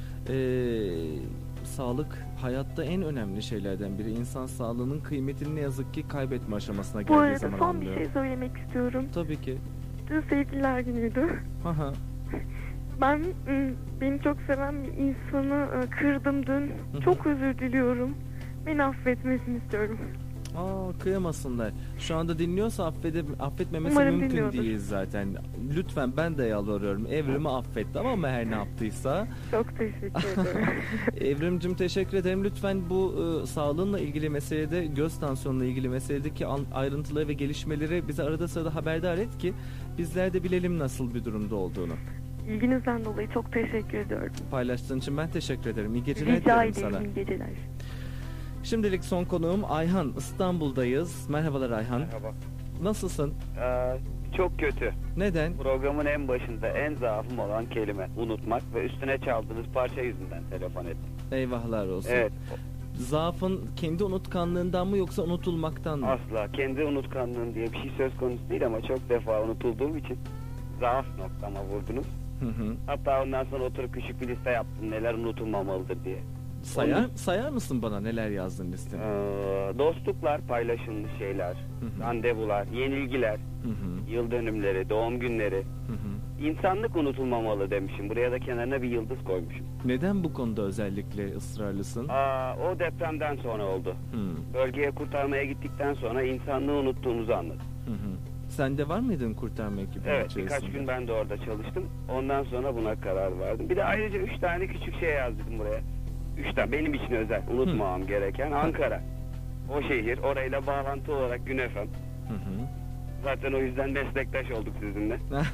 Sağlık hayatta en önemli şeylerden biri. İnsan sağlığının kıymetini ne yazık ki kaybetme aşamasına geldiği zaman anlıyor. Bu arada son bir şey söylemek istiyorum. Tabii ki. Dün sevgililer günüydü. Ben beni çok seven bir insanı kırdım dün. Çok özür diliyorum. Beni affetmesini istiyorum. Kıyamasınlar. Şu anda dinliyorsa affetmemesi Umarım mümkün dinliyordur. değil zaten. Lütfen, ben de yalvarıyorum. Evrimi affet, tamam mı, her ne yaptıysa. Çok teşekkür ederim. Evrimcim teşekkür ederim. Lütfen bu sağlığınla ilgili meselede, göz tansiyonuyla ilgili meseledeki ayrıntıları ve gelişmeleri bize arada sırada haberdar et ki bizler de bilelim nasıl bir durumda olduğunu. İlginizden dolayı çok teşekkür ediyorum. Paylaştığın için ben teşekkür ederim. İyi geceler Rica dilerim ederim, sana. iyi geceler. Şimdilik son konuğum Ayhan. İstanbul'dayız. Merhabalar Ayhan. Merhaba. Nasılsın? Çok kötü. Neden? Programın en başında en zaafım olan kelime unutmak ve üstüne çaldığınız parça yüzünden telefon ettim. Eyvahlar olsun. Evet. Zaafın kendi unutkanlığından mı yoksa unutulmaktan mı? Asla. Kendi unutkanlığım diye bir şey söz konusu değil ama çok defa unutulduğum için zaaf noktama vurdunuz. Hatta ondan sonra oturup küçük bir liste yaptım neler unutulmamalıdır diye. Sayar mısın bana neler yazdın listene? Dostluklar, paylaşılmış şeyler, randevular, yenilgiler, yıl dönümleri, doğum günleri. İnsanlık unutulmamalı demişim. Buraya da kenarına bir yıldız koymuşum. Neden bu konuda özellikle ısrarlısın? O depremden sonra oldu. Bölgeye kurtarmaya gittikten sonra insanlığı unuttuğumuzu anladım. Sen de var mıydın kurtarma ekibinin Evet, içerisinde? birkaç gün ben de orada çalıştım. Ondan sonra buna karar verdim. Bir de ayrıca 3 tane küçük şey yazdım buraya. 3 tane benim için özel, unutmamam gereken. Ankara. O şehir, orayla bağlantı olarak Gün FM. Zaten o yüzden meslektaş olduk sizinle.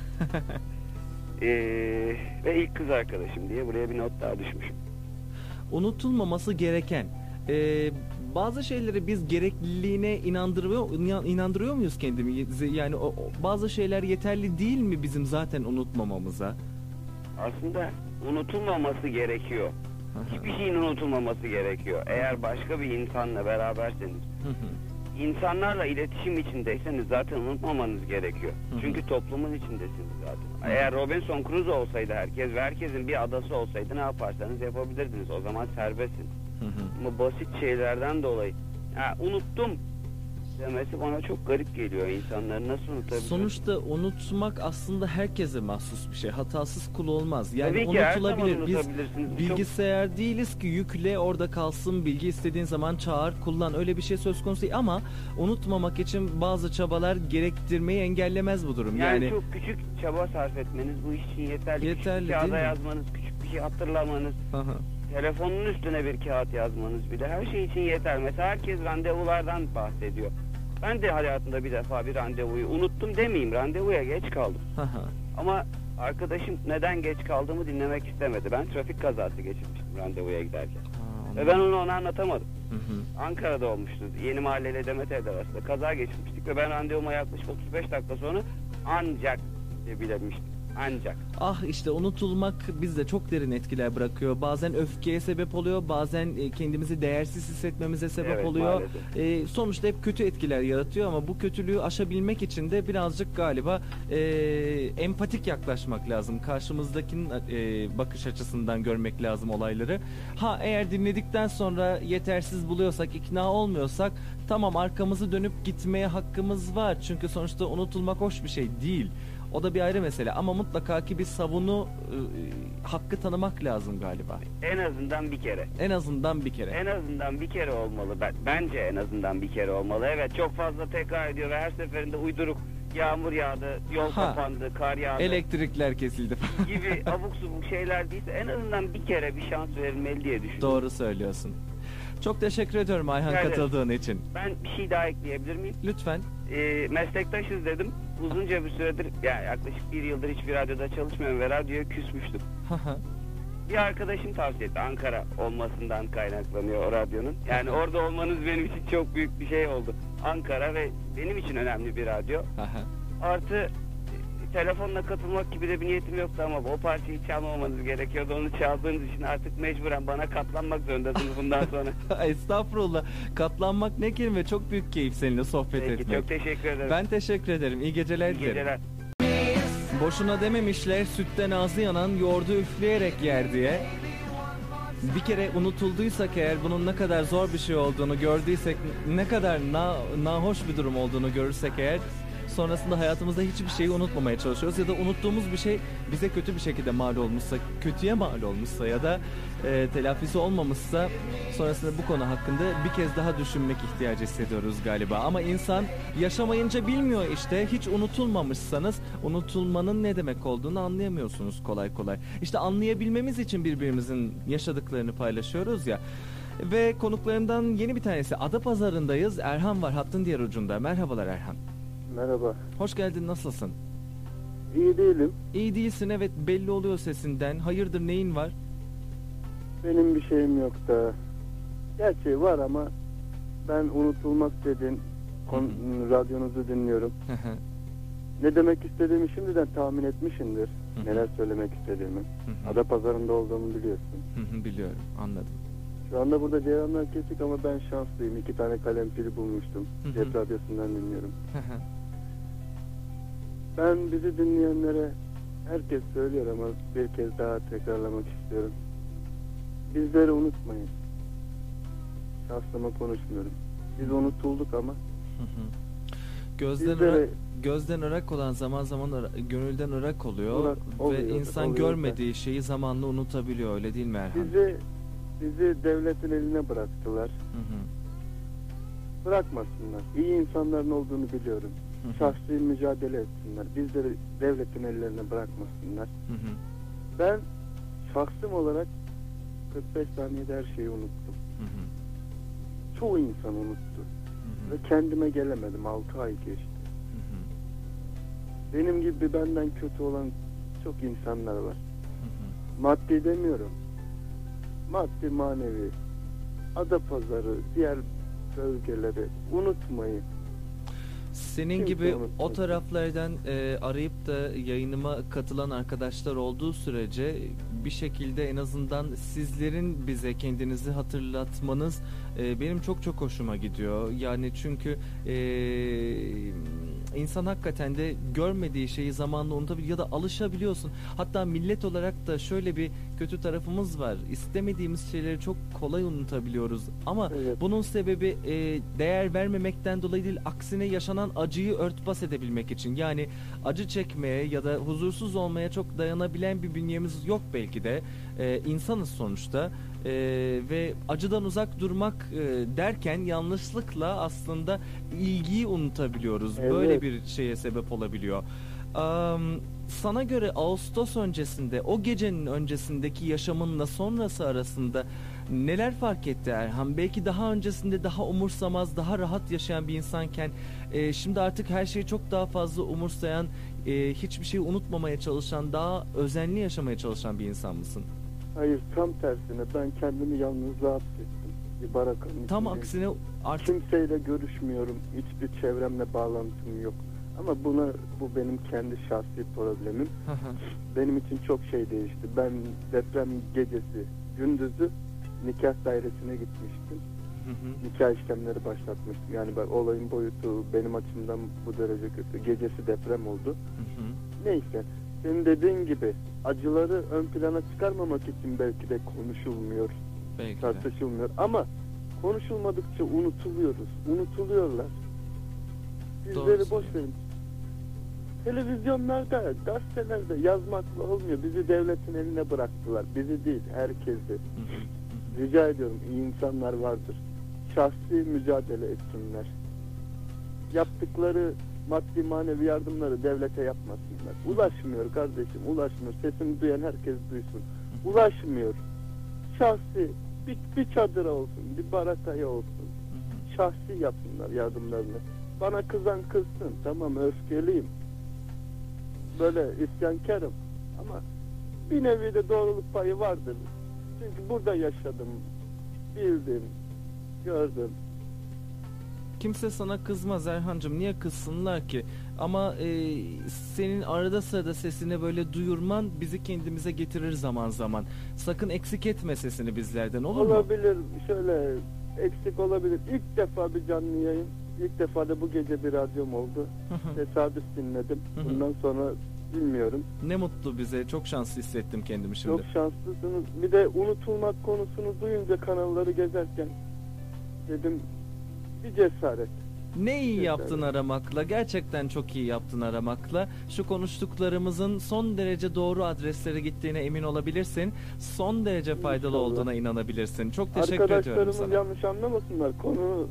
Ve ilk kız arkadaşım diye buraya bir not daha düşmüşüm. Unutulmaması gereken. Bazı şeyleri biz gerekliliğine inandırıyor muyuz kendimizi? Yani bazı şeyler yeterli değil mi bizim zaten unutmamamıza? Aslında unutulmaması gerekiyor. Hiçbir şeyin unutulmaması gerekiyor. Eğer başka bir insanla beraberseniz, insanlarla iletişim içindeyseniz zaten unutmamanız gerekiyor. Çünkü toplumun içindesiniz zaten. Eğer Robinson Crusoe olsaydı herkes ve herkesin bir adası olsaydı ne yaparsanız yapabilirdiniz. O zaman serbestsiniz. Ama basit şeylerden dolayı unuttum demesi bana çok garip geliyor. İnsanları nasıl unutabilir? Sonuçta unutmak aslında herkese mahsus bir şey. Hatasız kul olmaz. Yani tabii ki, unutulabilir. Biz bilgisayar değiliz ki yükle orada kalsın, bilgi istediğin zaman çağır, kullan. Öyle bir şey söz konusu değil ama unutmamak için bazı çabalar gerektirmeyi engellemez bu durum. Yani çok küçük çaba sarf etmeniz bu iş için yeterli. Küçük bir kağıda yazmanız, küçük bir şey hatırlamanız. Telefonun üstüne bir kağıt yazmanız bile her şey için yeter. Mesela herkes randevulardan bahsediyor. Ben de hayatımda bir defa bir randevuyu unuttum demeyeyim. Randevuya geç kaldım. Ama arkadaşım neden geç kaldığımı dinlemek istemedi. Ben trafik kazası geçirmiştim randevuya giderken. Ve ben ona anlatamadım. Ankara'da olmuştu. Yeni Mahalle ile Demetevler arasında kaza geçirmiştik. Ve ben randevuma yaklaşık 35 dakika sonra ancak bilemiştim. Ancak. İşte unutulmak bizde çok derin etkiler bırakıyor. Bazen öfkeye sebep oluyor. Bazen kendimizi değersiz hissetmemize sebep oluyor. Sonuçta hep kötü etkiler yaratıyor ama bu kötülüğü aşabilmek için de birazcık galiba empatik yaklaşmak lazım. Karşımızdakinin bakış açısından görmek lazım olayları. Eğer dinledikten sonra yetersiz buluyorsak, ikna olmuyorsak tamam, arkamızı dönüp gitmeye hakkımız var. Çünkü sonuçta unutulmak hoş bir şey değil. O da bir ayrı mesele ama mutlaka ki bir savunu hakkı tanımak lazım galiba. En azından bir kere. En azından bir kere. En azından bir kere olmalı. Bence en azından bir kere olmalı. Evet, çok fazla tekrar ediyor ve her seferinde uyduruk. Yağmur yağdı, yol kapandı, kar yağdı. Elektrikler kesildi gibi abuk subuk şeyler değilse en azından bir kere bir şans verilmeli diye düşünüyorum. Doğru söylüyorsun. Çok teşekkür ediyorum Ayhan Rica ederim. katıldığın için. Ben bir şey daha ekleyebilir miyim? Lütfen. Meslektaşız dedim. Uzunca bir süredir, yani yaklaşık 1 yıldır hiçbir radyoda çalışmıyorum ve radyoya küsmüştüm. Bir arkadaşım tavsiye etti. Ankara olmasından kaynaklanıyor o radyonun. Yani orada olmanız benim için çok büyük bir şey oldu. Ankara ve benim için önemli bir radyo. Artı telefonla katılmak gibi de bir niyetim yoktu ama o parçayı çalmamanız gerekiyordu. Onu çaldığınız için artık mecburen bana katlanmak zorundasınız bundan sonra. Estağfurullah. Katlanmak ne kelime. Çok büyük keyif seninle sohbet Peki, etmek. çok teşekkür ederim. Ben teşekkür ederim. İyi geceler İyi dilerim. geceler. Boşuna dememişler sütten ağzı yanan yoğurdu üfleyerek yer diye. Bir kere unutulduysak eğer bunun ne kadar zor bir şey olduğunu gördüysek, ne kadar nahoş bir durum olduğunu görürsek eğer, sonrasında hayatımızda hiçbir şeyi unutmamaya çalışıyoruz. Ya da unuttuğumuz bir şey bize kötü bir şekilde mal olmuşsa, kötüye mal olmuşsa ya da telafisi olmamışsa sonrasında bu konu hakkında bir kez daha düşünmek ihtiyacı hissediyoruz galiba. Ama insan yaşamayınca bilmiyor işte. Hiç unutulmamışsanız unutulmanın ne demek olduğunu anlayamıyorsunuz kolay kolay. İşte anlayabilmemiz için birbirimizin yaşadıklarını paylaşıyoruz ya. Ve konuklarımdan yeni bir tanesi, Adapazarı'ndayız. Erhan var hattın diğer ucunda. Merhabalar Erhan. Merhaba. Hoş geldin, nasılsın? İyi değilim. İyi değilsin, evet, belli oluyor sesinden. Hayırdır, neyin var? Benim bir şeyim yok da. Gerçi var ama ben unutulmak dediğin radyonuzu dinliyorum. Ne demek istediğimi şimdiden tahmin etmişimdir. Neler söylemek istediğimi. Adapazarı'nda olduğumu biliyorsun. Biliyorum, anladım. Şu anda burada ceylanlar kesik ama ben şanslıyım. 2 tane kalem pili bulmuştum. Cep radyosundan dinliyorum. Ben bizi dinleyenlere, herkes söylüyor ama bir kez daha tekrarlamak istiyorum. Bizleri unutmayın. Şahsıma konuşmuyorum. Biz unutulduk ama gözden ırak olan zaman zaman gönülden ırak oluyor ve insan görmediği şeyi zamanla unutabiliyor, öyle değil mi Erhan? Bizi devletin eline bıraktılar. Bırakmasınlar. İyi insanların olduğunu biliyorum. Şahsi mücadele etsinler. Bizleri devletin ellerine bırakmasınlar. Ben şahsım olarak 45 saniyede her şeyi unuttum. Çoğu insan unuttu. Ve kendime gelemedim. 6 ay geçti. Benim gibi benden kötü olan çok insanlar var. Maddi demiyorum. Maddi, manevi, Adapazarı, diğer bölgeleri unutmayın. Senin gibi o taraflardan arayıp da yayınıma katılan arkadaşlar olduğu sürece bir şekilde en azından sizlerin bize kendinizi hatırlatmanız benim çok çok hoşuma gidiyor. Yani çünkü insan hakikaten de görmediği şeyi zamanla unutabiliyor ya da alışabiliyorsun. Hatta millet olarak da şöyle bir kötü tarafımız var. İstemediğimiz şeyleri çok kolay unutabiliyoruz. Ama bunun sebebi değer vermemekten dolayı değil, aksine yaşanan acıyı örtbas edebilmek için. Yani acı çekmeye ya da huzursuz olmaya çok dayanabilen bir bünyemiz yok belki de. İnsanız sonuçta. Ve acıdan uzak durmak derken yanlışlıkla aslında ilgiyi unutabiliyoruz. Evet. Böyle bir şeye sebep olabiliyor. Sana göre Ağustos öncesinde, o gecenin öncesindeki yaşamınla sonrası arasında neler fark etti Erhan? Belki daha öncesinde daha umursamaz, daha rahat yaşayan bir insanken şimdi artık her şeyi çok daha fazla umursayan, hiçbir şeyi unutmamaya çalışan, daha özenli yaşamaya çalışan bir insan mısın? Hayır, tam tersine ben kendimi yalnızlığa hapsettim. Bir barakanın tam içindeyim. aksine artık kimseyle görüşmüyorum. Hiçbir çevremle bağlantım yok. Ama bu benim kendi şahsi problemim. Benim için çok şey değişti. Ben deprem gecesi gündüzü nikah dairesine gitmiştim. Nikah işlemleri başlatmıştım. Yani olayın boyutu benim açımdan bu derece kötü. Gecesi deprem oldu. Neyse. Senin dediğin gibi acıları ön plana çıkarmamak için belki de konuşulmuyor. Tartışılmıyor. Ama konuşulmadıkça unutuluyoruz. Unutuluyorlar. Bizleri boş verin. Televizyonlarda, gazetelerde yazmakla olmuyor. Bizi devletin eline bıraktılar. Bizi değil, herkesi. Rica ediyorum, iyi insanlar vardır. Şahsi mücadele etsinler. Yaptıkları maddi manevi yardımları devlete yapmasınlar. Ulaşmıyor kardeşim, ulaşmıyor. Sesimi duyan herkes duysun. Ulaşmıyor. Şahsi bir çadıra olsun, bir barakaya olsun. Şahsi yapsınlar yardımlarını. Bana kızan kızsın, tamam, öfkeliyim. Böyle isyankarım. Ama bir nevi de doğruluk payı vardır. Çünkü burada yaşadım, bildim, gördüm. Kimse sana kızmaz Erhancığım. Niye kızsınlar ki? Ama senin arada sırada sesini böyle duyurman bizi kendimize getirir zaman zaman. Sakın eksik etme sesini bizlerden, olur mu? Olabilir, şöyle eksik olabilir. İlk defa bir canlı yayın, ilk defa da bu gece bir radyom oldu. Tesadüf dinledim. Bundan sonra bilmiyorum. Ne mutlu bize. Çok şanslı hissettim kendimi şimdi. Çok şanslısınız. Bir de unutulmak konusunu duyunca kanalları gezerken dedim bir cesaret. Ne iyi yaptın aramakla. Gerçekten çok iyi yaptın aramakla. Şu konuştuklarımızın son derece doğru adreslere gittiğine emin olabilirsin. Son derece faydalı olduğuna inanabilirsin. Çok teşekkür ediyorum sana. Arkadaşlarımız yanlış anlamasınlar. Konu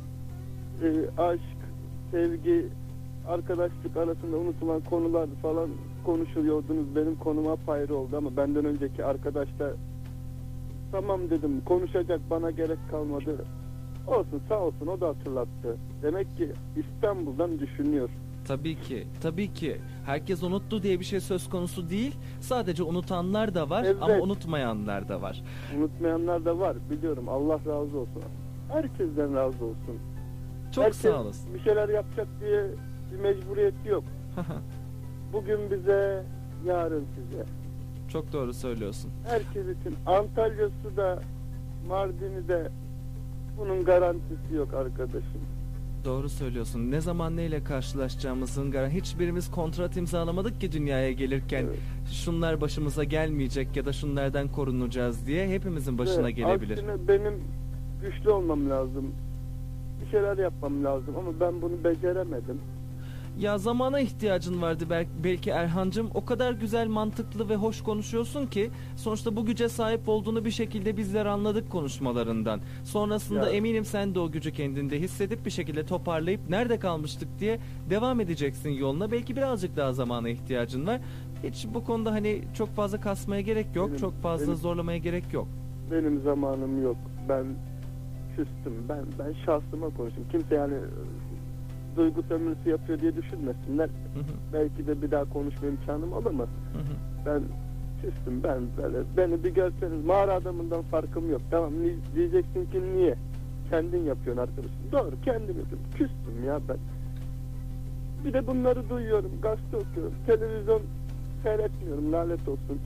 aşk, sevgi, arkadaşlık arasında unutulan konular falan konuşuluyordunuz. Benim konum apayrı oldu ama benden önceki arkadaş da tamam dedim, konuşacak bana gerek kalmadı. Olsun, sağ olsun, o da hatırlattı. Demek ki İstanbul'dan düşünüyor. Tabii ki, tabii ki. Herkes unuttu diye bir şey söz konusu değil. Sadece unutanlar da var, evet, ama unutmayanlar da var. Unutmayanlar da var, biliyorum. Allah razı olsun. Herkesten razı olsun. Çok Herkes sağ olasın. bir şeyler yapacak diye bir mecburiyeti yok. Bugün bize, yarın size. Çok doğru söylüyorsun. Herkes için. Antalya'sı da, Mardin'i de, bunun garantisi yok arkadaşım. Doğru söylüyorsun. Ne zaman neyle karşılaşacağımızın hiçbirimiz kontrat imzalamadık ki dünyaya gelirken. Evet. Şunlar başımıza gelmeyecek ya da şunlardan korunacağız diye hepimizin başına gelebilir. Aksine benim güçlü olmam lazım. Bir şeyler yapmam lazım ama ben bunu beceremedim. Ya zamana ihtiyacın vardı belki Erhancığım. O kadar güzel, mantıklı ve hoş konuşuyorsun ki sonuçta bu güce sahip olduğunu bir şekilde bizler anladık konuşmalarından. Sonrasında eminim sen de o gücü kendinde hissedip bir şekilde toparlayıp nerede kalmıştık diye devam edeceksin yoluna. Belki birazcık daha zamana ihtiyacın var. Hiç bu konuda hani çok fazla kasmaya gerek yok. Çok fazla zorlamaya gerek yok. Benim zamanım yok. Ben küstüm. Ben şahsıma konuşayım. Kimse yani duygu sömürüsü yapıyor diye düşünmesinler. Belki de bir daha konuşma imkanım olur mu? Ben küstüm, ben böyle. Beni bir görseniz mağara adamından farkım yok. Tamam, diyeceksin ki niye? Kendin yapıyorsun arkadaşım. Doğru, kendim yapıyorum. Küstüm ya ben. Bir de bunları duyuyorum, gazete okuyorum. Televizyon seyretmiyorum, lanet olsun.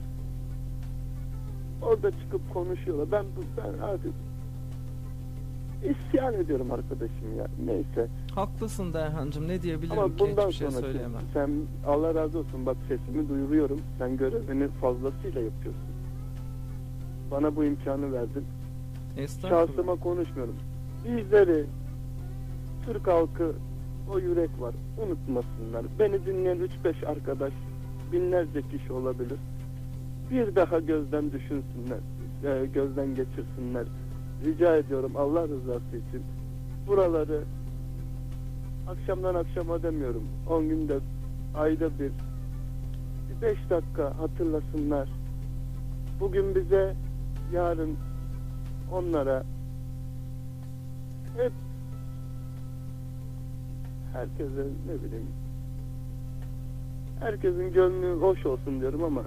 Orada çıkıp konuşuyorlar. Ben artık İsyan ediyorum arkadaşım ya. Neyse. Haklısın Derhancığım. Ne diyebilirim ama ki? Bundan hiçbir şey söyleyemem. Sen Allah razı olsun. Bak sesimi duyuruyorum. Sen görevini fazlasıyla yapıyorsun. Bana bu imkanı verdin. Şahsıma konuşmuyorum. Bizleri, Türk halkı, o yürek var. Unutmasınlar. Beni dinleyen 3-5 arkadaş, binlerce kişi olabilir. Bir daha gözden düşünsünler. Gözden geçirsinler. Rica ediyorum Allah rızası için. Buraları akşamdan akşama demiyorum. 10 günde, ayda bir 5 dakika hatırlasınlar. Bugün bize, yarın onlara. Hep herkese, ne bileyim, herkesin gönlü hoş olsun diyorum ama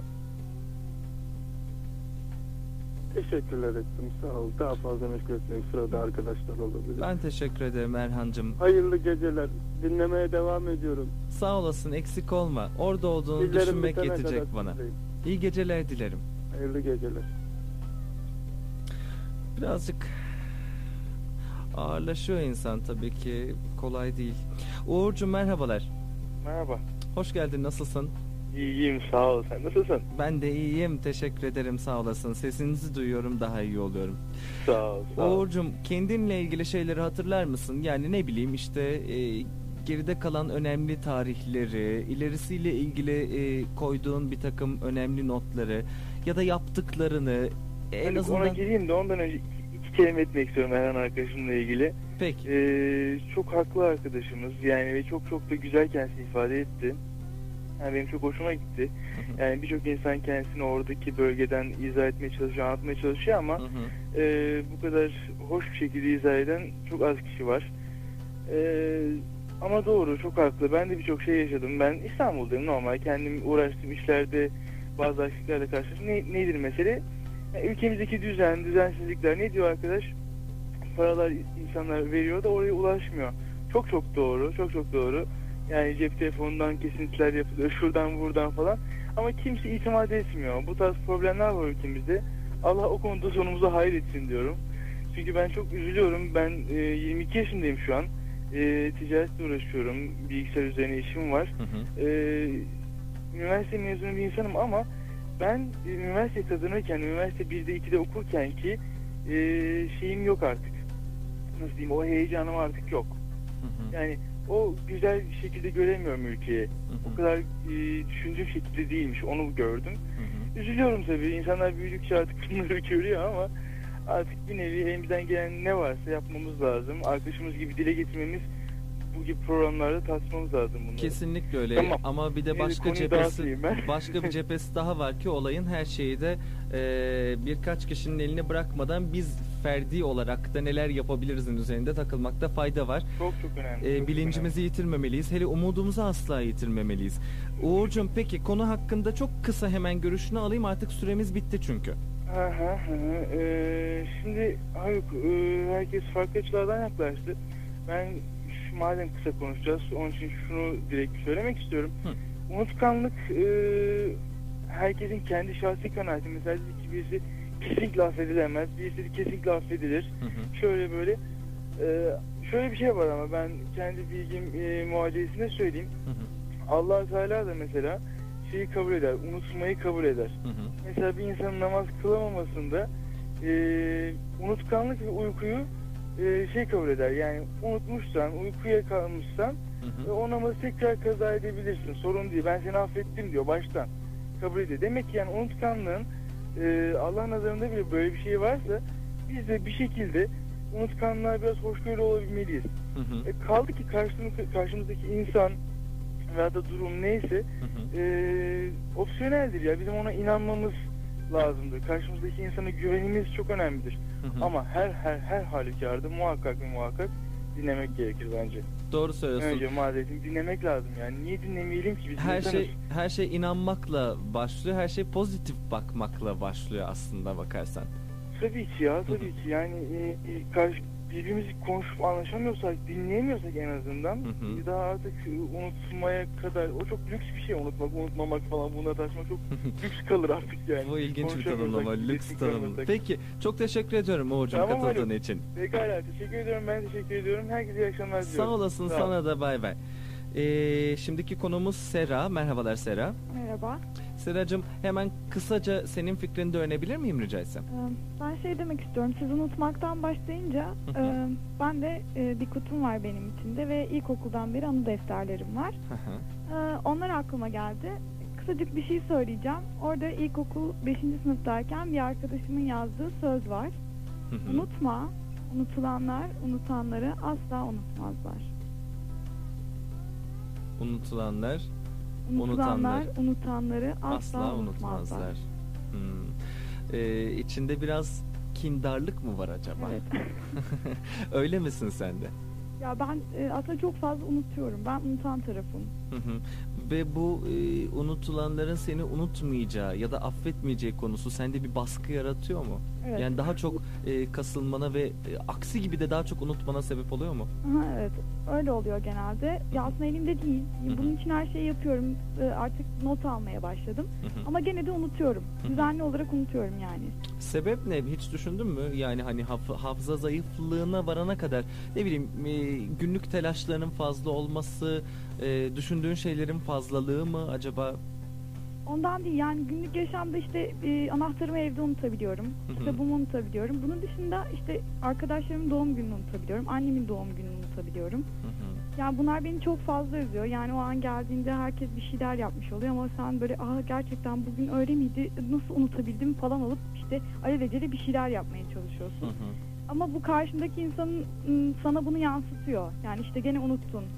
teşekkürler ettim. Sağ ol. Daha fazla meşgul etmeyin. Sırada arkadaşlar olabilir. Ben teşekkür ederim Erhancığım. Hayırlı geceler. Dinlemeye devam ediyorum. Sağ olasın. Eksik olma. Orada olduğunu Dillerim düşünmek yetecek bana. İyi geceler dilerim. Hayırlı geceler. Birazcık ağırlaşıyor insan tabii ki. Kolay değil. Uğurcuğum merhabalar. Merhaba. Hoş geldin. Nasılsın? İyiyim, sağ ol. Sen nasılsın? Ben de iyiyim. Teşekkür ederim. Sağ olasın. Sesinizi duyuyorum. Daha iyi oluyorum. Sağ ol. Sağ ol. Uğurcuğum, kendinle ilgili şeyleri hatırlar mısın? Yani ne bileyim işte geride kalan önemli tarihleri, ilerisiyle ilgili koyduğun bir takım önemli notları ya da yaptıklarını en azından... Ona gireyim de ondan önce iki kelime etmek istiyorum Erhan arkadaşımla ilgili. Peki. Çok haklı arkadaşımız yani ve çok da güzel kendisini ifade etti. Yani benim çok hoşuma gitti. Yani birçok insan kendisini oradaki bölgeden izah etmeye çalışıyor, anlatmaya çalışıyor ama bu kadar hoş bir şekilde izah eden çok az kişi var. Ama doğru, çok haklı. Ben de birçok şey yaşadım. Ben İstanbul'dayım normal. Kendim uğraştığım işlerde bazı aksiliklerle karşılaştım. Nedir mesele? Yani ülkemizdeki düzensizlikler ne diyor arkadaş? Paralar insanlar veriyor da oraya ulaşmıyor. Çok doğru, çok doğru. Yani cep telefonundan kesintiler yapılıyor, şuradan buradan falan. Ama kimse itimat etmiyor. Bu tarz problemler var ülkemizde. Allah o konuda sonumuza hayır etsin diyorum. Çünkü ben çok üzülüyorum. Ben 22 yaşındayım şu an. Ticaretle uğraşıyorum. Bilgisayar üzerine işim var. Üniversite mezunu bir insanım ama ben üniversite kazanırken, üniversite 1'de 2'de okurken ki şeyim yok artık. Nasıl diyeyim, o heyecanım artık yok. Yani o güzel şekilde göremiyorum ülkeyi. O kadar düşündüğüm şekilde değilmiş, onu gördüm. Üzülüyorum tabii. İnsanlar büyüdükçe artık bunları görüyor ama artık bir nevi elimizden gelen ne varsa yapmamız lazım. Arkadaşımız gibi dile getirmemiz, bu gibi programlarda tartışmamız lazım bunları. Kesinlikle öyle. Tamam. Ama bir de başka bir cephesi daha var ki olayın her şeyi de birkaç kişinin eline bırakmadan biz ferdi olarak da neler yapabilirizin üzerinde takılmakta fayda var. Çok önemli. Bilincimizi yitirmemeliyiz. Hele umudumuzu asla yitirmemeliyiz. Uğurcuğum, peki konu hakkında çok kısa hemen görüşünü alayım, artık süremiz bitti çünkü. Şimdi herkes farklı açılardan yaklaştı. Ben madem kısa konuşacağız, onun için şunu direkt söylemek istiyorum. Unutkanlık herkesin kendi şahsi kanaati. Mesela birisi kesinlikle affedilemez, birisi de kesinlikle affedilir. Şöyle böyle. Şöyle bir şey var ama ben kendi bilgim muadilesinde söyleyeyim. Allah Teala da mesela şeyi kabul eder, unutmayı kabul eder. Mesela bir insanın namaz kılamamasında unutkanlık ve uykuyu kabul eder. Yani unutmuşsan, uykuya kalmışsan o namazı tekrar kaza edebilirsin. Sorun değil. Ben seni affettim diyor baştan. Kabul ediyor. Demek ki yani unutkanlığın Allah nazarında bile böyle bir şey varsa biz de bir şekilde unutkanlığa biraz hoşgörülü olabilmeliyiz. Kaldı ki karşımızdaki insan veya da durum neyse opsiyoneldir ya. Bizim ona inanmamız lazımdır. Karşımızdaki insana güvenimiz çok önemlidir. Ama her halükarda muhakkak dinlemek gerekir bence. Doğru söylüyorsun. Önce mazereti dinlemek lazım yani. Niye dinlemeyelim ki? Biz her şey inanmakla başlıyor. Her şey pozitif bakmakla başlıyor aslında bakarsan. Tabii ki yani birbirimizi konuşup anlaşamıyorsak, dinleyemiyorsak en azından daha artık unutmaya kadar, o çok lüks bir şey, unutmamak falan, buna taşımak çok lüks kalır artık yani. Bu ilginç bir tanımlama, lüks tanımlama. Peki, çok teşekkür ediyorum Uğur'cum katıldığın için. Pekala, teşekkür ediyorum, ben teşekkür ediyorum. Herkese iyi akşamlar diliyorum. Sağ olasın, sana da bay bay. Şimdiki konumuz Sera. Merhabalar Sera. Merhaba. Seracığım, hemen kısaca senin fikrini de öğrenebilir miyim rica etsem? Ben demek istiyorum. Siz unutmaktan başlayınca ben de bir kutum var benim içinde ve ilkokuldan beri anı defterlerim var. Onlar aklıma geldi. Kısacık bir şey söyleyeceğim. Orada ilkokul 5. sınıftayken bir arkadaşımın yazdığı söz var. Unutma, unutulanlar unutanları asla unutmazlar. Unutulanlar unutanları asla unutmazlar. İçinde biraz kindarlık mı var acaba? Evet. Öyle misin sen de? Ya ben aslında çok fazla unutuyorum. Ben unutan tarafım. Ve bu unutulanların seni unutmayacağı ya da affetmeyeceği konusu sende bir baskı yaratıyor mu? Evet. Yani daha çok kasılmana ve aksi gibi de daha çok unutmana sebep oluyor mu? Evet. Öyle oluyor genelde. Ya aslında elimde değil. Bunun için her şeyi yapıyorum. Artık not almaya başladım. Ama gene de unutuyorum. Düzenli olarak unutuyorum yani. Sebep ne? Hiç düşündün mü? Yani hani hafıza zayıflığına varana kadar ne bileyim günlük telaşlarının fazla olması, düşündüğün şeylerin fazlalığı mı acaba? Ondan değil yani günlük yaşamda işte anahtarımı evde unutabiliyorum. Kitabımı unutabiliyorum. Bunun dışında işte arkadaşlarımın doğum gününü unutabiliyorum. Annemin doğum gününü unutabiliyorum. Yani bunlar beni çok fazla üzüyor. Yani o an geldiğinde herkes bir şeyler yapmış oluyor ama sen böyle gerçekten bugün öyle miydi, nasıl unutabildim falan olup işte alelacele bir şeyler yapmaya çalışıyorsun. Ama bu karşındaki insanın sana bunu yansıtıyor. Yani işte gene unuttun.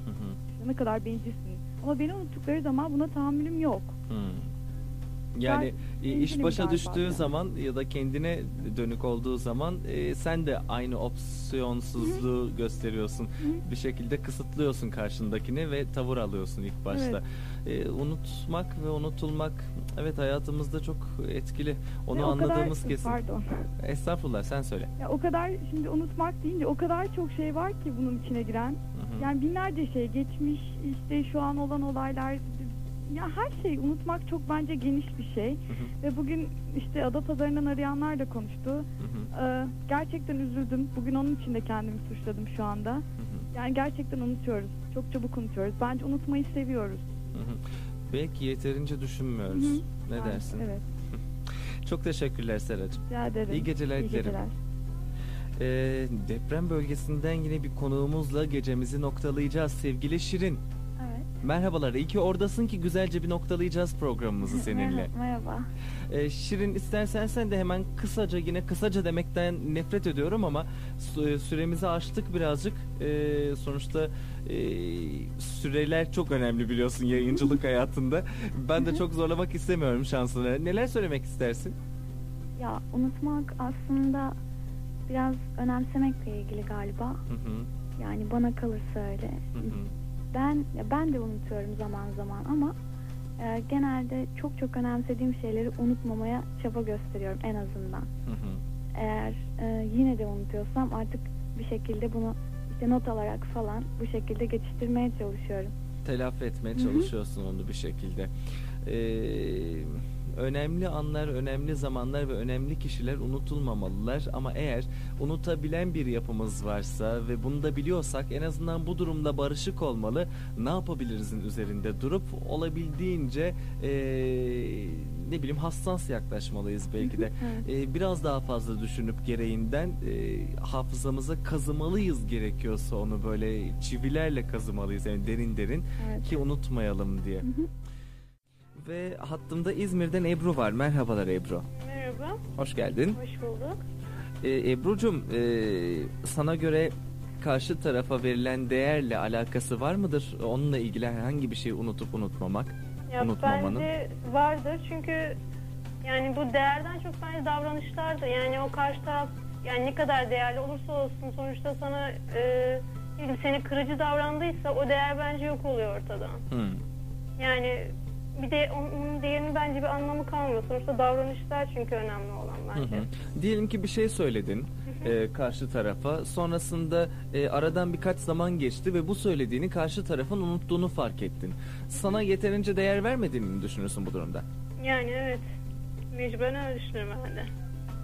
İşte ne kadar bencilsin. Ama beni unuttukları zaman buna tahammülüm yok. Yani iş başa düştüğü yani. zaman ya da kendine dönük olduğu zaman sen de aynı opsiyonsuzluğu gösteriyorsun. Bir şekilde kısıtlıyorsun karşındakini ve tavır alıyorsun ilk başta. Unutmak ve unutulmak evet hayatımızda çok etkili. Onu anladığımız kesin. Pardon. Estağfurullah, sen söyle. Ya o kadar şimdi unutmak deyince o kadar çok şey var ki bunun içine giren. Yani binlerce şey, geçmiş, işte şu an olan olaylar. Ya her şeyi unutmak çok bence geniş bir şey. Ve bugün işte Adapazarı'ndan arayanlar da konuştu. Gerçekten üzüldüm. Bugün onun için de kendimi suçladım şu anda. Yani gerçekten unutuyoruz. Çok çabuk unutuyoruz. Bence unutmayı seviyoruz. Belki yeterince düşünmüyoruz. Ne dersin? Evet. Çok teşekkürler Seracığım. Rica ederim. İyi geceler dilerim. Deprem bölgesinden yine bir konuğumuzla gecemizi noktalayacağız. Sevgili Şirin. Merhabalar. İyi ki oradasın ki güzelce bir noktalayacağız programımızı seninle. Merhaba. Şirin, istersen sen de hemen kısaca, yine kısaca demekten nefret ediyorum ama süremizi aştık birazcık. Sonuçta süreler çok önemli biliyorsun yayıncılık hayatında. Ben de çok zorlamak istemiyorum şansını. Neler söylemek istersin? Ya unutmak aslında biraz önemsemekle ilgili galiba. Yani bana kalırsa öyle. Ben de unutuyorum zaman zaman ama genelde çok önemsediğim şeyleri unutmamaya çaba gösteriyorum en azından. Eğer yine de unutuyorsam artık bir şekilde bunu işte not alarak falan bu şekilde geçiştirmeye çalışıyorum. Telafi etmeye çalışıyorsun onu bir şekilde. Önemli anlar, önemli zamanlar ve önemli kişiler unutulmamalılar ama eğer unutabilen bir yapımız varsa ve bunu da biliyorsak en azından bu durumda barışık olmalı. Ne yapabilirizin üzerinde durup olabildiğince ne bileyim hassas yaklaşmalıyız belki de. Biraz daha fazla düşünüp gereğinden hafızamıza kazımalıyız, gerekiyorsa onu böyle çivilerle kazımalıyız yani derin ki unutmayalım diye. Ve hattımda İzmir'den Ebru var. Merhabalar Ebru. Merhaba. Hoş geldin. Hoş bulduk. Ebru'cum, sana göre karşı tarafa verilen değerle alakası var mıdır? Onunla ilgili herhangi bir şeyi unutup unutmamak, unutmamanın? Bence vardır çünkü yani bu değerden çok bence davranışlardır. Yani o karşı taraf yani ne kadar değerli olursa olsun sonuçta sana seni kırıcı davrandıysa o değer bence yok oluyor ortadan. Yani bir de onun değerinin bence bir anlamı kalmıyor. Sonuçta davranışlar çünkü önemli olan bence. Diyelim ki bir şey söyledin karşı tarafa. Sonrasında aradan birkaç zaman geçti ve bu söylediğini karşı tarafın unuttuğunu fark ettin. Sana yeterince değer vermediğini mi düşünürsün bu durumda? Yani evet. Mecburen öyle düşünüyorum ben de.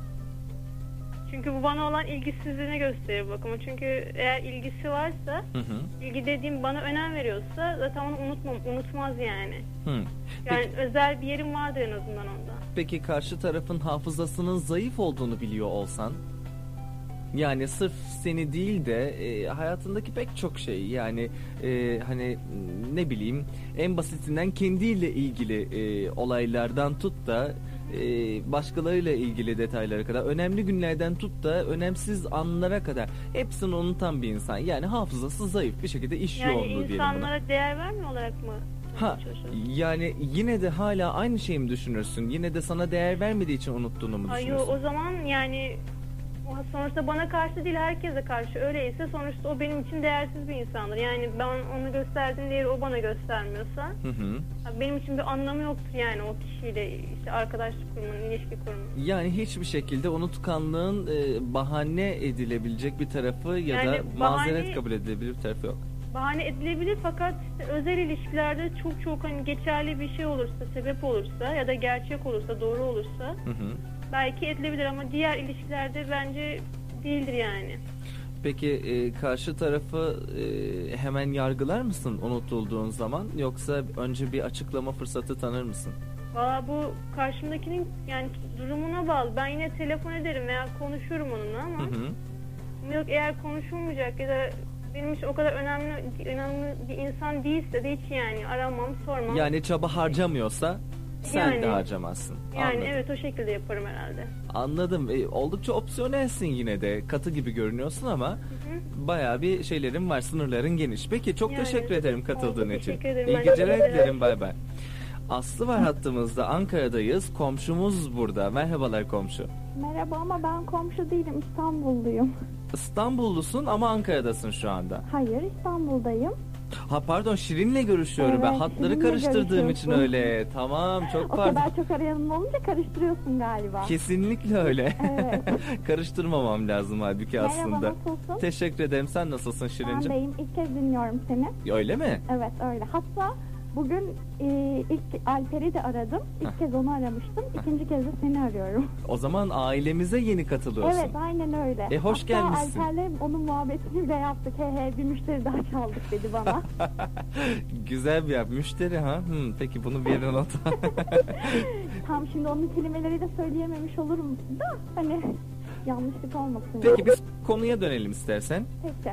Çünkü bu bana olan ilgisizliğine gösterir bakıma. Çünkü eğer ilgisi varsa, ilgi dediğim bana önem veriyorsa zaten onu unutmaz yani. Yani özel bir yerim vardır en azından onda. Peki karşı tarafın hafızasının zayıf olduğunu biliyor olsan? Yani sırf seni değil de hayatındaki pek çok şey yani hani ne bileyim en basitinden kendiyle ilgili olaylardan tut da başkalarıyla ilgili detaylara kadar, önemli günlerden tut da önemsiz anlara kadar hepsini unutan bir insan. Yani hafızası zayıf bir şekilde iş yoğunluğu diyelim buna. Yani insanlara değer vermiyor olarak mı? Yani yine de hala aynı şeyi mi düşünürsün? Yine de sana değer vermediği için unuttuğunu mu düşünürsün? Hayır, o zaman yani sonuçta bana karşı değil herkese karşı öyleyse sonuçta o benim için değersiz bir insandır. Yani ben onu gösterdiğim değeri o bana göstermiyorsa benim için bir anlamı yoktur yani o kişiyle işte arkadaşlık kurmanın, ilişki kurmanın. Yani hiçbir şekilde unutkanlığın bahane edilebilecek bir tarafı ya yani da mazeret kabul edilebilir bir tarafı yok. Bahane edilebilir fakat işte özel ilişkilerde çok hani geçerli bir şey olursa, sebep olursa ya da gerçek olursa, doğru olursa belki edilebilir ama diğer ilişkilerde bence değildir yani. Peki karşı tarafı hemen yargılar mısın unutulduğun zaman yoksa önce bir açıklama fırsatı tanır mısın? Valla bu karşımdakinin yani durumuna bağlı. Ben yine telefon ederim veya konuşurum onunla ama yok eğer konuşulmayacak ya da benim için o kadar önemli bir insan değilse de hiç yani aramam, sormam. Yani çaba harcamıyorsa? Sen de harcamazsın. Yani Anladım. evet, o şekilde yaparım herhalde. Anladım. Oldukça opsiyonelsin yine de. Katı gibi görünüyorsun ama bayağı bir şeylerin var, sınırların geniş. Peki çok teşekkür ederim katıldığın için. Teşekkür ederim. İyi geceler dilerim. Bay bay. Aslı var hattımızda. Ankara'dayız. Komşumuz burada. Merhabalar komşu. Merhaba ama ben komşu değilim. İstanbulluyum. İstanbullusun ama Ankara'dasın şu anda. Hayır, İstanbul'dayım. Ha pardon, Şirin'le görüşüyorum. Ben Evet, hatları Şirin'le karıştırdığım için görüşüyorsun. öyle. Tamam, çok O pardon. kadar çok arayanın olunca karıştırıyorsun galiba. Kesinlikle öyle. Evet. Karıştırmamam lazım halbuki Merhaba, aslında. nasılsın? Teşekkür ederim. Sen nasılsın Ben Şirincim? deyim. İlk kez dinliyorum seni. Öyle mi? Evet öyle. Hatta bugün ilk Alper'i de aradım. İlk kez onu aramıştım. İkinci kez de seni arıyorum. O zaman ailemize yeni katılıyorsun. Evet aynen öyle. Hoş gelmişsin. Hatta Alper'le onun muhabbetini bile yaptık. Bir müşteri daha çaldık dedi bana. Güzel bir yap. Müşteri ha? Peki bunu bir yere not al. Tam şimdi onun kelimeleri de söyleyememiş olurum da hani yanlışlık olmasın. Peki biz konuya dönelim istersen. Peki.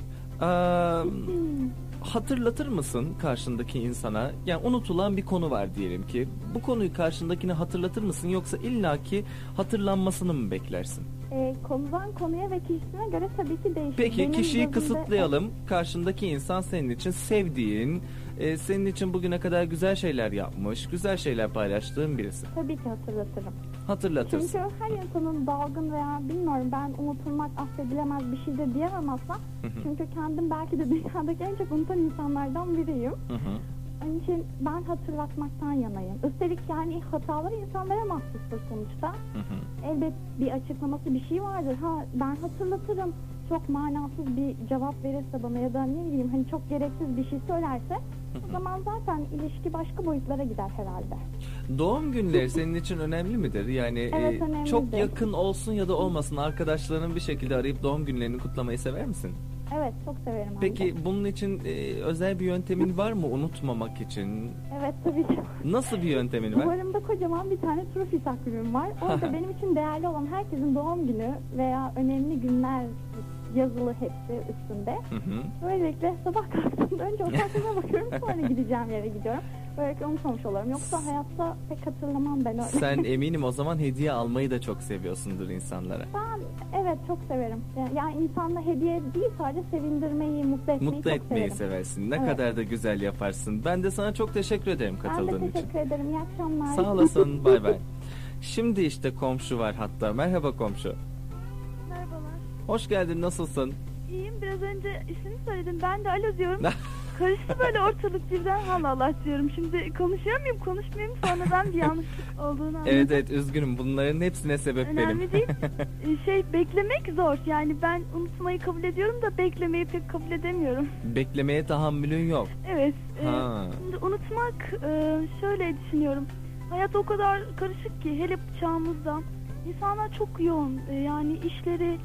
Hatırlatır mısın karşındaki insana? Yani unutulan bir konu var diyelim ki. Bu konuyu karşındakine hatırlatır mısın yoksa illaki hatırlanmasını mı beklersin? Konudan konuya ve kişisine göre tabii ki değişir. Peki Benim kişiyi gözümde- kısıtlayalım. Karşındaki insan senin için sevdiğin, senin için bugüne kadar güzel şeyler yapmış, güzel şeyler paylaştığın birisi. Tabii ki hatırlatırım. Hatırlatırsın. Çünkü her insanın dalgın veya bilmiyorum ben unutulmak affedilemez bir şey de diyemem asla. Çünkü kendim belki de dünyadaki en çok unutan insanlardan biriyim. Onun için ben hatırlatmaktan yanayım. Üstelik yani hataları insanlara mahsustur sonuçta. Elbet bir açıklaması bir şey vardır. Ben hatırlatırım. Çok manasız bir cevap verirse bana ya da ne bileyim hani çok gereksiz bir şey söylerse o zaman zaten ilişki başka boyutlara gider herhalde. Doğum günleri senin için önemli midir? Yani Evet, önemlidir. çok yakın olsun ya da olmasın arkadaşlarının bir şekilde arayıp doğum günlerini kutlamayı sever misin? Evet çok severim. Peki bunun için özel bir yöntemin var mı unutmamak için? Evet tabii ki. Nasıl bir yöntemin var? Duvarımda kocaman bir tane Trufi takvimim var. Orada benim için değerli olan herkesin doğum günü veya önemli günler yazılı hepsi üstünde. Böylelikle sabah kalktığımda önce o takvime bakıyorum sonra gideceğim yere gidiyorum. Böylelikle unutmamış olurum. Yoksa hayatta pek hatırlamam ben öyle. Sen eminim o zaman hediye almayı da çok seviyorsundur insanlara. Ben evet çok severim. Yani insanla hediye değil sadece sevindirmeyi, mutlu etmeyi Mutlu çok etmeyi severim. seversin. Ne Evet. kadar da güzel yaparsın. Ben de sana çok teşekkür ederim katıldığın Ben de için. teşekkür ederim. İyi akşamlar. Sağ olasın. Bay bay. Şimdi işte komşu var hatta. Merhaba komşu. Merhabalar. Hoş geldin. Nasılsın? İyiyim. Biraz önce ismini söyledim. Ben de alo diyorum. Karıştı böyle ortalık birden Allah Allah diyorum. Şimdi konuşuyor muyum konuşmuyor muyum sonradan bir yanlışlık olduğunu anladım. Evet üzgünüm. Bunların hepsine sebep Önemli benim. değil. Beklemek zor. Yani ben unutmayı kabul ediyorum da beklemeyi pek kabul edemiyorum. Beklemeye tahammülün yok. Evet. Ha. Şimdi unutmak şöyle düşünüyorum. Hayat o kadar karışık ki hele çağımızda. İnsanlar çok yoğun. Yani işleri,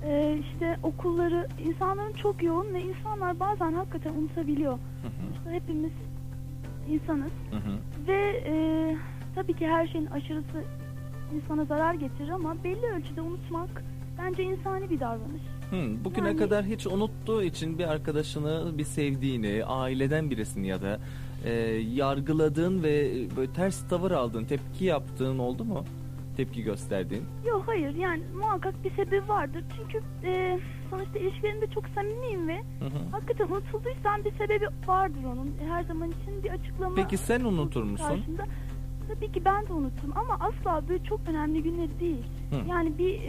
işte okulları, insanların çok yoğun ve insanlar bazen hakikaten unutabiliyor. İşte hepimiz insanız. Ve tabii ki her şeyin aşırısı insana zarar getirir ama belli ölçüde unutmak bence insani bir davranış. Bugüne kadar hiç unuttuğu için bir arkadaşını, bir sevdiğini, aileden birisini ya da yargıladığın ve böyle ters tavır aldığın, tepki yaptığın oldu mu? Tepki gösterdiğin? Yok hayır yani muhakkak bir sebebi vardır. Çünkü sonuçta ilişkilerimde çok samimiyim ve hakikaten unutulduysam bir sebebi vardır onun. Her zaman için bir açıklama. Peki sen unutur musun? Karşımda. Tabii ki ben de unuturum ama asla böyle çok önemli günleri değil. Yani bir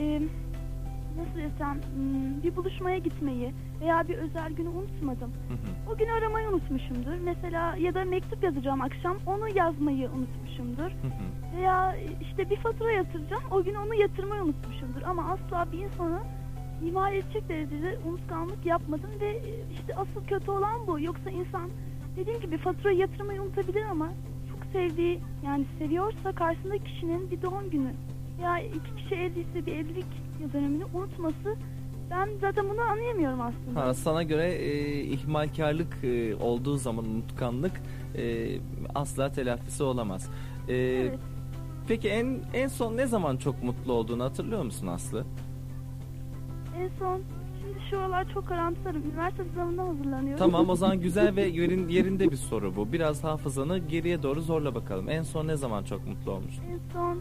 nasıl desem bir buluşmaya gitmeyi veya bir özel günü unutmadım. O günü aramayı unutmuşumdur. Mesela ya da mektup yazacağım akşam onu yazmayı unutmuşumdur. Veya işte bir fatura yatıracağım o gün onu yatırmayı unutmuşumdur. Ama asla bir insana ihmal edecek derecede unutkanlık yapmadım ve işte asıl kötü olan bu. Yoksa insan dediğim gibi faturayı yatırmayı unutabilir ama çok sevdiği yani seviyorsa karşısındaki kişinin bir doğum günü ya iki kişi evliyse bir evlilik dönemini unutması ben zaten bunu anlayamıyorum aslında. Sana göre ihmalkarlık olduğu zaman unutkanlık asla telafisi olamaz. Evet. Peki en son ne zaman çok mutlu olduğunu hatırlıyor musun Aslı? En son şimdi şu aralar çok karamsarım. Üniversite sınavına hazırlanıyorum. Tamam, o zaman güzel ve yerinde bir soru bu. Biraz hafızanı geriye doğru zorla bakalım. En son ne zaman çok mutlu olmuştun? En son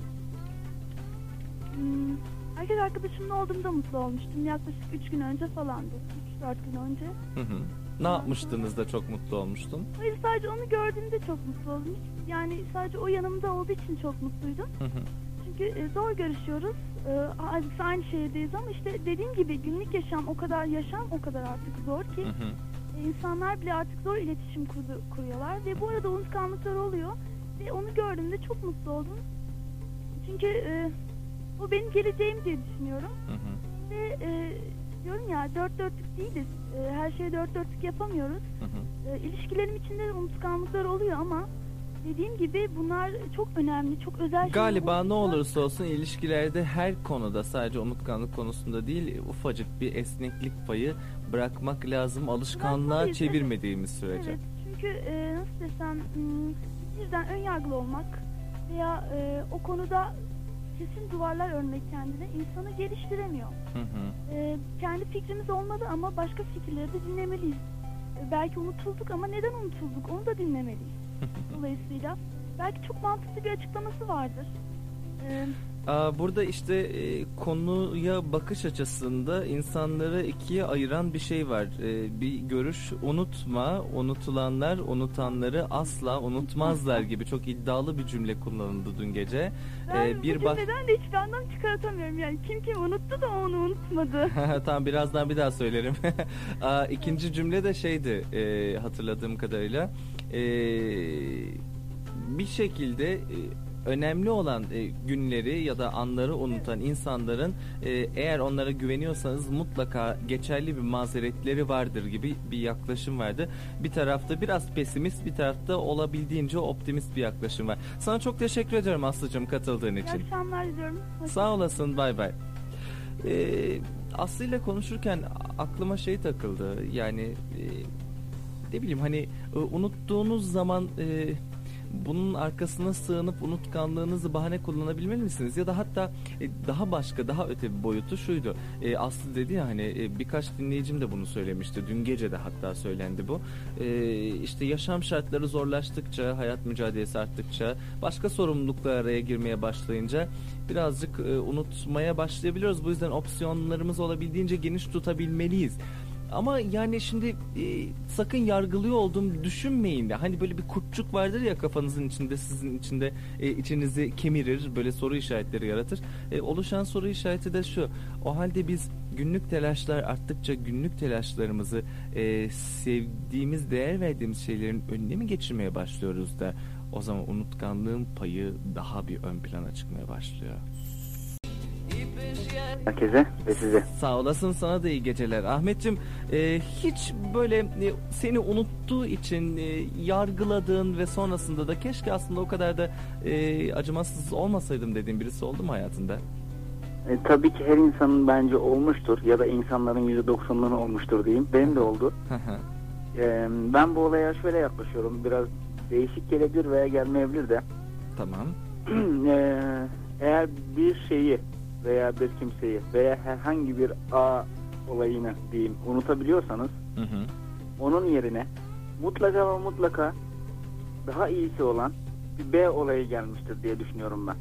erkek arkadaşımla olduğumda mutlu olmuştum. Yaklaşık 3 gün önce falandı. 3-4 gün önce. Ne yapmıştınız da çok mutlu olmuştun? Hayır, sadece onu gördüğümde çok mutlu oldum. Yani sadece o yanımda olduğu için çok mutluydum. Çünkü zor görüşüyoruz. Biz aynı şehirdeyiz ama işte dediğim gibi günlük yaşam o kadar artık zor ki insanlar bile artık zor iletişim kuruyorlar ve bu arada unutkanlıklar oluyor ve onu gördüğümde çok mutlu oldum. Çünkü o benim geleceğim diye düşünüyorum. Ve diyorum ya, dört dörtlük değiliz. Her şeyi dört dörtlük yapamıyoruz. İlişkilerim içinde unutkanlıklar oluyor ama dediğim gibi bunlar çok önemli, çok özel. Galiba ne olursa olsun ilişkilerde her konuda, sadece unutkanlık konusunda değil, ufacık bir esneklik payı bırakmak lazım, alışkanlığa çevirmediğimiz sürece. Evet, çünkü nasıl desem, birden önyargılı olmak veya o konuda kesin duvarlar örmek kendine insanı geliştiremiyor. Kendi fikrimiz olmalı ama başka fikirleri de dinlemeliyiz. Belki unutulduk ama neden unutulduk onu da dinlemeliyiz. Dolayısıyla belki çok mantıklı bir açıklaması vardır. Burada işte konuya bakış açısında insanları ikiye ayıran bir şey var. Bir görüş, unutma, unutulanlar unutanları asla unutmazlar gibi çok iddialı bir cümle kullanıldı dün gece. Ben bu cümleden de hiçbir anlam çıkartamıyorum. Yani kim unuttu da onu unutmadı. Tamam, birazdan bir daha söylerim. İkinci cümle de şeydi, hatırladığım kadarıyla. Bir şekilde önemli olan günleri ya da anları unutan insanların eğer onlara güveniyorsanız mutlaka geçerli bir mazeretleri vardır gibi bir yaklaşım vardı. Bir tarafta biraz pesimist, bir tarafta olabildiğince optimist bir yaklaşım var. Sana çok teşekkür ederim Aslı'cığım katıldığın için. İyi akşamlar diliyorum. Sağ olasın, bay bay. Aslı ile konuşurken aklıma şey takıldı. Yani ne bileyim, hani unuttuğunuz zaman bunun arkasına sığınıp unutkanlığınızı bahane kullanabilmeli misiniz? Ya da hatta daha başka, daha öte bir boyutu şuydu. Aslı dedi ya, hani birkaç dinleyicim de bunu söylemişti. Dün gece de hatta söylendi bu. İşte yaşam şartları zorlaştıkça, hayat mücadelesi arttıkça, başka sorumluluklar araya girmeye başlayınca birazcık unutmaya başlayabiliyoruz. Bu yüzden opsiyonlarımız olabildiğince geniş tutabilmeliyiz. Ama yani şimdi sakın yargılıyor olduğumu düşünmeyin de. Hani böyle bir kurtçuk vardır ya kafanızın içinde, sizin içinde içinizi kemirir, böyle soru işaretleri yaratır. Oluşan soru işareti de şu: o halde biz günlük telaşlar arttıkça günlük telaşlarımızı sevdiğimiz, değer verdiğimiz şeylerin önüne mi geçirmeye başlıyoruz da o zaman unutkanlığın payı daha bir ön plana çıkmaya başlıyor. Herkese ve size. Sağ olasın, sana da iyi geceler. Ahmetciğim, hiç böyle seni unuttuğu için yargıladığın ve sonrasında da keşke aslında o kadar da acımasız olmasaydım dediğin birisi oldu mu hayatında? Tabii ki her insanın bence olmuştur ya da insanların %90'ının olmuştur diyeyim. Benim de oldu. Ben bu olaya şöyle yaklaşıyorum. Biraz değişik gelebilir veya gelmeyebilir de. Tamam. Eğer bir şeyi veya bir kimseyi veya herhangi bir A olayını diyeyim unutabiliyorsanız onun yerine mutlaka ve mutlaka daha iyisi olan bir B olayı gelmiştir diye düşünüyorum ben.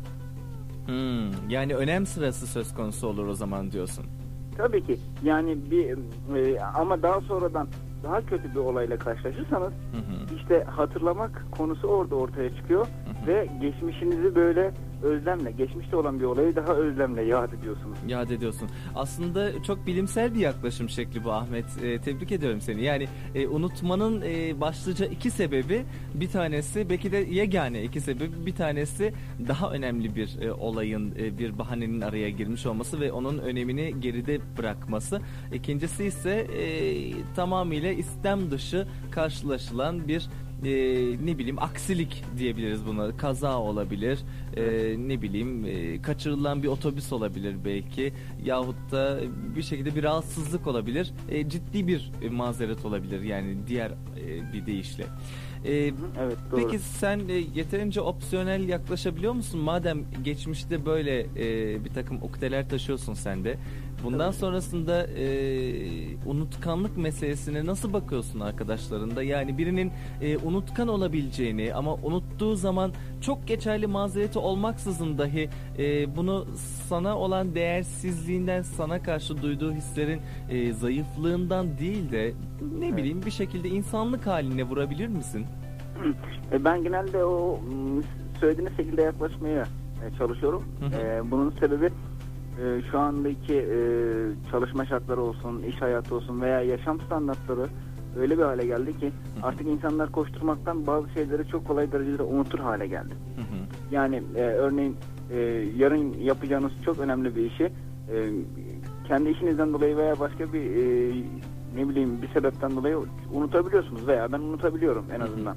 Yani önem sırası söz konusu olur o zaman diyorsun. Tabii ki. Yani ama daha sonradan daha kötü bir olayla karşılaşırsanız işte hatırlamak konusu orada ortaya çıkıyor ve geçmişinizi böyle özlemle, geçmişte olan bir olayı daha özlemle yad ediyorsunuz. Yad ediyorsun. Aslında çok bilimsel bir yaklaşım şekli bu Ahmet. Tebrik ediyorum seni. Yani unutmanın başlıca iki sebebi, bir tanesi belki de yegane iki sebebi, bir tanesi daha önemli bir olayın, bir bahanenin araya girmiş olması ve onun önemini geride bırakması. İkincisi ise tamamıyla istem dışı karşılaşılan bir ne bileyim aksilik diyebiliriz buna. Kaza olabilir, ne bileyim kaçırılan bir otobüs olabilir belki, yahut da bir şekilde bir rahatsızlık olabilir, ciddi bir mazeret olabilir yani diğer bir deyişle. Evet, doğru. Peki sen yeterince opsiyonel yaklaşabiliyor musun? Madem geçmişte böyle bir takım ukdeler taşıyorsun sen de, Bundan sonrasında unutkanlık meselesine nasıl bakıyorsun arkadaşlarında? Yani birinin unutkan olabileceğini ama unuttuğu zaman çok geçerli mazereti olmaksızın dahi bunu sana olan değersizliğinden, sana karşı duyduğu hislerin zayıflığından değil de ne bileyim bir şekilde insanlık haline vurabilir misin? Ben genelde o söylediğiniz şekilde yaklaşmaya çalışıyorum. Bunun sebebi şu andaki çalışma şartları olsun, iş hayatı olsun veya yaşam standartları öyle bir hale geldi ki artık insanlar koşturmaktan bazı şeyleri çok kolay derecede unutur hale geldi. Yani örneğin yarın yapacağınız çok önemli bir işi kendi işinizden dolayı veya başka bir ne bileyim bir sebepten dolayı unutabiliyorsunuz veya ben unutabiliyorum en azından.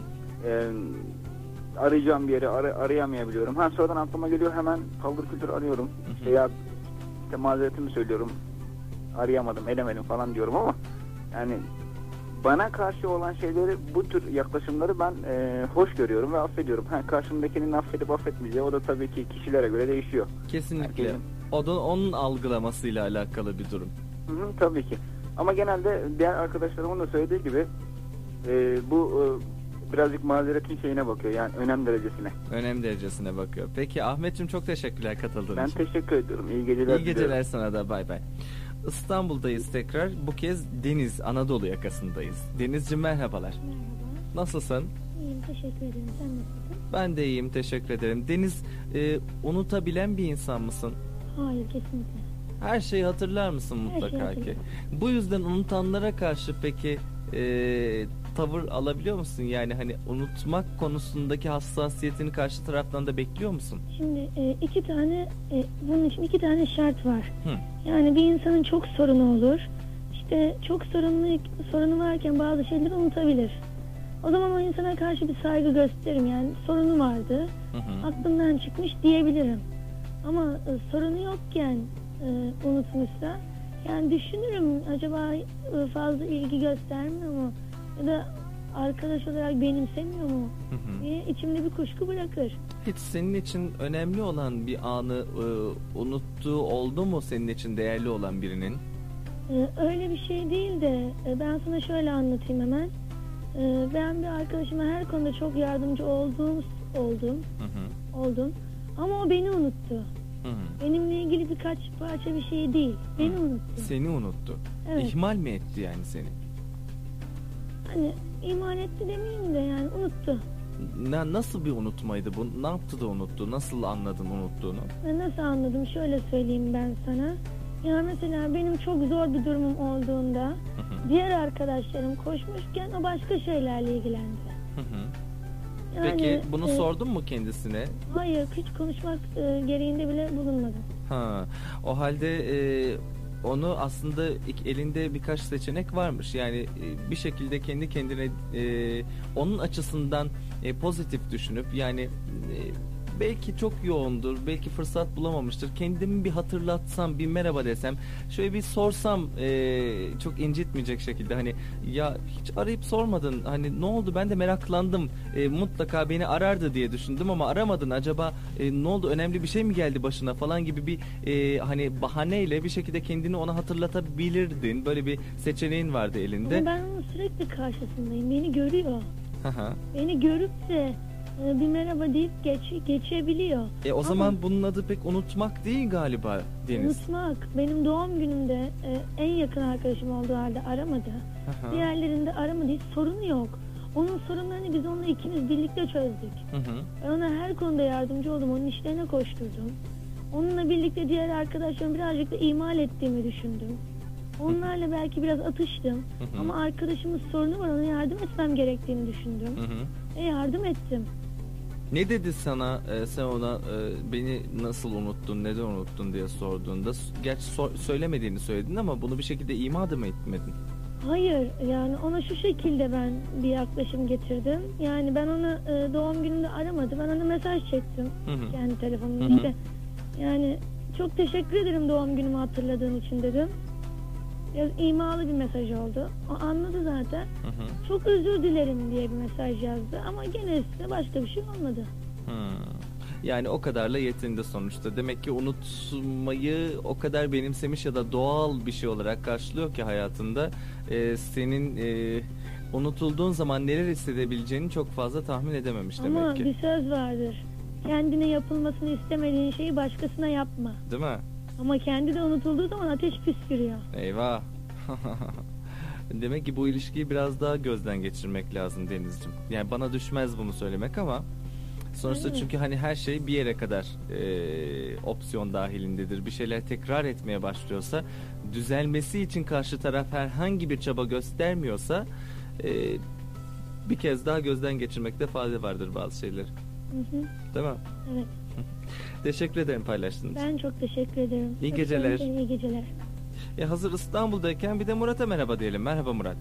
Arayacağım bir yeri arayamayabiliyorum. Sonradan aklıma geliyor, hemen paldır küldür arıyorum. Veya işte mazeretimi söylüyorum. Arayamadım, edemedim falan diyorum ama yani bana karşı olan şeyleri, bu tür yaklaşımları ben hoş görüyorum ve affediyorum. Karşımdakinin affedip affetmeyeceği o da tabii ki kişilere göre değişiyor. Kesinlikle. O da onun algılamasıyla alakalı bir durum. Tabii ki. Ama genelde diğer arkadaşlarımın da söylediği gibi bu birazcık mazeretin şeyine bakıyor, yani önem derecesine. Önem derecesine bakıyor. Peki Ahmetciğim, çok teşekkürler katıldığın için. Ben teşekkür ediyorum. İyi geceler. İyi geceler sana da. Bay bay. İstanbul'dayız tekrar. Bu kez Deniz, Anadolu yakasındayız. Denizciğim merhabalar. Merhaba. Nasılsın? İyiyim, teşekkür ederim. Sen nasılsın? Ben de iyiyim, teşekkür ederim. Deniz, unutabilen bir insan mısın? Hayır, kesinlikle. Her şeyi hatırlar mısın mutlaka ki? Bu yüzden unutanlara karşı peki tavır alabiliyor musun? Yani hani unutmak konusundaki hassasiyetini karşı taraftan da bekliyor musun? Şimdi bunun için iki tane şart var. Yani bir insanın çok sorunu olur. İşte çok sorunu varken bazı şeyleri unutabilir. O zaman o insana karşı bir saygı gösteririm. Yani sorunu vardı, aklımdan çıkmış diyebilirim. Ama sorunu yokken unutmuşsa, yani düşünürüm, acaba fazla ilgi göstermiyor mu? Ya da arkadaş olarak benimsemiyor mu? diye içimde bir kuşku bırakır. Hiç senin için önemli olan bir anı unuttuğu oldu mu, senin için değerli olan birinin? Öyle bir şey değil de ben sana şöyle anlatayım hemen. Ben bir arkadaşıma her konuda çok yardımcı oldum. Ama o beni unuttu. Benimle ilgili birkaç parça bir şey değil. Beni unuttu. Seni unuttu. Evet. İhmal mi etti yani seni? Hani ihmal etti demeyeyim de yani unuttu. Nasıl bir unutmaydı bu? Ne yaptı da unuttu? Nasıl anladın unuttuğunu? Nasıl anladım? Şöyle söyleyeyim ben sana. Ya mesela benim çok zor bir durumum olduğunda diğer arkadaşlarım koşmuşken o başka şeylerle ilgilendi. Yani, peki bunu sordun mu kendisine? Hayır, hiç konuşmak gereğinde bile bulunmadım. O halde onu aslında elinde birkaç seçenek varmış. Yani bir şekilde kendi kendine onun açısından pozitif düşünüp yani belki çok yoğundur, belki fırsat bulamamıştır. Kendimi bir hatırlatsam, bir merhaba desem, şöyle bir sorsam çok incitmeyecek şekilde, hani ya hiç arayıp sormadın, hani ne oldu, ben de meraklandım, mutlaka beni arardı diye düşündüm ama aramadın, acaba ne oldu, önemli bir şey mi geldi başına falan gibi bir hani bahaneyle bir şekilde kendini ona hatırlatabilirdin. Böyle bir seçeneğin vardı elinde. Ama ben onun sürekli karşısındayım, beni görüyor. Beni görüp de bir merhaba deyip geçebiliyor. O zaman bunun adı pek unutmak değil galiba Deniz. Unutmak. Benim doğum günümde en yakın arkadaşım olduğu halde aramadı. Diğerlerinde aramadı. Hiç sorunu yok. Onun sorunlarını biz onunla ikimiz birlikte çözdük. Ben ona her konuda yardımcı oldum. Onun işlerine koşturdum. Onunla birlikte diğer arkadaşlarım birazcık da ihmal ettiğimi düşündüm. Onlarla belki biraz atıştım. Ama arkadaşımın sorunu var, ona yardım etmem gerektiğini düşündüm. Yardım ettim. Ne dedi sana, sen ona beni nasıl unuttun, neden unuttun diye sorduğunda? Gerçi söylemediğini söyledin ama bunu bir şekilde ima da mı etmedin? Hayır, yani ona şu şekilde ben bir yaklaşım getirdim. Yani ben onu doğum gününde aramadı. Ben ona mesaj çektim kendi telefonumda. İşte, yani çok teşekkür ederim doğum günümü hatırladığın için dedim. Biraz imalı bir mesaj oldu. O anladı zaten. Çok özür dilerim diye bir mesaj yazdı. Ama gene üstüne başka bir şey olmadı. Yani o kadarla yetindi sonuçta. Demek ki unutmayı o kadar benimsemiş ya da doğal bir şey olarak karşılıyor ki hayatında. Senin unutulduğun zaman neler hissedebileceğini çok fazla tahmin edememiş demek Ama ki. bir söz vardır. Kendine yapılmasını istemediğin şeyi başkasına yapma. Değil mi? Ama kendi de unutulduğu zaman ateş püskürüyor. Eyvah. Demek ki bu ilişkiyi biraz daha gözden geçirmek lazım Denizciğim. Yani bana düşmez bunu söylemek ama sonuçta çünkü hani her şey bir yere kadar opsiyon dahilindedir. Bir şeyler tekrar etmeye başlıyorsa, düzelmesi için karşı taraf herhangi bir çaba göstermiyorsa bir kez daha gözden geçirmekte fayda vardır bazı şeyleri. Değil mi? Evet. Teşekkür ederim paylaştığınız için. Ben çok teşekkür ederim. İyi geceler. İyi geceler. Hazır İstanbul'dayken bir de Murat'a merhaba diyelim. Merhaba Murat.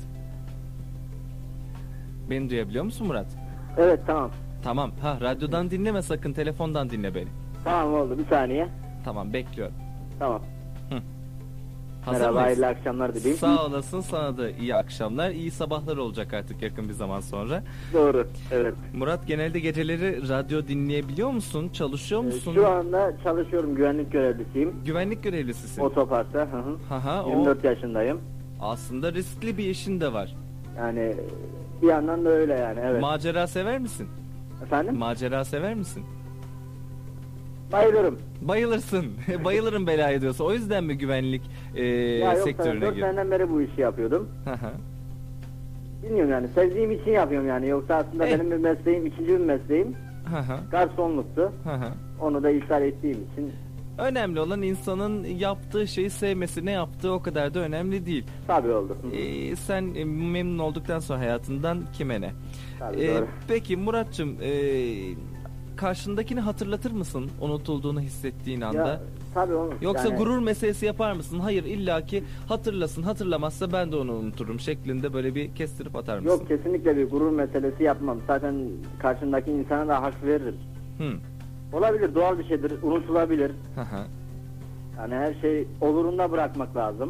Beni duyabiliyor musun Murat? Evet, tamam. Tamam. Radyodan dinleme sakın. Telefondan dinle beni. Tamam, oldu. Bir saniye. Tamam, bekliyorum. Tamam. Hazır Merhaba, mıyız? hayırlı akşamlar dileyim. Sağ olasın, sana da iyi akşamlar. İyi sabahlar olacak artık yakın bir zaman sonra. Doğru, evet. Murat, genelde geceleri radyo dinleyebiliyor musun? Çalışıyor musun? Şu anda çalışıyorum, güvenlik görevlisiyim. Güvenlik görevlisisin. Otoparkta. 24 yaşındayım. Aslında riskli bir işin de var. Yani bir yandan da öyle yani, evet. Macera sever misin? Efendim? Macera sever misin? Bayılırım. Bayılırsın. Bayılırım belaya diyorsa. O yüzden mi güvenlik sektörüne 4 girdin? seneden beri bu işi yapıyordum. Bilmiyorum yani, sevdiğim için yapıyorum yani. Yoksa aslında benim bir mesleğim, ikinci bir mesleğim. Garsonluktu. Onu da ihsal ettiğim için. Önemli olan insanın yaptığı şeyi sevmesi, ne yaptığı o kadar da önemli değil. Tabii oldu. Sen memnun olduktan sonra hayatından kime ne? Doğru. Peki Murat'cığım, karşındakini hatırlatır mısın unutulduğunu hissettiğin anda? Ya, tabii onu. Yoksa yani... gurur meselesi yapar mısın? Hayır, illaki hatırlasın, hatırlamazsa ben de onu unuturum şeklinde böyle bir kestirip atar mısın? Yok, kesinlikle bir gurur meselesi yapmam. Zaten karşındaki insana da hak veririm. Olabilir, doğal bir şeydir, unutulabilir. Yani her şey olurunda bırakmak lazım.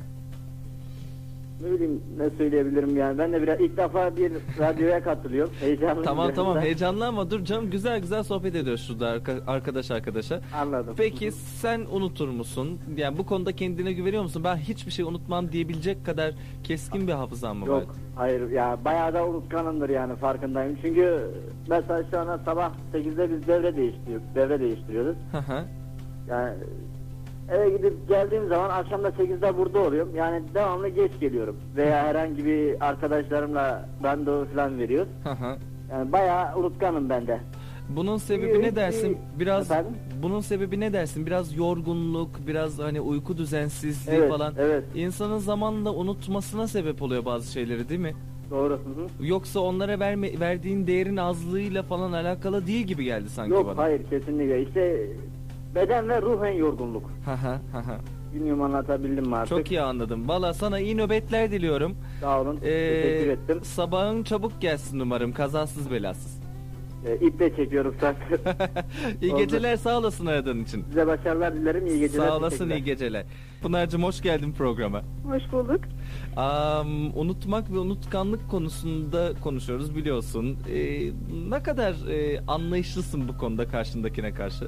Ne bileyim, ne söyleyebilirim yani. Ben de biraz ilk defa bir radyoya katılıyorum. Heyecanlıyım. Tamam heyecanlı ama dur canım, güzel sohbet ediyoruz şurada arkadaşa. Anladım. Peki sen unutur musun? Yani bu konuda kendine güveniyor musun? Ben hiçbir şey unutmam diyebilecek kadar keskin bir hafızam mı var? Yok, hayır ya, bayağı da unutkanımdır yani, farkındayım. Çünkü mesela şu an sabah 8'de biz devre değiştiriyoruz. Yani eve gidip geldiğim zaman akşam da 8'de burada oluyorum. Yani devamlı geç geliyorum. Veya herhangi bir arkadaşlarımla randevu falan veriyoruz. Yani bayağı unutkanım ben de. Bunun sebebi ne dersin? Bunun sebebi ne dersin? Biraz yorgunluk, biraz hani uyku düzensizliği falan. Evet. İnsanın zamanla unutmasına sebep oluyor bazı şeyleri, değil mi? Doğru. Yoksa onlara verdiğin değerin azlığıyla falan alakalı değil gibi geldi sanki bana. Yok, hayır, kesinlikle. İşte beden ve ruhen yorgunluk. Bilmiyorum, anlatabildim mi artık? Çok iyi anladım. Valla sana iyi nöbetler diliyorum. Sağ olun. Teşekkür ettim. Sabahın çabuk gelsin umarım. Kazasız belasız. İple çekiyorum zaten. İyi geceler, sağ olasın aradığın için. Size başarılar dilerim, iyi geceler. Sağ olasın, iyi geceler. Pınar'cığım hoş geldin programa. Hoş bulduk. Unutmak ve unutkanlık konusunda konuşuyoruz biliyorsun. Ne kadar anlayışlısın bu konuda karşındakine karşı?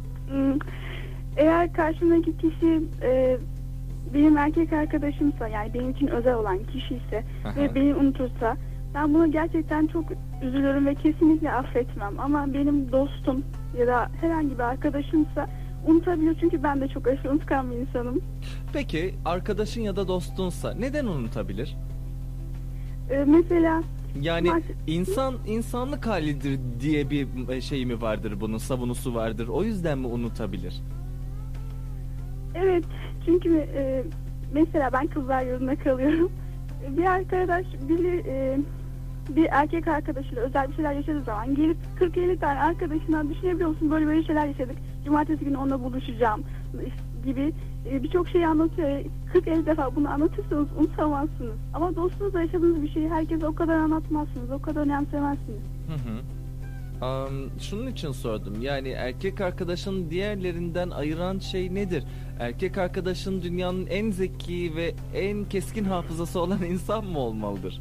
Eğer karşımdaki kişi benim erkek arkadaşımsa, yani benim için özel olan kişi ise ve beni unutursa, ben buna gerçekten çok üzülürüm ve kesinlikle affetmem. Ama benim dostum ya da herhangi bir arkadaşımsa unutabilir, çünkü ben de çok aşırı unutkan bir insanım. Peki arkadaşın ya da neden unutabilir? Mesela yani insanlık halidir diye bir şey mi vardır, bunun savunusu vardır, o yüzden mi unutabilir? Evet, çünkü mesela ben kızlar yurdunda kalıyorum. Bir arkadaş bir erkek arkadaşıyla özel bir şeyler yaşadığı zaman gelip 40-50 tane arkadaşından düşünebiliyor musun, böyle şeyler yaşadık, cumartesi günü onunla buluşacağım gibi birçok şey anlatıyor. 40-50 defa bunu anlatırsanız unutamazsınız. Ama dostunuzla yaşadığınız bir şeyi herkese o kadar anlatmazsınız, o kadar önemsemezsiniz. Şunun için sordum. Yani erkek arkadaşın diğerlerinden ayıran şey nedir? Erkek arkadaşın dünyanın en zeki ve en keskin hafızası olan insan mı olmalıdır?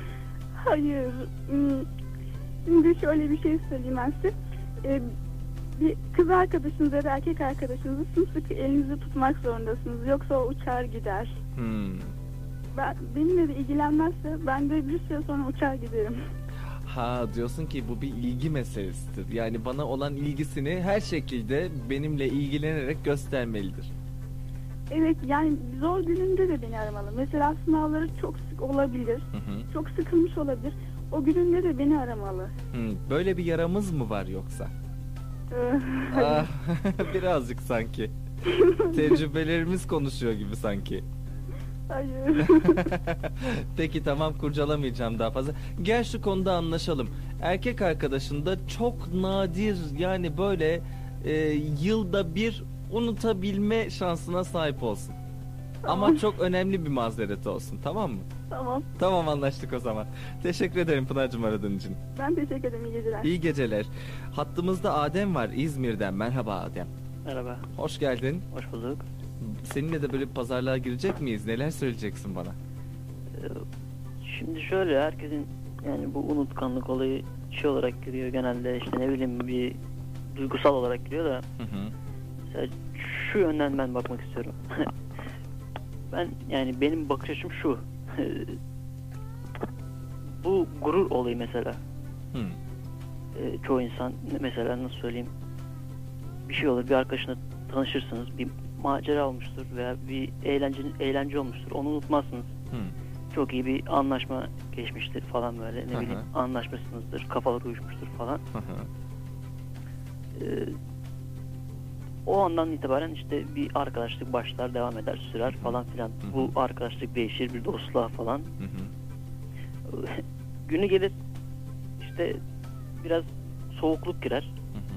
Hayır. Şimdi şöyle bir şey söyleyeyim ben size. bir kız arkadaşınız ya da erkek arkadaşınızı sımsıkı elinizi tutmak zorundasınız. Yoksa o uçar gider. Benimle de ilgilenmezse ben de bir süre sonra uçar giderim. Ha, diyorsun ki bu bir ilgi meselesidir. Yani bana olan ilgisini her şekilde benimle ilgilenerek göstermelidir. Evet, yani zor gününde de beni aramalı. Mesela sınavları çok sık olabilir. Çok sıkılmış olabilir. O gününde de beni aramalı. Böyle bir yaramız mı var yoksa? Birazcık sanki. Tecrübelerimiz konuşuyor gibi sanki. Hayır. Peki tamam, kurcalamayacağım daha fazla. Gel şu konuda anlaşalım. Erkek arkadaşında çok nadir, yani böyle yılda bir unutabilme şansına sahip olsun. Tamam. Ama çok önemli bir mazeret olsun, tamam mı? Tamam. Tamam, anlaştık o zaman. Teşekkür ederim Pınar'cığım aradığın için. Ben teşekkür ederim. İyi geceler. İyi geceler. Hattımızda Adem var İzmir'den. Merhaba Adem. Merhaba. Hoş geldin. Hoş bulduk. Seninle de böyle bir pazarlığa girecek miyiz? Neler söyleyeceksin bana? Şimdi şöyle, herkesin yani bu unutkanlık olayı şey olarak giriyor genelde, işte ne bileyim bir duygusal olarak giriyor da mesela şu yönden ben bakmak istiyorum. Ben yani benim bakış açım şu. Bu gurur olayı mesela. Çoğu insan mesela nasıl söyleyeyim, bir şey olur, bir arkadaşına tanışırsınız, bir macera olmuştur veya bir eğlence olmuştur, onu unutmazsınız. Çok iyi bir anlaşma geçmiştir falan, böyle ne bileyim anlaşmışsınızdır, kafalar uyuşmuştur falan. O andan itibaren işte bir arkadaşlık başlar, devam eder, sürer falan filan. Bu arkadaşlık değişir, bir dostluğa falan. Günü gelir işte biraz soğukluk girer.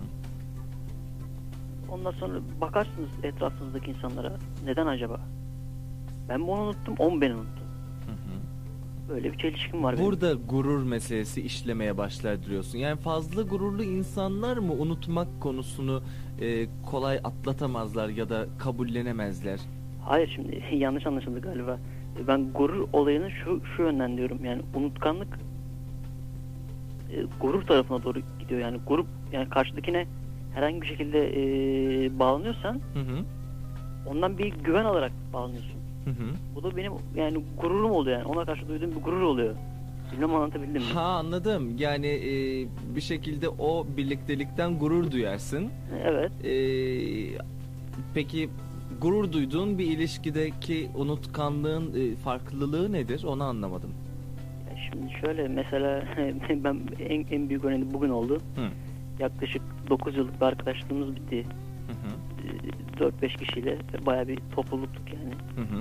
Ondan sonra bakarsınız etrafınızdaki insanlara, neden acaba? Ben mi onu unuttum, o mu beni unuttu? Böyle bir çelişkim var. Burada benim gurur meselesi işlemeye başlar diyorsun. Yani fazla gururlu insanlar mı unutmak konusunu kolay atlatamazlar ya da kabullenemezler? Hayır, şimdi yanlış anlaşıldı galiba. Ben gurur olayını şu yönden diyorum. Yani unutkanlık gurur tarafına doğru gidiyor. Yani gurur, yani karşıdakine herhangi bir şekilde bağlanıyorsan ondan bir güven alarak bağlanıyorsun. Bu da benim yani gururum oluyor, yani ona karşı duyduğum bir gurur oluyor. Bilmem anlatabildim mi? Ha, anladım. Yani bir şekilde o birliktelikten gurur duyarsın. Evet. Peki gurur duyduğun bir ilişkideki unutkanlığın farklılığı nedir? Onu anlamadım. Ya şimdi şöyle, mesela ben en büyük örneği bugün oldu. Yaklaşık 9 yıllık bir arkadaşlığımız bitti. 4-5 kişiyle bayağı bir topluluktuk yani.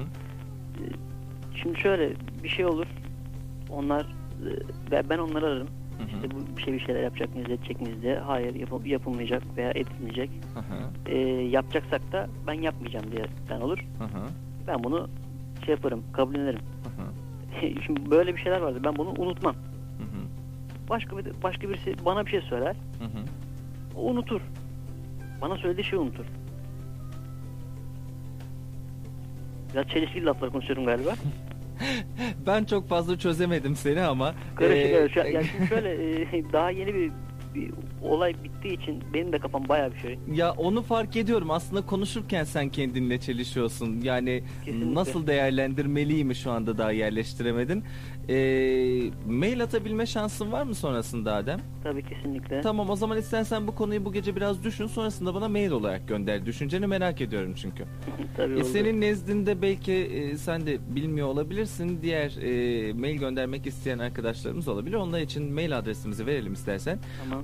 Şimdi şöyle bir şey olur, onlar ve ben onları ararım. İşte bir şeyler yapacak mıyız, edecek miyiz diye. Hayır, yapılmayacak veya edilmeyecek. Yapacaksak da ben yapmayacağım diye olur. Ben bunu şey yaparım, kabullenirim. Şimdi böyle bir şeyler vardır, ben bunu unutmam. Başka birisi bana bir şey söyler. O unutur. Bana söylediği şeyi unutur. Biraz çelişkili laflar konuşuyorum galiba. Ben çok fazla çözemedim seni ama. Karışık. Yani şöyle daha yeni bir olay bittiği için benim de kafam bayağı bir şey. Ya onu fark ediyorum. Aslında konuşurken sen kendinle çelişiyorsun. Yani kesinlikle. Nasıl değerlendirmeliyim şu anda daha yerleştiremedin. Mail atabilme şansın var mı sonrasında Adem? Tabii, kesinlikle. Tamam, o zaman istersen bu konuyu bu gece biraz düşün. Sonrasında bana mail olarak gönder. Düşünceni merak ediyorum çünkü. Tabii senin nezdinde belki sen de bilmiyor olabilirsin. Diğer mail göndermek isteyen arkadaşlarımız olabilir. Onlar için mail adresimizi verelim istersen. Tamam.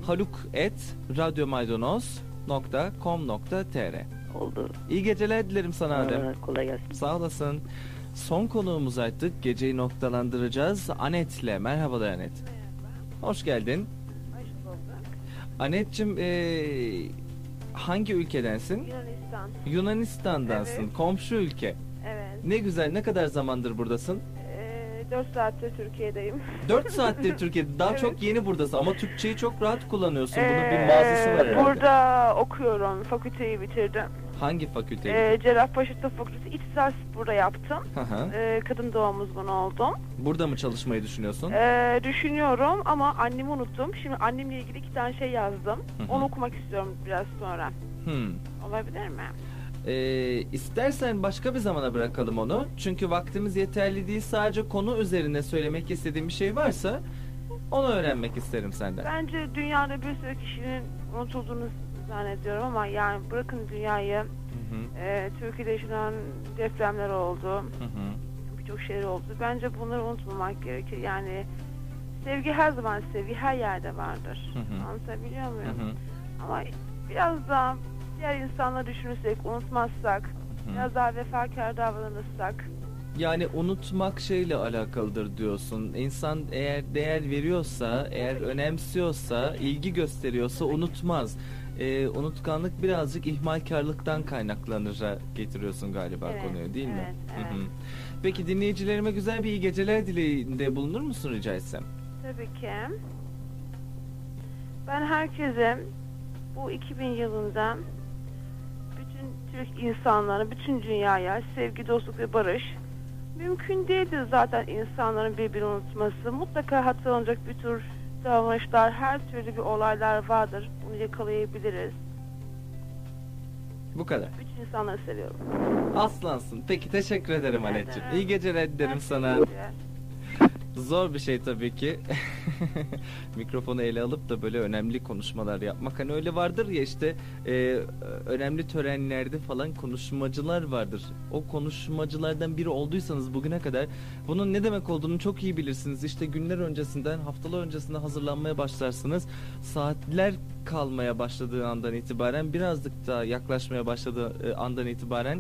haluk@radyomaydanoz.com.tr. Oldu. İyi geceler dilerim sana Adem. Kolay gelsin. Sağ olasın. Son konuğumuz artık. Geceyi noktalandıracağız. Anet'le. Merhabalar Anet. Merhaba. Hoş geldin. Hoş bulduk. Anet'cim hangi ülkedensin? Yunanistan. Yunanistan'dansın. Evet. Komşu ülke. Evet. Ne güzel. Ne kadar zamandır buradasın? 4 saattir Türkiye'deyim. 4 saattir Türkiye'de. Daha evet. Çok yeni buradasın ama Türkçeyi çok rahat kullanıyorsun. Bunun bir mazisi var herhalde. Burada okuyorum. Fakülteyi bitirdim. Hangi fakülteydi? Cerrahpaşa Tıp Fakültesi İçsel Spor'da yaptım. Kadın doğum uzmanı oldum. Burada mı çalışmayı düşünüyorsun? Düşünüyorum ama annemi unuttum. Şimdi annemle ilgili 2 tane şey yazdım. Onu okumak istiyorum biraz sonra. Olabilir mi? İstersen başka bir zamana bırakalım onu. Çünkü vaktimiz yeterli değil. Sadece konu üzerine söylemek istediğim bir şey varsa onu öğrenmek isterim senden. Bence dünyada bir sürü kişinin unutulduğunu zannediyorum ama yani bırakın dünyayı. Türkiye'de yaşanan depremler oldu. Birçok şey oldu. Bence bunları unutmamak gerekir. Yani sevgi her zaman sevgi her yerde vardır. Anlatabiliyor muyum? Ama biraz daha diğer insanları düşünürsek, unutmazsak, biraz daha vefakar davranırsak. Yani unutmak şeyle alakalıdır diyorsun. İnsan eğer değer veriyorsa, eğer önemsiyorsa, ilgi gösteriyorsa unutmaz. Unutkanlık birazcık ihmalkarlıktan kaynaklanır'a getiriyorsun galiba konuyu, değil mi? Evet. Peki dinleyicilerime güzel bir iyi geceler dileğinde bulunur musun rica etsem? Tabii ki. Ben herkese bu 2000 yılında bütün Türk insanlarına, bütün dünyaya sevgi, dostluk ve barış. Mümkün değildir zaten insanların birbirini unutması. Mutlaka hatırlanacak bir tür davranışlar, her türlü bir olaylar vardır. Bunu yakalayabiliriz. Bu kadar. Bütün insanları seviyorum. Aslansın. Peki teşekkür ederim Aletciğim. İyi geceler dilerim sana. Zor bir şey tabii ki. Mikrofonu ele alıp da böyle önemli konuşmalar yapmak. Hani öyle vardır ya işte önemli törenlerde falan konuşmacılar vardır. O konuşmacılardan biri olduysanız bugüne kadar bunun ne demek olduğunu çok iyi bilirsiniz. İşte günler öncesinden, haftalar öncesinden hazırlanmaya başlarsınız. Saatler kalmaya başladığı andan itibaren, birazcık daha yaklaşmaya başladığı andan itibaren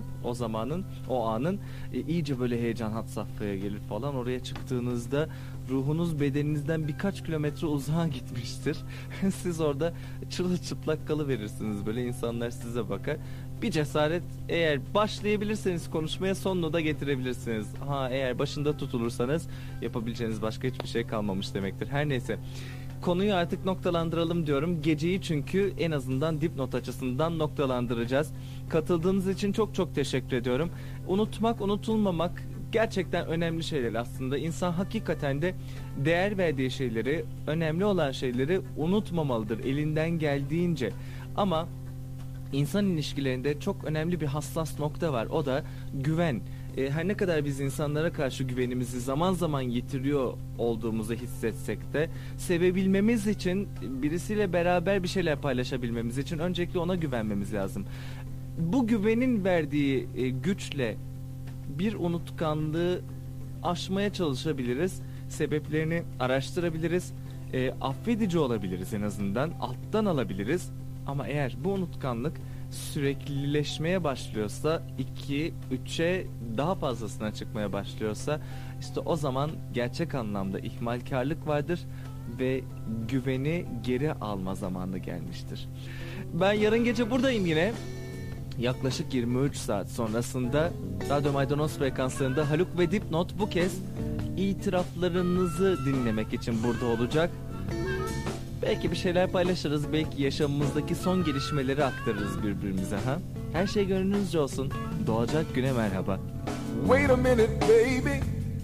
o anın iyice böyle heyecan had safhaya gelir falan. Oraya çıktığınızda ruhunuz bedeninizden birkaç kilometre uzağa gitmiştir. Siz orada çırılçıplak kalıverirsiniz, böyle insanlar size bakar. Bir cesaret, eğer başlayabilirseniz konuşmaya sonunu da getirebilirsiniz. Eğer başında tutulursanız yapabileceğiniz başka hiçbir şey kalmamış demektir. Her neyse. Konuyu artık noktalandıralım diyorum. Geceyi çünkü en azından dipnot açısından noktalandıracağız. Katıldığınız için çok çok teşekkür ediyorum. Unutmak, unutulmamak gerçekten önemli şeyler aslında. İnsan hakikaten de değer verdiği şeyleri, önemli olan şeyleri unutmamalıdır elinden geldiğince. Ama insan ilişkilerinde çok önemli bir hassas nokta var. O da güven. Her ne kadar biz insanlara karşı güvenimizi zaman zaman yitiriyor olduğumuzu hissetsek de, sevebilmemiz için, birisiyle beraber bir şeyler paylaşabilmemiz için öncelikle ona güvenmemiz lazım. Bu güvenin verdiği güçle bir unutkanlığı aşmaya çalışabiliriz. Sebeplerini araştırabiliriz. Affedici olabiliriz en azından. Alttan alabiliriz. Ama eğer bu unutkanlık süreklileşmeye başlıyorsa, 2, 3'e daha fazlasına çıkmaya başlıyorsa, işte o zaman gerçek anlamda ihmalkarlık vardır ve güveni geri alma zamanı gelmiştir. Ben yarın gece buradayım yine. Yaklaşık 23 saat sonrasında Radyo Maydanoz frekanslarında Haluk ve Dipnot bu kez itiraflarınızı dinlemek için burada olacak. Belki bir şeyler paylaşırız, belki yaşamımızdaki son gelişmeleri aktarırız birbirimize. Her şey gönlünüzce olsun. Doğacak güne merhaba. Wait a minute baby.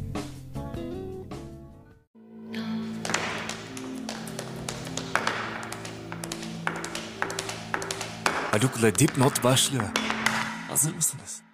Haluk'la Dipnot başlıyor. Hazır mısınız?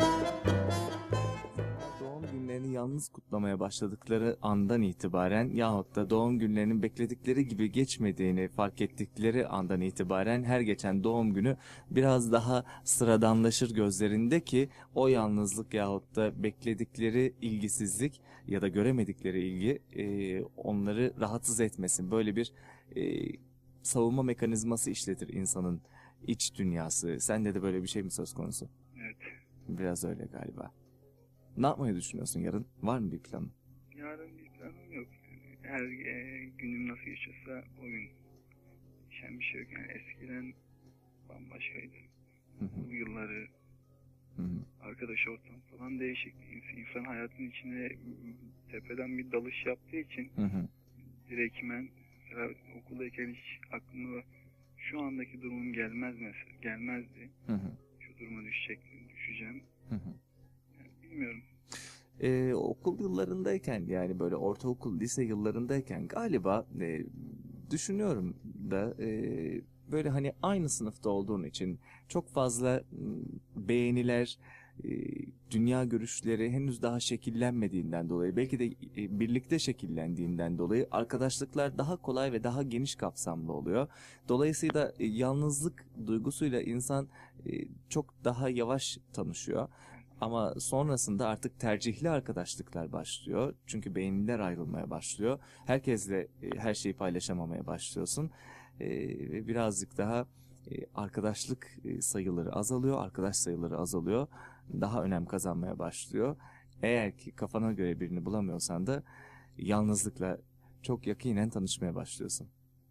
Doğum günlerini yalnız kutlamaya başladıkları andan itibaren yahut da doğum günlerinin bekledikleri gibi geçmediğini fark ettikleri andan itibaren her geçen doğum günü biraz daha sıradanlaşır gözlerinde ki o yalnızlık yahut da bekledikleri ilgisizlik ya da göremedikleri ilgi onları rahatsız etmesin. Böyle bir savunma mekanizması işletir insanın iç dünyası. Sende de böyle bir şey mi söz konusu? Evet. Biraz öyle galiba. Ne yapmayı düşünüyorsun yarın? Var mı bir planın? Yarın bir planım yok. Her günüm nasıl geçiyorsa o gün değişen bir şey yok. Yani eskiden bambaşkaydı. Bu yılları arkadaş ortam falan değişikti. İnsan hayatın içine tepeden bir dalış yaptığı için direktmen mesela okuldayken hiç aklıma şu andaki durumum gelmezdi. Şu duruma düşeceğim. Yani bilmiyorum. Okul yıllarındayken, yani böyle ortaokul, lise yıllarındayken galiba düşünüyorum da böyle hani aynı sınıfta olduğun için çok fazla beğeniler, dünya görüşleri henüz daha şekillenmediğinden dolayı, belki de birlikte şekillendiğinden dolayı arkadaşlıklar daha kolay ve daha geniş kapsamlı oluyor. Dolayısıyla yalnızlık duygusuyla insan çok daha yavaş tanışıyor. Ama sonrasında artık tercihli arkadaşlıklar başlıyor. Çünkü beğeniler ayrılmaya başlıyor. Herkesle her şeyi paylaşamamaya başlıyorsun. Ve birazcık daha arkadaşlık sayıları azalıyor, arkadaş sayıları azalıyor. Daha önem kazanmaya başlıyor. Eğer ki kafana göre birini bulamıyorsan da yalnızlıkla çok yakinen tanışmaya başlıyorsun.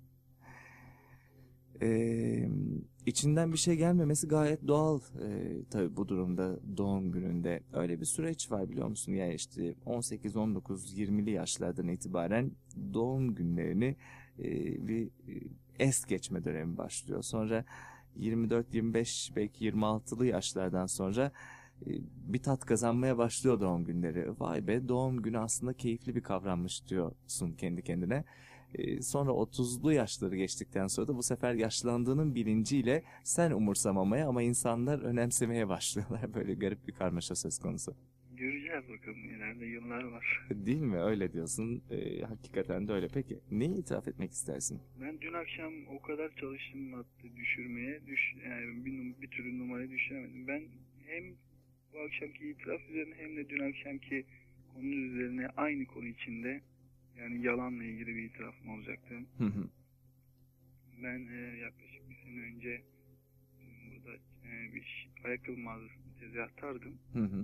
İçinden bir şey gelmemesi gayet doğal. Tabii bu durumda doğum gününde öyle bir süreç var, biliyor musun? Yani işte 18, 19, 20'li yaşlardan itibaren doğum günlerini bir es geçme dönemi başlıyor. Sonra 24, 25, belki 26'lı yaşlardan sonra bir tat kazanmaya başlıyor doğum günleri. Vay be, doğum günü aslında keyifli bir kavrammış diyorsun kendi kendine. Sonra 30'lu yaşları geçtikten sonra da bu sefer yaşlandığının bilinciyle sen umursamamaya ama insanlar önemsemeye başlıyorlar. Böyle garip bir karmaşa söz konusu. Göreceğiz bakalım, ileride yıllar var. Değil mi? Öyle diyorsun. Hakikaten de öyle. Peki neyi itiraf etmek istersin? Ben dün akşam o kadar çalıştım madde düşürmeye. Yani bir türlü numarayı düşüremedim. Ben hem bu akşamki itiraf üzerine hem de dün akşamki konu üzerine aynı konu içinde, yani yalanla ilgili bir itirafım olacaktı. Ben yaklaşık bir sene önce burada bir ayakkabı mağazasında tezgahtardım.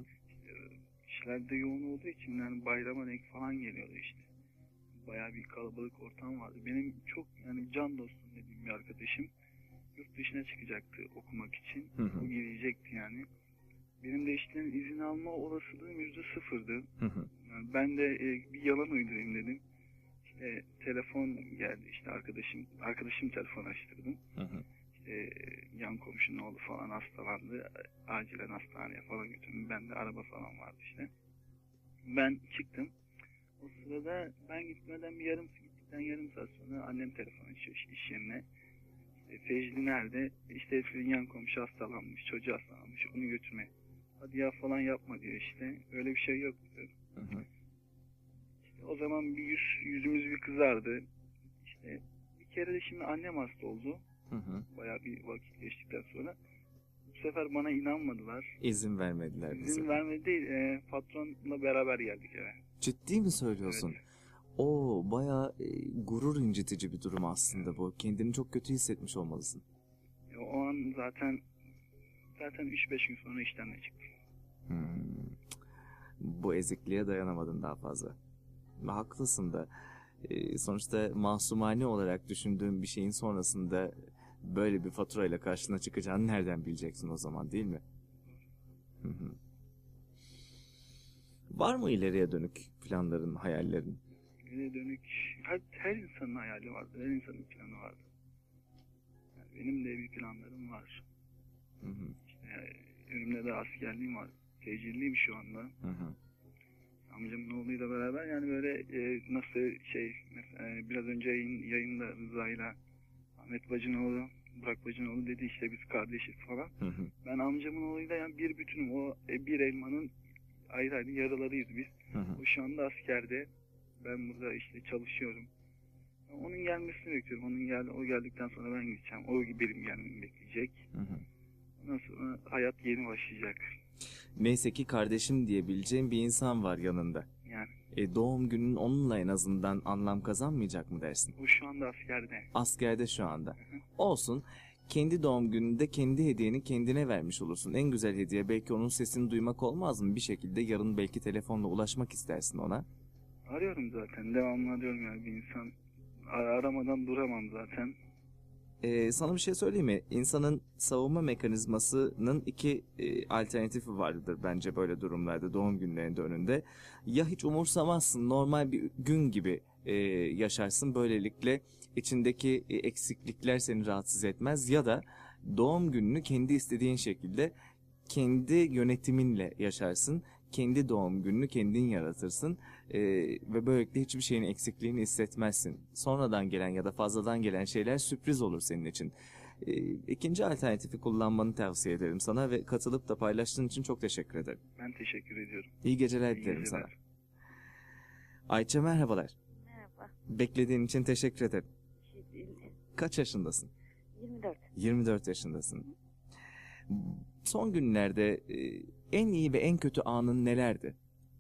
İşlerde yoğun olduğu için yani bayrama denk falan geliyordu işte. Bayağı bir kalabalık ortam vardı. Benim çok yani can dostum dediğim bir arkadaşım yurt dışına çıkacaktı okumak için. O gidecekti yani. Benim de işten izin alma olasılığım %0'dı. Yani ben de bir yalan uydurayım dedim. İşte telefon geldi, işte arkadaşım telefon açtırdım. İşte yan komşunun oğlu falan hastalandı. Acilen hastaneye falan götürdüm. Ben de araba falan vardı işte. Ben çıktım. O sırada ben gitmeden gittikten yarım saat sonra annem telefon açıyor iş yerine. Fecli nerede? İşte yan komşu hastalanmış, çocuğu hastalanmış, onu götürme. Hadi ya falan yapma diyor işte. Öyle bir şey yok diyor. İşte o zaman yüzümüz bir kızardı. İşte bir kere de şimdi annem hasta oldu. Bayağı bir vakit geçtikten sonra. Bu sefer bana inanmadılar. İzin vermediler bize. İzin vermedi değil. Patronla beraber geldik eve. Ciddi mi söylüyorsun? Evet. O bayağı gurur incitici bir durum aslında bu. Kendini çok kötü hissetmiş olmalısın. O an zaten 3-5 gün sonra işten de çıktım. Bu ezikliğe dayanamadın daha fazla. Haklısın da. Sonuçta masumane olarak düşündüğün bir şeyin sonrasında böyle bir faturayla karşına çıkacağını nereden bileceksin o zaman, değil mi? Var mı ileriye dönük planların, hayallerin? İleriye dönük her insanın hayali vardır, her insanın planı vardır. Yani benim de bir planlarım var. İşte önümde de askerliğim var. Tecilliyim şu anda. Amcamın oğluyla beraber yani böyle nasıl mesela biraz önce yayında Rıza'yla Ahmet Bacınoğlu, Burak Bacınoğlu dedi işte biz kardeşiz falan. Ben amcamın oğluyla yani bir bütünüm. O bir elmanın ayrı ayrı yarılarıyız biz. O şu anda askerde. Ben burada işte çalışıyorum. Onun gelmesini bekliyorum. O geldikten sonra ben gideceğim. O benim gelmemi bekleyecek. Ondan sonra hayat yeni başlayacak. Neyse ki kardeşim diyebileceğim bir insan var yanında. Yani. Doğum günün onunla en azından anlam kazanmayacak mı dersin? O şu anda askerde. Askerde şu anda. Olsun. Kendi doğum gününde kendi hediyeni kendine vermiş olursun. En güzel hediye belki onun sesini duymak olmaz mı? Bir şekilde yarın belki telefonla ulaşmak istersin ona. Arıyorum zaten. Devamlı arıyorum yani bir insan. Aramadan duramam zaten. Sana bir şey söyleyeyim mi? İnsanın savunma mekanizmasının iki alternatifi vardır bence böyle durumlarda, doğum günlerinde önünde. Ya hiç umursamazsın, normal bir gün gibi yaşarsın. Böylelikle içindeki eksiklikler seni rahatsız etmez. Ya da doğum gününü kendi istediğin şekilde kendi yönetiminle yaşarsın. Kendi doğum gününü kendin yaratırsın ve böylelikle hiçbir şeyin eksikliğini hissetmezsin. Sonradan gelen ya da fazladan gelen şeyler sürpriz olur senin için. İkinci alternatifi kullanmanı tavsiye ederim sana ve katılıp da paylaştığın için çok teşekkür ederim. Ben teşekkür ediyorum. İyi geceler dilerim sana. Ayça merhabalar. Merhaba. Beklediğin için teşekkür ederim. Değil. Kaç yaşındasın? 24. 24 yaşındasın. Son günlerde en iyi ve en kötü anın nelerdi?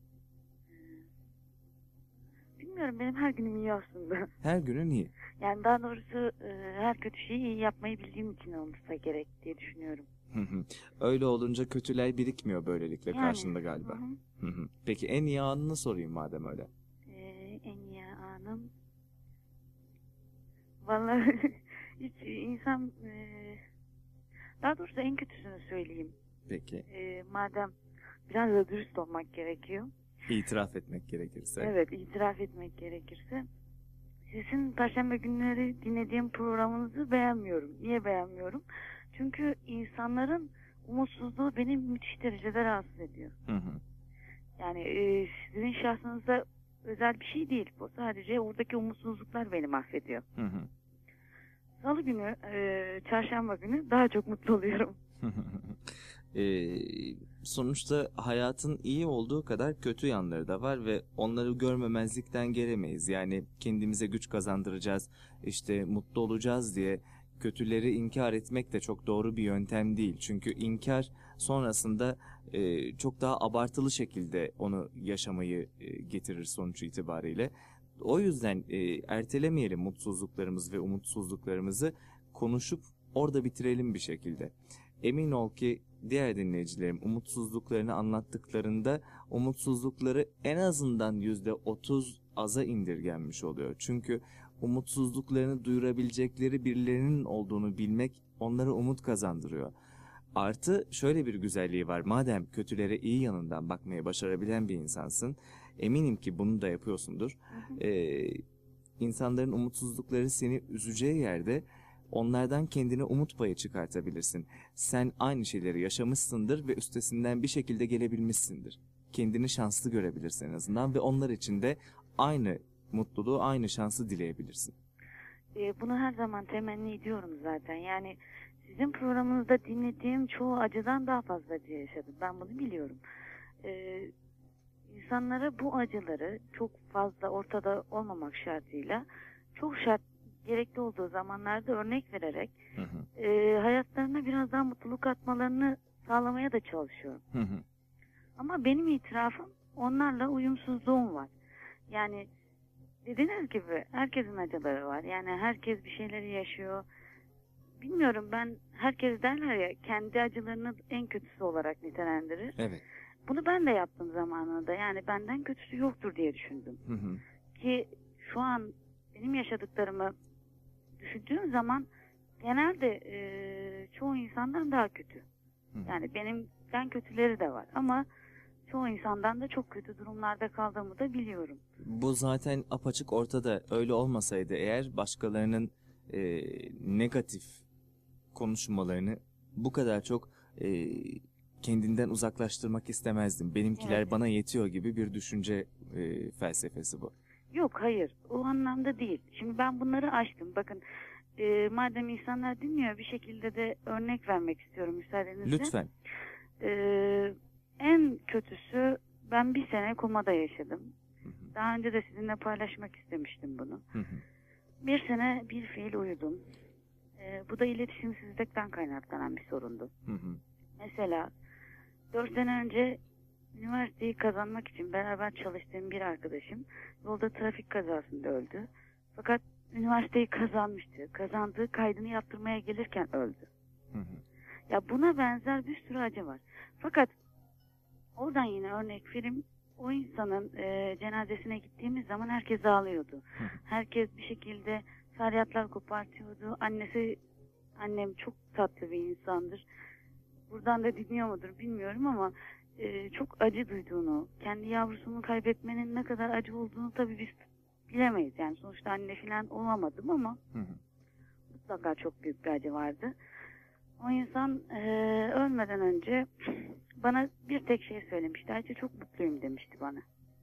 Bilmiyorum, benim her günüm iyi aslında. Her günün iyi. Yani daha doğrusu her kötü şeyi iyi yapmayı bildiğim için olmasa gerek diye düşünüyorum. Öyle olunca kötüler birikmiyor böylelikle Yani, karşında galiba. Peki en iyi anını sorayım madem öyle. En iyi anım... Vallahi hiç insan... Daha doğrusu en kötüsünü söyleyeyim. Peki. Madem biraz da dürüst olmak gerekiyor. İtiraf etmek gerekirse. Evet, itiraf etmek gerekirse. Sizin Perşembe günleri dinlediğim programınızı beğenmiyorum. Niye beğenmiyorum? Çünkü insanların umutsuzluğu beni müthiş derecede rahatsız ediyor. Yani sizin şahsınızda özel bir şey değil bu. Sadece oradaki umutsuzluklar beni mahvediyor. Salı günü, çarşamba günü daha çok mutlu oluyorum. Sonuçta hayatın iyi olduğu kadar kötü yanları da var ve onları görmemezlikten gelemeyiz. Yani kendimize güç kazandıracağız, işte mutlu olacağız diye kötüleri inkar etmek de çok doğru bir yöntem değil. Çünkü inkar sonrasında çok daha abartılı şekilde onu yaşamayı getirir sonuç itibariyle. O yüzden ertelemeyelim mutsuzluklarımız ve umutsuzluklarımızı, konuşup orada bitirelim bir şekilde. Emin ol ki diğer dinleyicilerim umutsuzluklarını anlattıklarında umutsuzlukları en azından %30 aza indirgenmiş oluyor. Çünkü umutsuzluklarını duyurabilecekleri birilerinin olduğunu bilmek onlara umut kazandırıyor. Artı şöyle bir güzelliği var. Madem kötülere iyi yanından bakmaya başarabilen bir insansın, eminim ki bunu da yapıyorsundur. İnsanların umutsuzlukları seni üzeceği yerde onlardan kendine umut payı çıkartabilirsin. Sen aynı şeyleri yaşamışsındır ve üstesinden bir şekilde gelebilmişsindir. Kendini şanslı görebilirsin en azından ve onlar için de aynı mutluluğu, aynı şansı dileyebilirsin. Bunu her zaman temenni ediyorum zaten. Yani sizin programınızda dinlediğim çoğu acıdan daha fazla acı yaşadım. Ben bunu biliyorum. İnsanlara bu acıları çok fazla ortada olmamak şartıyla çok gerekli olduğu zamanlarda örnek vererek hayatlarına biraz daha mutluluk katmalarını sağlamaya da çalışıyorum. Ama benim itirafım, onlarla uyumsuzluğum var. Yani dediğiniz gibi herkesin acıları var. Yani herkes bir şeyleri yaşıyor. Bilmiyorum, ben herkes derler ya kendi acılarını en kötüsü olarak nitelendirir. Evet. Bunu ben de yaptım zamanında. Yani benden kötüsü yoktur diye düşündüm. Ki şu an benim yaşadıklarımı düşündüğüm zaman genelde çoğu insandan daha kötü. Yani benimden kötüleri de var ama çoğu insandan da çok kötü durumlarda kaldığımı da biliyorum. Bu zaten apaçık ortada. Öyle olmasaydı eğer başkalarının negatif konuşmalarını bu kadar çok kendinden uzaklaştırmak istemezdim. Benimkiler bana yetiyor gibi bir düşünce felsefesi bu. Yok, hayır, o anlamda değil. Şimdi ben bunları aştım. Bakın madem insanlar dinliyor, bir şekilde de örnek vermek istiyorum müsaadenizle. Lütfen. En kötüsü, ben bir sene komada yaşadım. Daha önce de sizinle paylaşmak istemiştim bunu. Bir sene bir fiil uyudum. Bu da iletişimsizlikten kaynaklanan bir sorundu. Mesela 4 sene önce üniversiteyi kazanmak için beraber çalıştığım bir arkadaşım yolda trafik kazasında öldü. Fakat üniversiteyi kazanmıştı. Kazandığı kaydını yaptırmaya gelirken öldü. Ya buna benzer bir sürü acı var. Fakat oradan yine örnek vereyim. O insanın cenazesine gittiğimiz zaman herkes ağlıyordu. Herkes bir şekilde feryatlar kopartıyordu. Annem çok tatlı bir insandır. Buradan da dinliyor mudur bilmiyorum ama çok acı duyduğunu, kendi yavrusunu kaybetmenin ne kadar acı olduğunu tabii biz bilemeyiz. Yani sonuçta anne falan olamadım ama mutlaka çok büyük bir acı vardı. O insan ölmeden önce bana bir tek şey söylemişti. Ayça çok mutluyum demişti bana.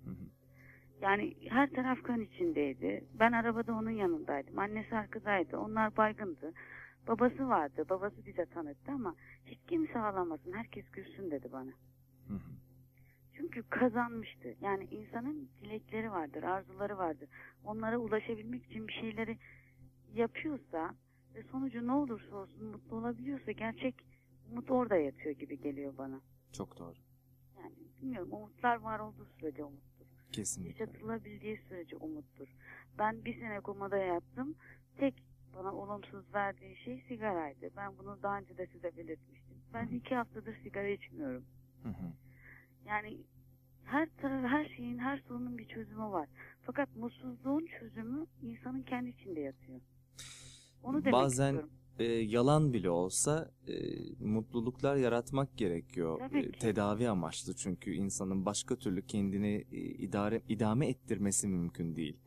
Yani her taraf kan içindeydi. Ben arabada onun yanındaydım. Annesi arkadaydı. Onlar baygındı. Babası vardı. Babası bize tanıttı ama hiç kimse ağlamasın. Herkes gülsün dedi bana. Çünkü kazanmıştı. Yani insanın dilekleri vardır, arzuları vardır. Onlara ulaşabilmek için bir şeyleri yapıyorsa ve sonucu ne olursa olsun mutlu olabiliyorsa gerçek umut orada yatıyor gibi geliyor bana. Çok doğru. Yani bilmiyorum, umutlar var olduğu sürece umuttur. Kesinlikle. Yaşatılabildiği sürece umuttur. Ben bir sene komada yattım. Tek bana olumsuz verdiği şey sigaraydı. Ben bunu daha önce de size belirtmiştim. Ben 2 haftadır sigara içmiyorum. Yani her şeyin, her sorunun bir çözümü var. Fakat mutsuzluğun çözümü insanın kendi içinde yatıyor. Onu demek bazen istiyorum. Yalan bile olsa mutluluklar yaratmak gerekiyor. Tabii ki. Tedavi amaçlı, çünkü insanın başka türlü kendini idame ettirmesi mümkün değil.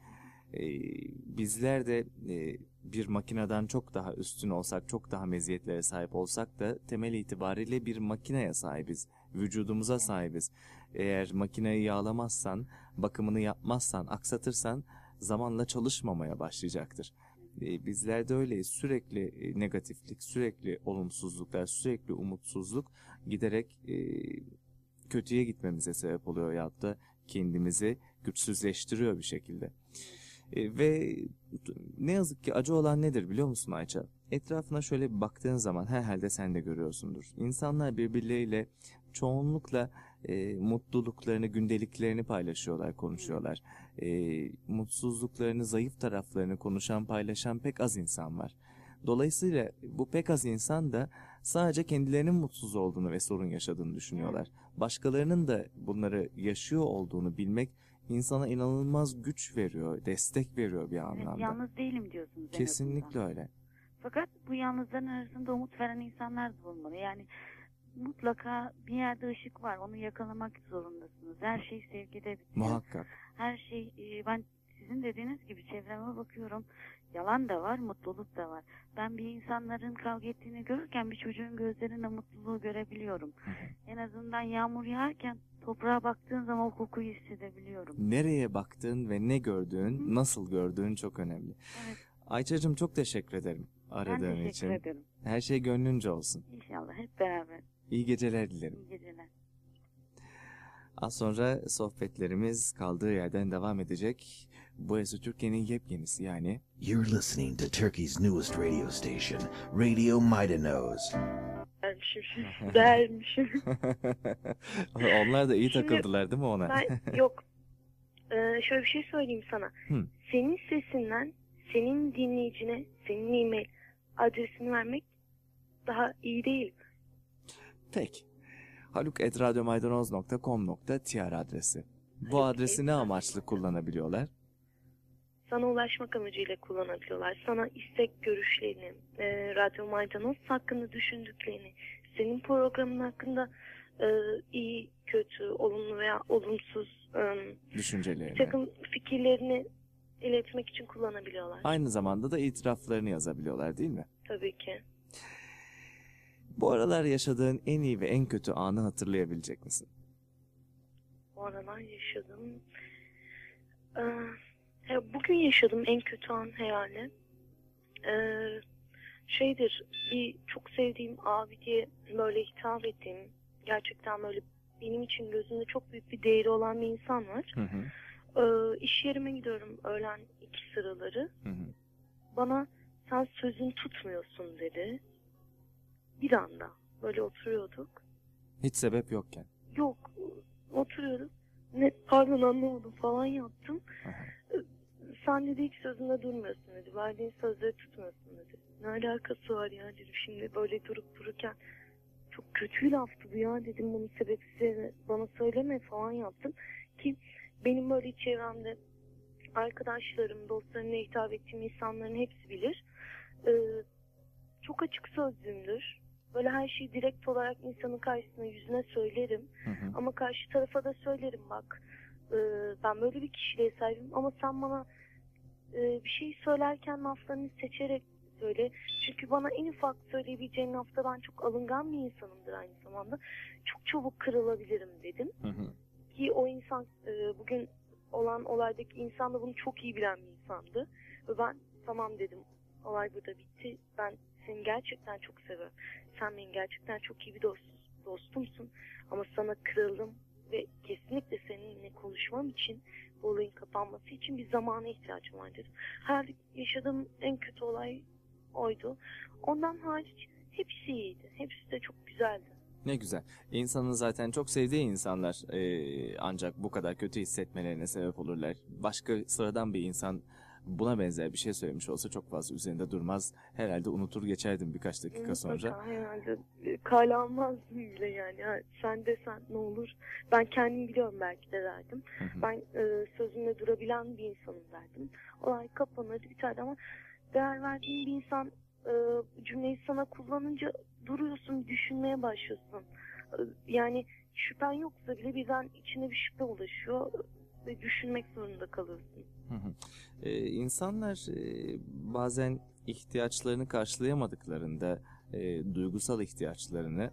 Bizler de bir makineden çok daha üstün olsak, çok daha meziyetlere sahip olsak da temel itibariyle bir makineye sahibiz. Vücudumuza sahibiz. Eğer makineyi yağlamazsan, bakımını yapmazsan, aksatırsan zamanla çalışmamaya başlayacaktır. Bizler de öyleyiz. Sürekli negatiflik, sürekli olumsuzluklar, sürekli umutsuzluk giderek kötüye gitmemize sebep oluyor ya da kendimizi güçsüzleştiriyor bir şekilde. Ve ne yazık ki acı olan nedir biliyor musun Ayça? Etrafına şöyle bir baktığın zaman herhalde sen de görüyorsundur. İnsanlar birbirleriyle çoğunlukla mutluluklarını, gündeliklerini paylaşıyorlar, konuşuyorlar. Mutsuzluklarını, zayıf taraflarını konuşan, paylaşan pek az insan var. Dolayısıyla bu pek az insan da sadece kendilerinin mutsuz olduğunu ve sorun yaşadığını düşünüyorlar. Başkalarının da bunları yaşıyor olduğunu bilmek insana inanılmaz güç veriyor, destek veriyor bir anlamda. Evet, yalnız değilim diyorsunuz. Kesinlikle öyle. Fakat bu yalnızların arasında umut veren insanlar da olmalı. Yani mutlaka bir yerde ışık var. Onu yakalamak zorundasınız. Her şey sevgide bitiyor. Muhakkak. Her şey, ben sizin dediğiniz gibi çevreme bakıyorum. Yalan da var, mutluluk da var. Ben bir insanların kavga ettiğini görürken bir çocuğun gözlerinde mutluluğu görebiliyorum. En azından yağmur yağarken toprağa baktığın zaman o kokuyu hissedebiliyorum. Nereye baktığın ve ne gördüğün, nasıl gördüğün çok önemli. Evet. Ayça'cığım çok teşekkür ederim aradığın için. Ben teşekkür ederim. Her şey gönlünce olsun. İnşallah hep beraber. İyi geceler dilerim. İyi geceler. Az sonra sohbetlerimiz kaldığı yerden devam edecek. Burası Türkiye'nin yepyenisi yani. You're listening to Turkey's newest radio station, Radio Maydanoz. Dermişim. Onlar da iyi takıldılar değil mi ona? Yok. Şöyle bir şey söyleyeyim sana. Senin sesinden senin dinleyicine senin e-mail adresini vermek daha iyi değil. Peki. haluk@radyomaydanoz.com.tr adresi. Bu adresi ne amaçlı kullanabiliyorlar? Sana ulaşmak amacıyla kullanabiliyorlar. Sana istek görüşlerini, Radyo Maydanoz hakkında düşündüklerini, senin programın hakkında iyi, kötü, olumlu veya olumsuz düşüncelerini, bir takım fikirlerini iletmek için kullanabiliyorlar. Aynı zamanda da itiraflarını yazabiliyorlar değil mi? Tabii ki. Bu aralar yaşadığın en iyi ve en kötü anı hatırlayabilecek misin? Bu aralar yaşadım. Bugün yaşadım en kötü an herhalde. Bir çok sevdiğim abi diye böyle hitap ettiğim, gerçekten böyle benim için gözümde çok büyük bir değeri olan bir insan var. İş yerime gidiyorum öğlen 2 sıraları. Bana sen sözünü tutmuyorsun dedi. Bir anda böyle oturuyorduk. Hiç sebep yokken. Yok, oturuyorduk. Pardon anlamadım falan yaptım. Sen dedi hiç sözünde durmuyorsun dedi. Verdiğin sözleri tutmuyorsun dedi. Ne alakası var ya dedim. Şimdi böyle durup dururken çok kötü laftı bu ya dedim. Bunun sebepsiz bana söyleme falan yaptım. Ki benim böyle çevremde arkadaşlarım, dostlarımla hitap ettiğim insanların hepsi bilir. Çok açık sözlüyümdür. Böyle her şeyi direkt olarak insanın karşısına yüzüne söylerim. Ama karşı tarafa da söylerim bak. Ben böyle bir kişiliğe sahibim ama sen bana bir şey söylerken laflarını seçerek söyle. Çünkü bana en ufak söyleyebileceğin lafta ben çok alıngan bir insanımdır aynı zamanda. Çok çabuk kırılabilirim dedim. Ki o insan bugün olan olaydaki insan da bunu çok iyi bilen bir insandı. Ve ben tamam dedim, olay burada bitti. Ben seni gerçekten çok seviyorum. Sen benim gerçekten çok iyi bir dostumsun. Ama sana kırıldım ve kesinlikle seninle konuşmam için, bu olayın kapanması için bir zamana ihtiyacım var dedim. Herhalde yaşadığım en kötü olay oydu. Ondan hariç hepsi iyiydi. Hepsi de çok güzeldi. Ne güzel. İnsanın zaten çok sevdiği insanlar ancak bu kadar kötü hissetmelerine sebep olurlar. Başka sıradan bir insan buna benzer bir şey söylemiş olsa çok fazla üzerinde durmaz. Herhalde unutur geçerdim birkaç dakika sonra. Herhalde kale almazdım bile yani. Ha, sen desen ne olur. Ben kendim biliyorum belki de derdim. Ben sözümle durabilen bir insanım derdim. Olay kapanırdı biterdi ama değer verdiğin bir insan cümleyi sana kullanınca duruyorsun, düşünmeye başlıyorsun. Yani şüphen yoksa bile birden içine bir şüphe ulaşıyor ve düşünmek zorunda kalıyorsun. İnsanlar bazen ihtiyaçlarını karşılayamadıklarında duygusal ihtiyaçlarını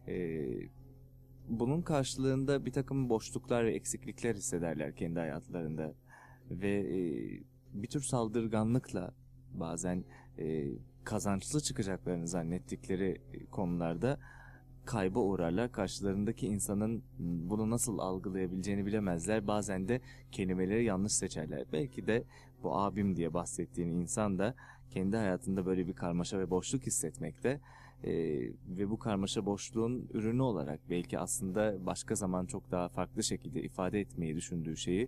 bunun karşılığında bir takım boşluklar ve eksiklikler hissederler kendi hayatlarında ve bir tür saldırganlıkla bazen kazançlı çıkacaklarını zannettikleri konularda kayba uğrarlar. Karşılarındaki insanın bunu nasıl algılayabileceğini bilemezler. Bazen de kelimeleri yanlış seçerler. Belki de bu abim diye bahsettiğin insan da kendi hayatında böyle bir karmaşa ve boşluk hissetmekte. Ve bu karmaşa boşluğun ürünü olarak belki aslında başka zaman çok daha farklı şekilde ifade etmeyi düşündüğü şeyi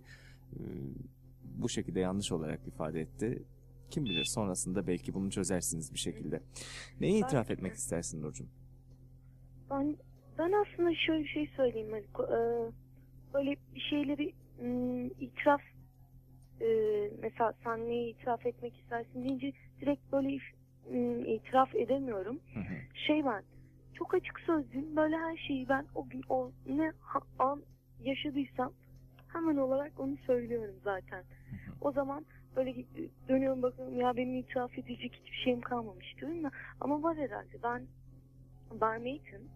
bu şekilde yanlış olarak ifade etti. Kim bilir, sonrasında belki bunu çözersiniz bir şekilde. Neyi itiraf etmek istersin Nurcuğum? Ben aslında şöyle bir şey söyleyeyim Haluk. Böyle bir şeyleri itiraf mesela sen neyi itiraf etmek istersin deyince direkt böyle itiraf edemiyorum. Şey, ben çok açık sözlüyüm. Böyle her şeyi ben o gün ne an yaşadıysam hemen olarak onu söylüyorum zaten. O zaman böyle dönüyorum bakıyorum, ya benim itiraf edecek hiçbir şeyim kalmamış diyorum da, ama var herhalde. Ben barmaid'im.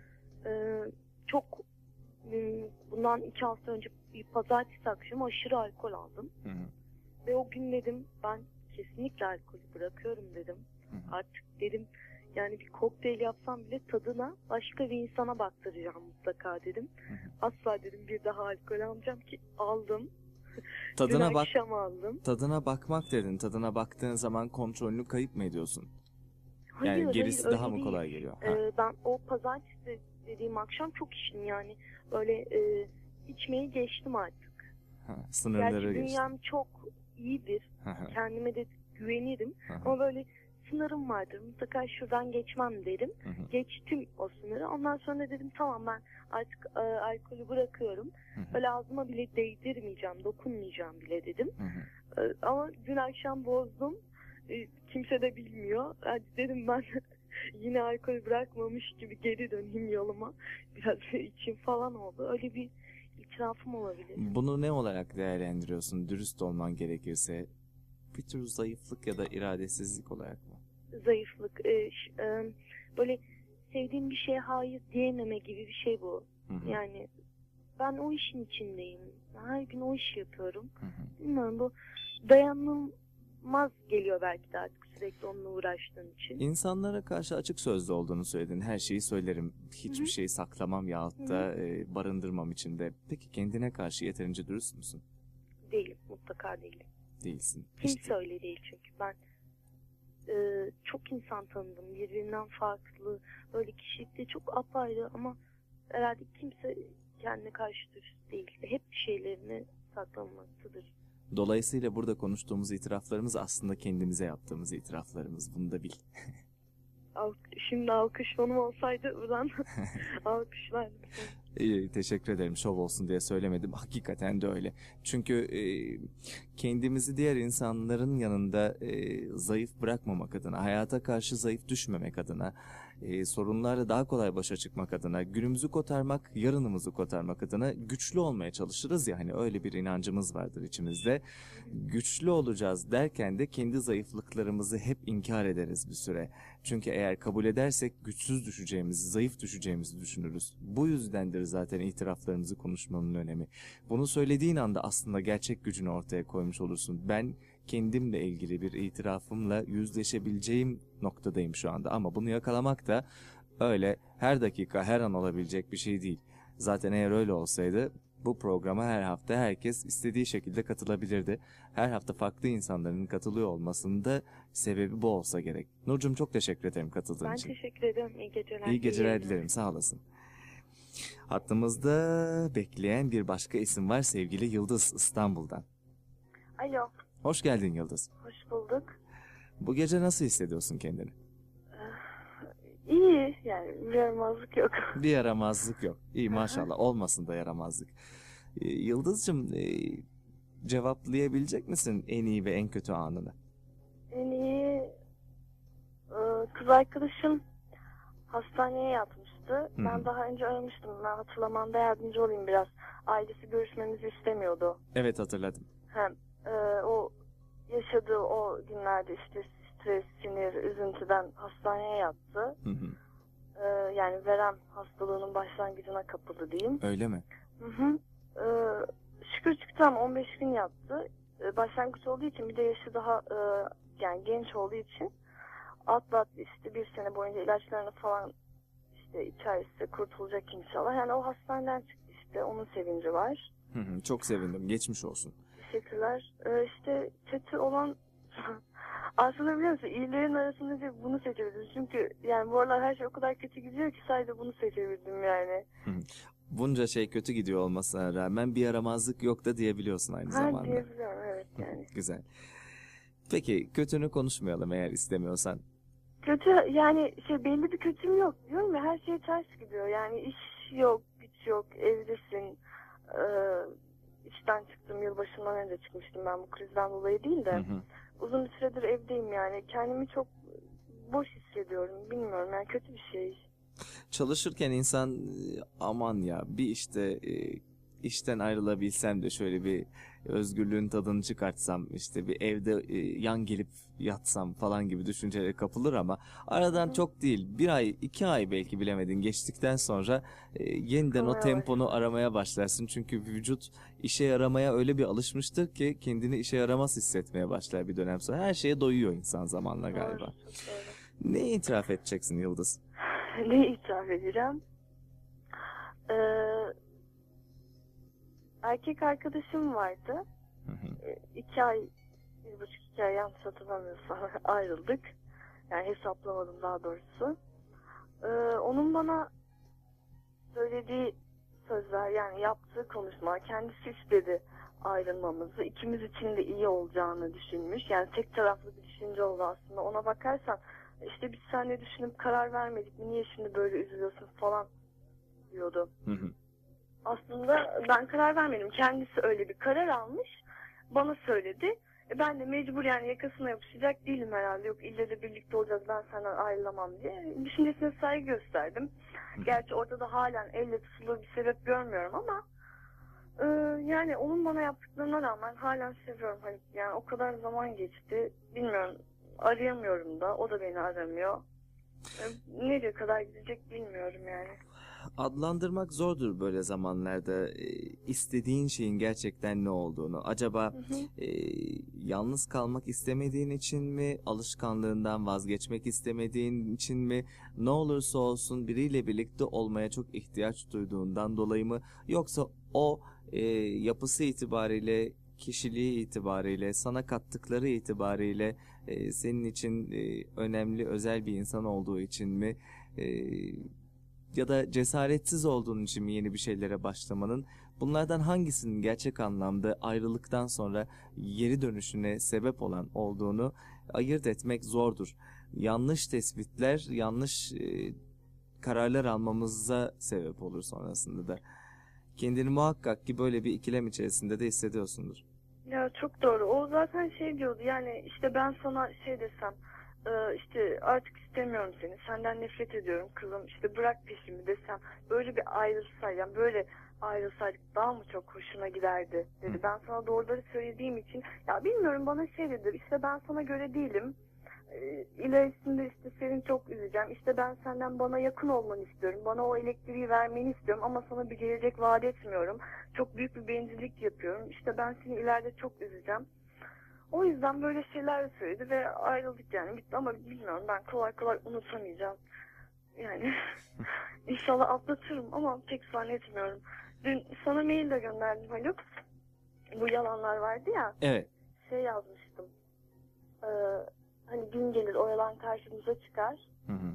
Çok bundan 2 hafta önce bir pazartesi akşamı aşırı alkol aldım. Ve o gün dedim ben kesinlikle alkolü bırakıyorum dedim. Artık dedim yani bir kokteyl yapsam bile tadına başka bir insana baktıracağım mutlaka dedim. Asla dedim bir daha alkol almayacağım ki aldım. Tadına bak. Aldım. Tadına bakmak dedin. Tadına baktığın zaman kontrolünü kayıp mı ediyorsun? Hayır, yani gerisi hayır, daha mı kolay geliyor? Ben o pazartesi dediğim akşam çok içtim yani. Böyle içmeyi geçtim artık. Sınırları gerçi geçtim. dünyam çok iyidir. Kendime de güvenirim. Ama böyle sınırım vardır. Mutlaka şuradan geçmem derim. Geçtim o sınırı. Ondan sonra dedim tamam, ben artık alkolü bırakıyorum. Böyle ağzıma bile değdirmeyeceğim, dokunmayacağım bile dedim. Ama dün akşam bozdum. Kimse de bilmiyor. Hadi dedim ben yine alkol bırakmamış gibi geri döneyim yoluma. Biraz içim falan oldu. Öyle bir itirafım olabilir. Bunu ne olarak değerlendiriyorsun? Dürüst olman gerekirse bir tür zayıflık ya da iradesizlik olarak mı? Zayıflık. Böyle sevdiğim bir şeye hayır diyememe gibi bir şey bu. Yani ben o işin içindeyim. Her gün o işi yapıyorum. Bilmiyorum, bu dayanılmaz geliyor belki de artık sürekli onunla uğraştığın için. İnsanlara karşı açık sözlü olduğunu söyledin. Her şeyi söylerim. Hiçbir şeyi saklamam yahut da barındırmam içinde. Peki kendine karşı yeterince dürüst müsün? Değilim. Mutlaka değilim. Değilsin. Kimse öyle değil çünkü. Ben çok insan tanıdım. Birbirinden farklı. Böyle kişilikte çok apayrı ama herhalde kimse kendine karşı dürüst değil. Hep bir şeylerini saklamaktadır. Dolayısıyla burada konuştuğumuz itiraflarımız aslında kendimize yaptığımız itiraflarımız. Bunu da bil. Şimdi alkışmanım olsaydı buradan alkışlardım. Teşekkür ederim. Şov olsun diye söylemedim. Hakikaten de öyle. Çünkü kendimizi diğer insanların yanında zayıf bırakmamak adına, hayata karşı zayıf düşmemek adına, sorunlarla daha kolay başa çıkmak adına, günümüzü kotarmak, yarınımızı kotarmak adına güçlü olmaya çalışırız ya, hani öyle bir inancımız vardır içimizde. Güçlü olacağız derken de kendi zayıflıklarımızı hep inkar ederiz bir süre. Çünkü eğer kabul edersek güçsüz düşeceğimizi, zayıf düşeceğimizi düşünürüz. Bu yüzdendir zaten itiraflarımızı konuşmanın önemi. Bunu söylediğin anda aslında gerçek gücünü ortaya koymuş olursun. Ben kendimle ilgili bir itirafımla yüzleşebileceğim noktadayım şu anda. Ama bunu yakalamak da öyle her dakika, her an olabilecek bir şey değil. Zaten eğer öyle olsaydı bu programa her hafta herkes istediği şekilde katılabilirdi. Her hafta farklı insanların katılıyor olmasında sebebi bu olsa gerek. Nurcuğum, çok teşekkür ederim katıldığın için. Ben teşekkür ederim. İyi geceler. İyi geceler dilerim. Sağ olasın. Hattımızda bekleyen bir başka isim var, sevgili Yıldız İstanbul'dan. Alo. Hoş geldin Yıldız. Hoş bulduk. Bu gece nasıl hissediyorsun kendini? İyi, yani bir yaramazlık yok. Bir yaramazlık yok. İyi, maşallah, olmasın da yaramazlık. Yıldız'cığım, cevaplayabilecek misin en iyi ve en kötü anını? En iyi kız arkadaşım hastaneye yatmıştı. Ben daha önce aramıştım. Ben hatırlamanda yardımcı olayım biraz. Ailesi görüşmemizi istemiyordu. Evet, hatırladım. Hem o yaşadığı o günlerde işte stres, sinir, üzüntüden hastaneye yattı. Yani verem hastalığının başlangıcına kapıldı diyeyim. Öyle mi? Şükür çıktı ama 15 gün yattı. Başlangıç olduğu için, bir de yaşı daha yani genç olduğu için atlattı, işte bir sene boyunca ilaçlarını falan işte içerisinde kurtulacak inşallah. Yani o hastaneden çıktı, işte onun sevinci var. Çok sevindim. Geçmiş olsun. Teşekkürler. İşte kötü olan aslında biliyor musun, iyilerin arasında bunu seçebildim. Çünkü yani bu aralar her şey o kadar kötü gidiyor ki sadece bunu seçebildim yani. Bunca şey kötü gidiyor olmasına rağmen bir yaramazlık yok da diyebiliyorsun aynı zamanda. Diyebiliyorum, evet yani. Güzel. Peki kötünü konuşmayalım eğer istemiyorsan. Kötü yani belli bir kötüm yok diyorum ya, her şey ters gidiyor. Yani iş yok, güç yok, evdesin. İşten çıktım, yılbaşından önce çıkmıştım ben bu krizden dolayı değil de. Uzun bir süredir evdeyim yani. Kendimi çok boş hissediyorum. Bilmiyorum yani, kötü bir şey. Çalışırken insan aman ya bir işte işten ayrılabilsem de şöyle bir özgürlüğün tadını çıkartsam, işte bir evde yan gelip yatsam falan gibi düşüncelere kapılır ama aradan çok değil, bir ay 2 ay belki bilemedin geçtikten sonra yeniden o temponu aramaya başlarsın. Çünkü vücut işe yaramaya öyle bir alışmıştır ki kendini işe yaramaz hissetmeye başlar bir dönem sonra. Her şeye doyuyor insan zamanla galiba. Ne itiraf edeceksin Yıldız? Ne itiraf edeceğim? Erkek arkadaşım vardı. 2 ay, 1,5-2 ay yanlış hatırlamıyorsam ayrıldık. Yani hesaplamadım daha doğrusu. Onun bana söylediği sözler, yani yaptığı konuşma, kendisi istedi ayrılmamızı. İkimiz için de iyi olacağını düşünmüş. Yani tek taraflı bir düşünce oldu aslında. Ona bakarsan işte biz seninle düşünüp karar vermedik mi, niye şimdi böyle üzülüyorsun falan diyordu. Aslında ben karar vermedim. Kendisi öyle bir karar almış. Bana söyledi. Ben de mecbur yani yakasına yapışacak değilim herhalde. Yok ille de birlikte olacağız, ben senden ayrılamam diye. Düşüncesine saygı gösterdim. Gerçi ortada halen elle tutulur bir sebep görmüyorum ama yani onun bana yaptıklarına rağmen halen seviyorum. Hani yani o kadar zaman geçti. Bilmiyorum. Arayamıyorum da. O da beni aramıyor. Nereye kadar gidecek bilmiyorum yani. Adlandırmak zordur böyle zamanlarda istediğin şeyin gerçekten ne olduğunu. Acaba yalnız kalmak istemediğin için mi, alışkanlığından vazgeçmek istemediğin için mi, ne olursa olsun biriyle birlikte olmaya çok ihtiyaç duyduğundan dolayı mı, yoksa o yapısı itibariyle, kişiliği itibariyle, sana kattıkları itibariyle senin için önemli, özel bir insan olduğu için mi, ya da cesaretsiz olduğun için mi yeni bir şeylere başlamanın, bunlardan hangisinin gerçek anlamda ayrılıktan sonra geri dönüşüne sebep olan olduğunu ayırt etmek zordur. Yanlış tespitler, yanlış kararlar almamıza sebep olur sonrasında da. Kendini muhakkak ki böyle bir ikilem içerisinde de hissediyorsundur. Ya çok doğru. O zaten şey diyordu, yani işte ben sana şey desem, işte artık istemiyorum seni, senden nefret ediyorum kızım, işte bırak peşimi desem, böyle bir ayrılsaydım, böyle ayrılsaydık daha mı çok hoşuna giderdi dedi. Ben sana doğruları söylediğim için, ya bilmiyorum, bana şey dedi, işte ben sana göre değilim. İlerisinde işte seni çok üzeceğim. İşte ben senden bana yakın olmanı istiyorum. Bana o elektriği vermeni istiyorum ama sana bir gelecek vaat etmiyorum. Çok büyük bir bencillik yapıyorum. İşte ben seni ileride çok üzeceğim. O yüzden böyle şeyler söyledi ve ayrıldık yani. Bitti ama bilmiyorum, ben kolay kolay unutamayacağım. Yani inşallah atlatırım ama pek zannetmiyorum. Dün sana mail de gönderdim Haluk. Bu yalanlar vardı ya. Evet. Şey yazmıştım. Hani gün gelir o yalan karşımıza çıkar.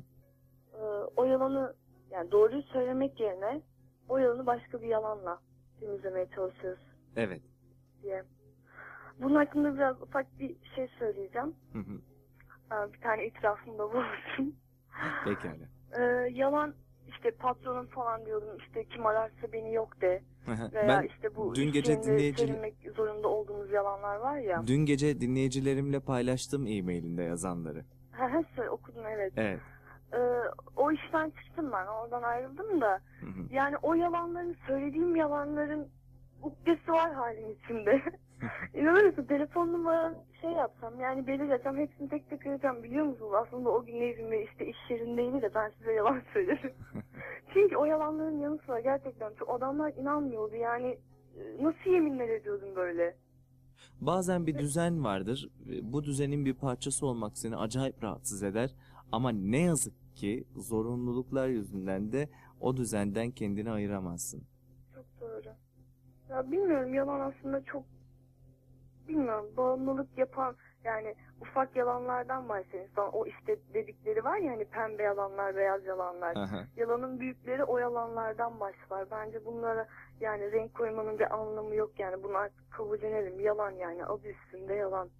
O yalanı, yani doğruyu söylemek yerine o yalanı başka bir yalanla temizlemeye çalışıyoruz. Evet. Diye. Bunun hakkında biraz ufak bir şey söyleyeceğim. Bir tane itirafımda bulunsun. Pekala. Yalan işte patronum falan diyordum, işte kim ararsa beni yok de. Veya Ben işte bu dün gece söylemek zorunda olduğumuz yalanlar var ya. Dün gece dinleyicilerimle paylaştım e-mailinde yazanları. Okudum, evet. Evet. O işten çıktım ben, oradan ayrıldım da. Yani o yalanların, söylediğim yalanların ukdesi var halin içinde. İnanır mısın, telefon numara şey yapsam, yani belirlesem, hepsini tek tek arayacağım, biliyor musunuz? Aslında o gün evimde işte iş yerindeydi de ben size yalan söylerim. Çünkü o yalanların yanı sıra gerçekten çok adamlar inanmıyordu yani, nasıl yeminler ediyordum böyle. Bazen bir düzen vardır. Bu düzenin bir parçası olmak seni acayip rahatsız eder. Ama ne yazık ki zorunluluklar yüzünden de o düzenden kendini ayıramazsın. Çok doğru. Ya bilmiyorum, yalan aslında çok, bilmiyorum, bağımlılık yapan, yani ufak yalanlardan bahsediyoruz. O işte dedikleri var ya hani, pembe yalanlar, beyaz yalanlar. Yalanın büyükleri o yalanlardan başlar. Bence bunlara yani renk koymanın bir anlamı yok yani. Bunu artık kabullenelim. Yalan yani, adı üstünde yalan.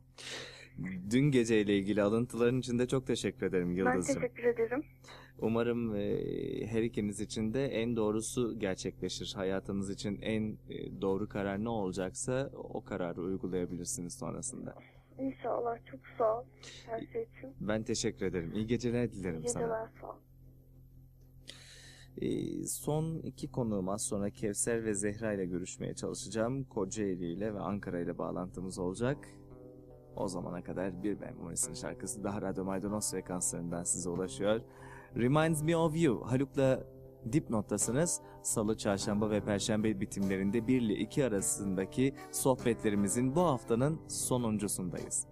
Dün geceyle ilgili alıntıların için de çok teşekkür ederim Yıldız'cığım. Ben teşekkür ederim. Umarım her ikiniz için de en doğrusu gerçekleşir. Hayatınız için en doğru karar ne olacaksa o kararı uygulayabilirsiniz sonrasında. İnşallah. Çok sağ ol her şey için. Ben teşekkür ederim. İyi geceler dilerim sana. İyi geceler, sağ ol. Son iki konuğum az sonra Kevser ve Zehra ile görüşmeye çalışacağım. Kocaeli ile ve Ankara ile bağlantımız olacak. O zamana kadar bir Ben Morris'in şarkısı daha Radyo Maydanoz frekanslarından size ulaşıyor. Reminds Me of You. Haluk'la Dipnot'tasınız. Salı, çarşamba ve perşembe bitimlerinde 1 ile 2 arasındaki sohbetlerimizin bu haftanın sonuncusundayız.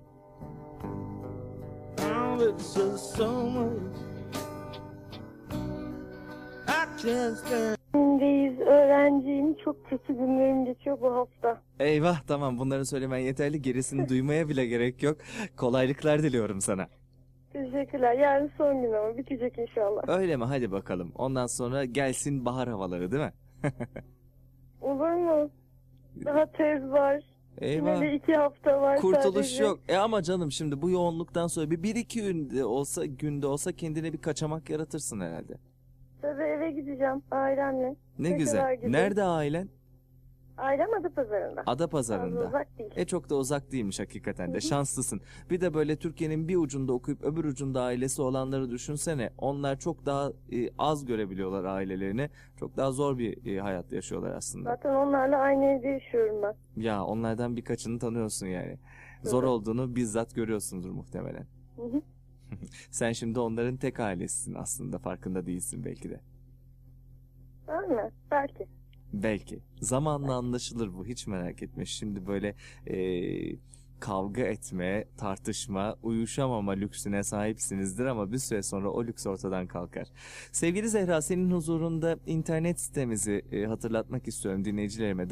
Şimdiyiz, öğrenciyim. Çok kötü günlerim geçiyor bu hafta. Eyvah, tamam, bunları söylemen yeterli. Gerisini duymaya bile gerek yok. Kolaylıklar diliyorum sana. Teşekkürler. Yarın son gün ama bitecek inşallah. Öyle mi? Hadi bakalım. Ondan sonra gelsin bahar havaları, değil mi? Olur mu? Daha tez var. Eyvah. Yine de 2 hafta var. Kurtuluş sadece. yok. Ama canım, şimdi bu yoğunluktan sonra bir iki günde olsa kendine bir kaçamak yaratırsın herhalde. Tabii eve gideceğim ailemle. Ne güzel. Nerede ailen? Ailem Adapazarı'nda. Adapazarı'nda. Az uzak değil. Çok da uzak değilmiş hakikaten de. Şanslısın. Bir de böyle Türkiye'nin bir ucunda okuyup öbür ucunda ailesi olanları düşünsene. Onlar çok daha az görebiliyorlar ailelerini. Çok daha zor bir hayat yaşıyorlar aslında. Zaten onlarla aynı evde yaşıyorum ben. Ya onlardan birkaçını tanıyorsun yani. Zor olduğunu bizzat görüyorsundur muhtemelen. Sen şimdi onların tek ailesisin aslında, farkında değilsin belki de. Öyle, belki. Belki. Zamanla anlaşılır bu, hiç merak etme. Şimdi böyle kavga etme, tartışma, uyuşamama lüksüne sahipsinizdir ama bir süre sonra o lüks ortadan kalkar. Sevgili Zehra, senin huzurunda internet sitemizi hatırlatmak istiyorum dinleyicilerime.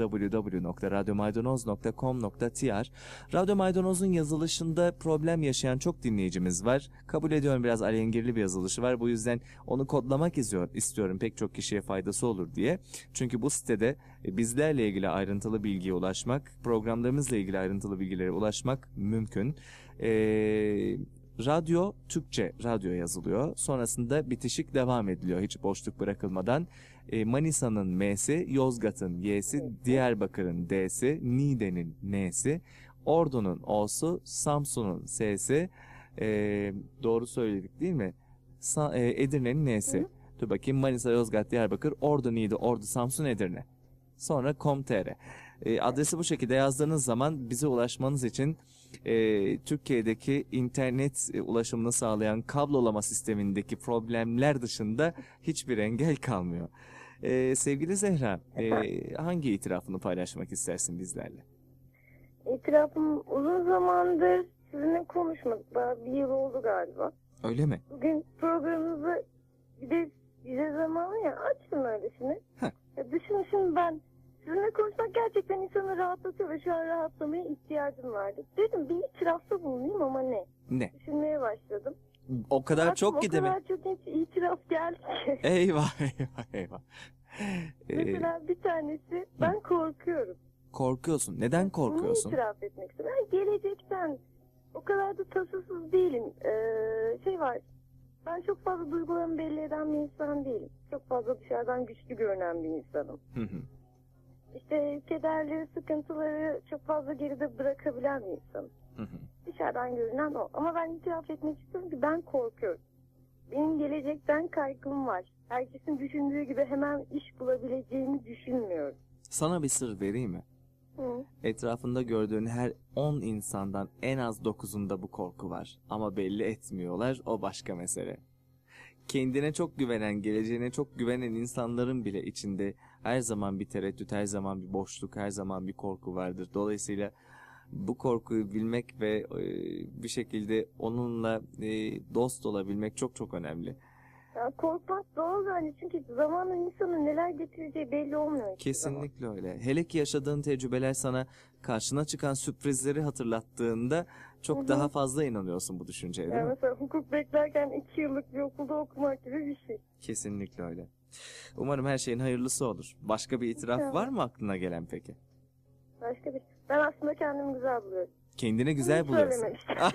www.radyomaydanoz.com.tr. Radyo Maydanoz'un yazılışında problem yaşayan çok dinleyicimiz var. Kabul ediyorum, biraz alengirli bir yazılışı var. Bu yüzden onu kodlamak istiyorum, pek çok kişiye faydası olur diye. Çünkü bu sitede bizlerle ilgili ayrıntılı bilgiye ulaşmak, programlarımızla ilgili ayrıntılı bilgilere ulaşmak mümkün. Radyo, Türkçe radyo yazılıyor. Sonrasında bitişik devam ediliyor hiç boşluk bırakılmadan. Manisa'nın M'si, Yozgat'ın Y'si, Diyarbakır'ın D'si, Niğde'nin N'si, Ordu'nun O'su, Samsun'un S'si, Doğru söyledik değil mi? Edirne'nin N'si. Dur bakayım, Manisa, Yozgat, Diyarbakır, Ordu, Niğde, Ordu, Samsun, Edirne. Sonra com.tr. Adresi bu şekilde yazdığınız zaman bize ulaşmanız için Türkiye'deki internet ulaşımını sağlayan kablolama sistemindeki problemler dışında hiçbir engel kalmıyor. Sevgili Zehra, hangi itirafını paylaşmak istersin bizlerle? İtirafım, uzun zamandır sizinle konuşmadık. Bayağı bir yıl oldu galiba. Öyle mi? Bugün programınızı bir de bize zamanı ya açtım öylesine. Ya düşünün, şimdi ben sizinle konuşmak gerçekten insanı rahatlatıyor ve şu an rahatlamaya ihtiyacım vardı. Dedim bir itirafta bulunayım ama ne? Ne? Düşünmeye başladım. O kadar Aklıma çok ki demek. O kadar çok itiraf geldi ki. Eyvah eyvah eyvah. Mesela bir tanesi, ben korkuyorum. Korkuyorsun. Neden korkuyorsun? Bunu itiraf etmek istiyorum. Ben gelecekten o kadar da tasasız değilim. Şey var, ben çok fazla duygularımı belli eden bir insan değilim. Çok fazla dışarıdan güçlü görünen bir insanım. İşte kederleri, sıkıntıları çok fazla geride bırakabilen bir insanım. Dışarıdan görünen o. Ama ben itiraf etmek istiyorum ki ben korkuyorum. Benim gelecekten kaygım var. Herkesin düşündüğü gibi hemen iş bulabileceğimi düşünmüyorum. Sana bir sır vereyim mi? Etrafında gördüğün her 10 insandan en az 9'unda bu korku var. Ama belli etmiyorlar, o başka mesele. Kendine çok güvenen, geleceğine çok güvenen insanların bile içinde her zaman bir tereddüt, her zaman bir boşluk, her zaman bir korku vardır. Dolayısıyla bu korkuyu bilmek ve bir şekilde onunla dost olabilmek çok çok önemli. Ya korkmak doğal yani, çünkü zamanla insanın neler getireceği belli olmuyor. Kesinlikle öyle. Hele ki yaşadığın tecrübeler sana karşına çıkan sürprizleri hatırlattığında çok daha fazla inanıyorsun bu düşünceye, değil mi? Mesela hukuk beklerken 2 yıllık bir okulda okumak gibi bir şey. Kesinlikle öyle. Umarım her şeyin hayırlısı olur. Başka bir itiraf var mı aklına gelen peki? Başka bir şey. Ben aslında kendimi güzel buluyorum. Kendini güzel buluyorsun.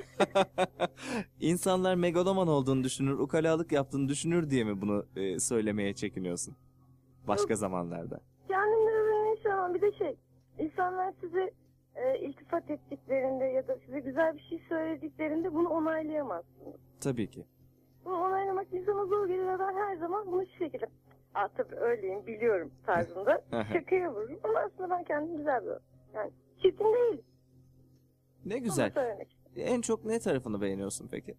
İnsanlar megaloman olduğunu düşünür, ukalalık yaptığını düşünür diye mi bunu söylemeye çekiniyorsun? Başka zamanlarda. Kendimden öğrenmiş ama bir de insanlar size iltifat ettiklerinde ya da size güzel bir şey söylediklerinde bunu onaylayamazsınız. Tabii ki. Bunu onaylamak insana zor geliyor. Ben her zaman bunu şu şekilde, tabii öyleyim biliyorum tarzında şakaya vururum. Ama aslında ben kendimi güzel buluyorum. Yani çirkin değil. Ne güzel. En çok ne tarafını beğeniyorsun peki?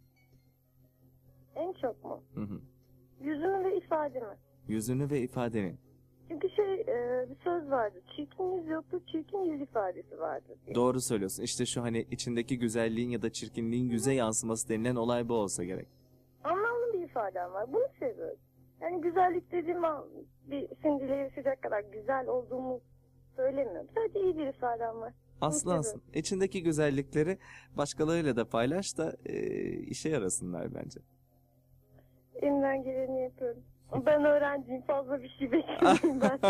En çok mu? Yüzümü ve ifademi. Yüzünü ve ifadeni. Çünkü bir söz vardı. Çirkin yüz yoktu, çirkin yüz ifadesi vardı diye. Doğru söylüyorsun. İşte şu hani içindeki güzelliğin ya da çirkinliğin yüze yansıması denilen olay bu olsa gerek. Anlamlı bir ifadem var. Bunu seviyorum. Yani güzellik dediğim bir sindirle yarışacak kadar güzel olduğumu söylemiyorum. Sadece iyi bir ifadem var. Aslansın. İçindeki güzellikleri başkalarıyla da paylaş da işe yarasınlar bence. Elimden geleni yapıyorum. Ben öğrenciyim, fazla bir şey bekliyorum ben.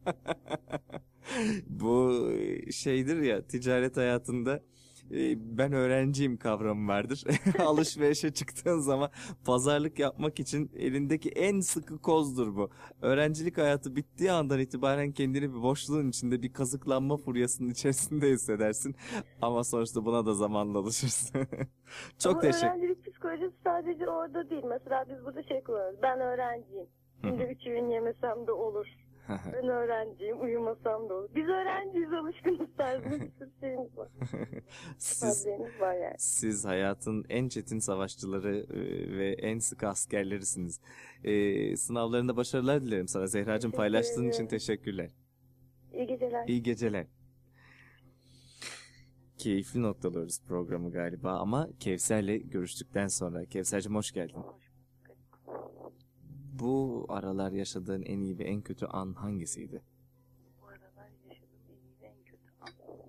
Bu şeydir ya, ticaret hayatında ben öğrenciyim kavramı vardır. Alışverişe çıktığın zaman pazarlık yapmak için elindeki en sıkı kozdur bu. Öğrencilik hayatı bittiği andan itibaren kendini bir boşluğun içinde, bir kazıklanma furyasının içerisinde hissedersin. Ama sonuçta buna da zamanla alışırsın. Çok teşekkür. Öğrencilik psikolojisi sadece orada değil. Mesela biz burada kullanıyoruz. Ben öğrenciyim. Şimdi 3 öğün yemesem de olur. Ben öğrenciyim, uyumasam da olur. Biz öğrenciyiz, alışkınız tarzında bir sürü şeyimiz var. Siz hayatın en çetin savaşçıları ve en sıkı askerlerisiniz. Sınavlarında başarılar dilerim sana Zehracığım. Paylaştığın için teşekkürler. İyi geceler. İyi geceler. Keyifli noktalıyoruz programı galiba ama Kevser'le görüştükten sonra. Kevser'cim hoş geldin. Bu aralar yaşadığın en iyi ve en kötü an hangisiydi? Bu aralar yaşadığım en iyi ve en kötü an.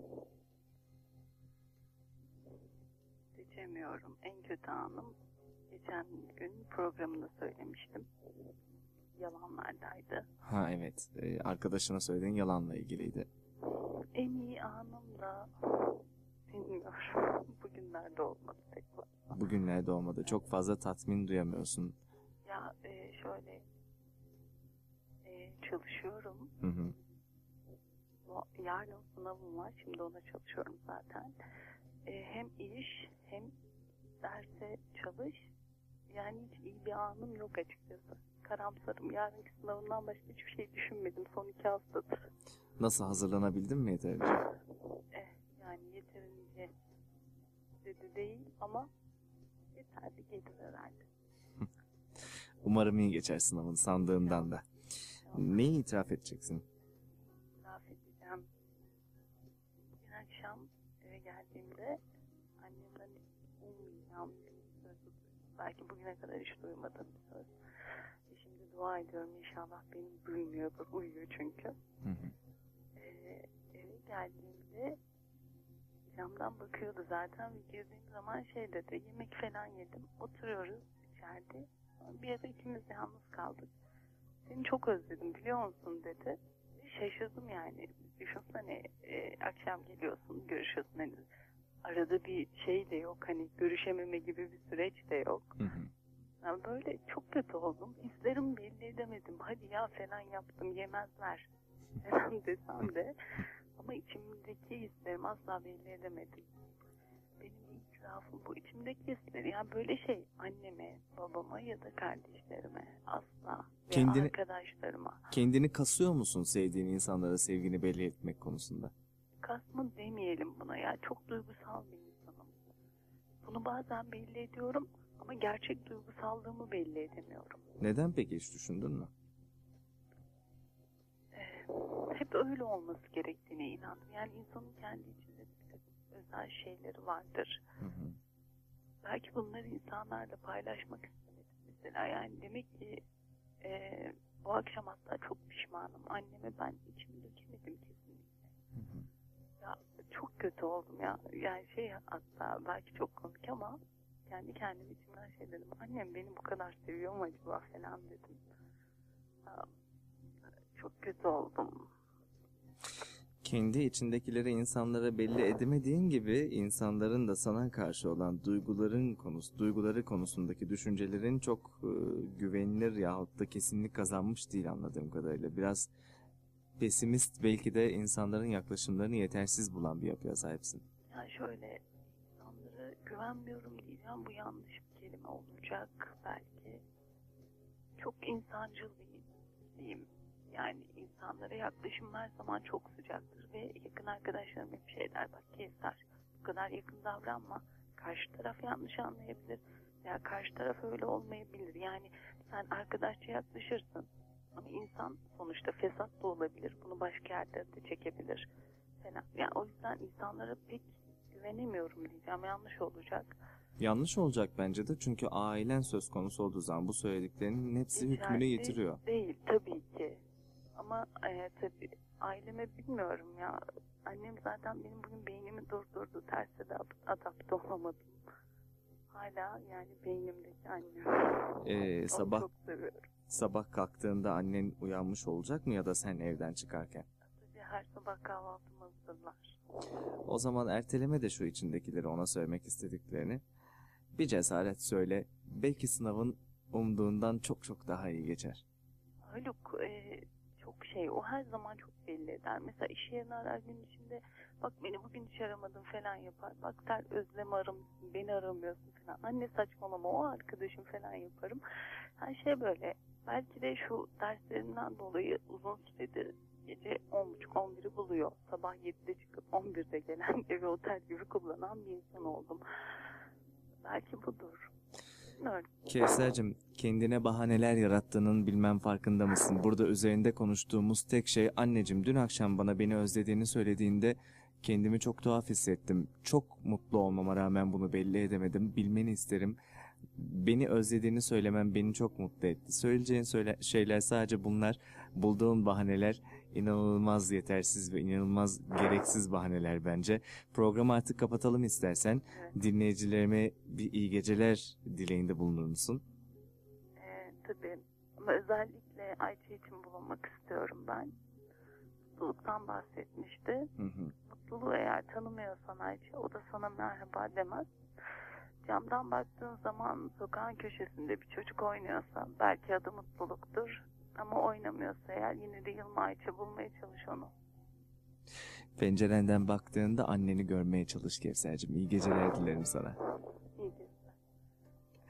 Seçemiyorum. En kötü anım geçen gün programında söylemiştim. Yalanlardaydı. Ha evet. Arkadaşına söylediğin yalanla ilgiliydi. En iyi anım da bilmiyorum. Bugünlerde olmadı pek fazla. Bugünlerde olmadı. Çok fazla tatmin duyamıyorsun. Ya şöyle çalışıyorum. Yarın sınavım var. Şimdi ona çalışıyorum zaten. Hem iş hem derse çalış. Yani hiç iyi bir anım yok açıkçası. Karamsarım. Yarınki sınavından başka hiçbir şey düşünmedim son 2 haftadır. Nasıl, hazırlanabildin mi yeterince? Yani yeterince dedi değil ama yeterli gelir herhalde. Umarım iyi geçer sınavın, sandığından da. Neyi itiraf edeceksin? İtiraf edeceğim. Bir akşam eve geldiğimde annemden ummayacağım bir söz duydum. Belki bugüne kadar hiç duymadığım bir söz. Şimdi dua ediyorum, inşallah beni duymuyordur. Uyuyor çünkü. Eve geldiğimde camdan bakıyordu zaten ve girdiğim zaman şey dedi, yemek falan yedim. Oturuyoruz içeride. Bir ara ikimiz de yalnız kaldık. Seni çok özledim biliyor musun dedi. Şaşırdım yani. Düşünsene akşam geliyorsun, görüşüyorsun. Hani arada bir şey de yok. Hani görüşememe gibi bir süreç de yok. Yani böyle çok kötü oldum. Hislerimi belli edemedim. Hadi ya falan yaptım, yemezler falan desem de. Ama içimdeki hislerimi asla belli edemedim. Benim itirafım bu. İçimdeki hisleri yani böyle şey, anneme, babama ya da kardeşlerime asla veya arkadaşlarıma. Kendini kasıyor musun sevdiğin insanlara sevgini belli etmek konusunda? Kasma demeyelim buna ya. Çok duygusal bir insanım. Bunu bazen belli ediyorum ama gerçek duygusallığımı belli edemiyorum. Neden peki, hiç düşündün mü? Hep öyle olması gerektiğine inandım. Yani insanın kendi içinde özel şeyleri vardır. Belki bunları insanlarla paylaşmak istemedim mesela. Yani demek ki bu akşam hatta çok pişmanım. Anneme ben içimi dökemedim kesinlikle. Ya çok kötü oldum ya. Yani hatta belki çok komik ama kendi kendime içimden şey dedim. Annem beni bu kadar seviyor mu acaba falan dedim. Ya, çok kötü oldum. Kendi içindekileri insanlara belli edemediğin gibi insanların da sana karşı olan duyguları konusundaki düşüncelerin çok güvenilir yahut da kesinlik kazanmış değil anladığım kadarıyla. Biraz pesimist, belki de insanların yaklaşımlarını yetersiz bulan bir yapıya sahipsin. Yani şöyle, insanlara güvenmiyorum diyeceğim, bu yanlış bir kelime olacak belki. Çok insancıl diyeyim. Yani insanlara yaklaşım her zaman çok sıcaktır ve yakın arkadaşlarım hep şey der, bak Kevser bu kadar yakın davranma, karşı taraf yanlış anlayabilir veya karşı taraf öyle olmayabilir. Yani sen arkadaşça yaklaşırsın ama insan sonuçta fesat da olabilir, bunu başka yerde de çekebilir falan. Yani o yüzden insanlara pek güvenemiyorum diyeceğim, yanlış olacak. Yanlış olacak bence de, çünkü ailen söz konusu olduğu zaman bu söylediklerinin hepsi hükmünü yitiriyor. Değil tabii ki. Ama tabii aileme bilmiyorum ya. Annem zaten benim bugün beynimi durdurdu. Terse de adapte olamadım. Hala yani beynimdeki annem. Çok seviyorum. Sabah kalktığında annen uyanmış olacak mı ya da sen evden çıkarken? Tabii her sabah kahvaltımı hazırlar. O zaman erteleme de şu içindekileri, ona söylemek istediklerini. Bir cesaret söyle. Belki sınavın umduğundan çok çok daha iyi geçer. Haluk, çok o her zaman çok belli eder. Mesela iş yerine arar gün içinde, bak beni bugün hiç aramadın falan yapar. Bak sen Özlem aramışsın, beni aramıyorsun falan. Anne saçmalama, o arkadaşım falan yaparım. Her şey böyle. Belki de şu derslerinden dolayı uzun süredir gece 10.30-11'i buluyor. Sabah 7'de çıkıp 11'de gelen, evi otel gibi kullanan bir insan oldum. Belki budur. Kevser'cim, kendine bahaneler yarattığının bilmem farkında mısın? Burada üzerinde konuştuğumuz tek şey, anneciğim dün akşam bana beni özlediğini söylediğinde kendimi çok tuhaf hissettim. Çok mutlu olmama rağmen bunu belli edemedim. Bilmeni isterim. Beni özlediğini söylemem beni çok mutlu etti. Söyleyeceğin şeyler sadece bunlar. Bulduğun bahaneler inanılmaz yetersiz ve inanılmaz gereksiz bahaneler bence. Programı artık kapatalım istersen. Evet. Dinleyicilerime bir iyi geceler dileğinde bulunur musun? Tabii. Ama özellikle Ayça için bulunmak istiyorum ben. Mutluluktan bahsetmişti. Mutluluğu eğer tanımıyorsan Ayça, o da sana merhaba demez. Camdan baktığın zaman sokağın köşesinde bir çocuk oynuyorsa belki adı mutluluktur. Ama oynamıyorsa eğer yine de Yılma Ayça, bulmaya çalış onu. Pencerenden baktığında anneni görmeye çalış Kevser'cim. İyi geceler dilerim sana. İyi geceler.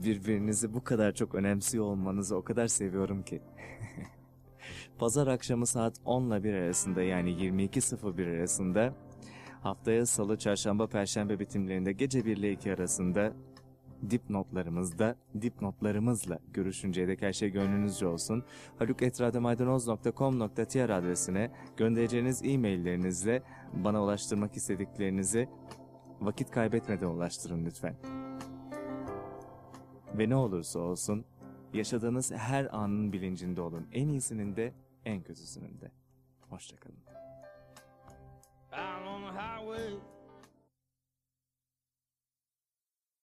Birbirinizi bu kadar çok önemsiyor olmanızı o kadar seviyorum ki. Pazar akşamı saat 10 ile 1 arasında, yani 22.01 arasında, haftaya salı, çarşamba, perşembe bitimlerinde gece 1 ile 2 arasında dipnotlarımızla görüşünceye dek her şey gönlünüzce olsun. haluk@radyomaydanoz.com.tr adresine göndereceğiniz e-maillerinizle bana ulaştırmak istediklerinizi vakit kaybetmeden ulaştırın lütfen. Ve ne olursa olsun yaşadığınız her anın bilincinde olun. En iyisinin de en kötüsünün de. Hoşça kalın. Out on the highway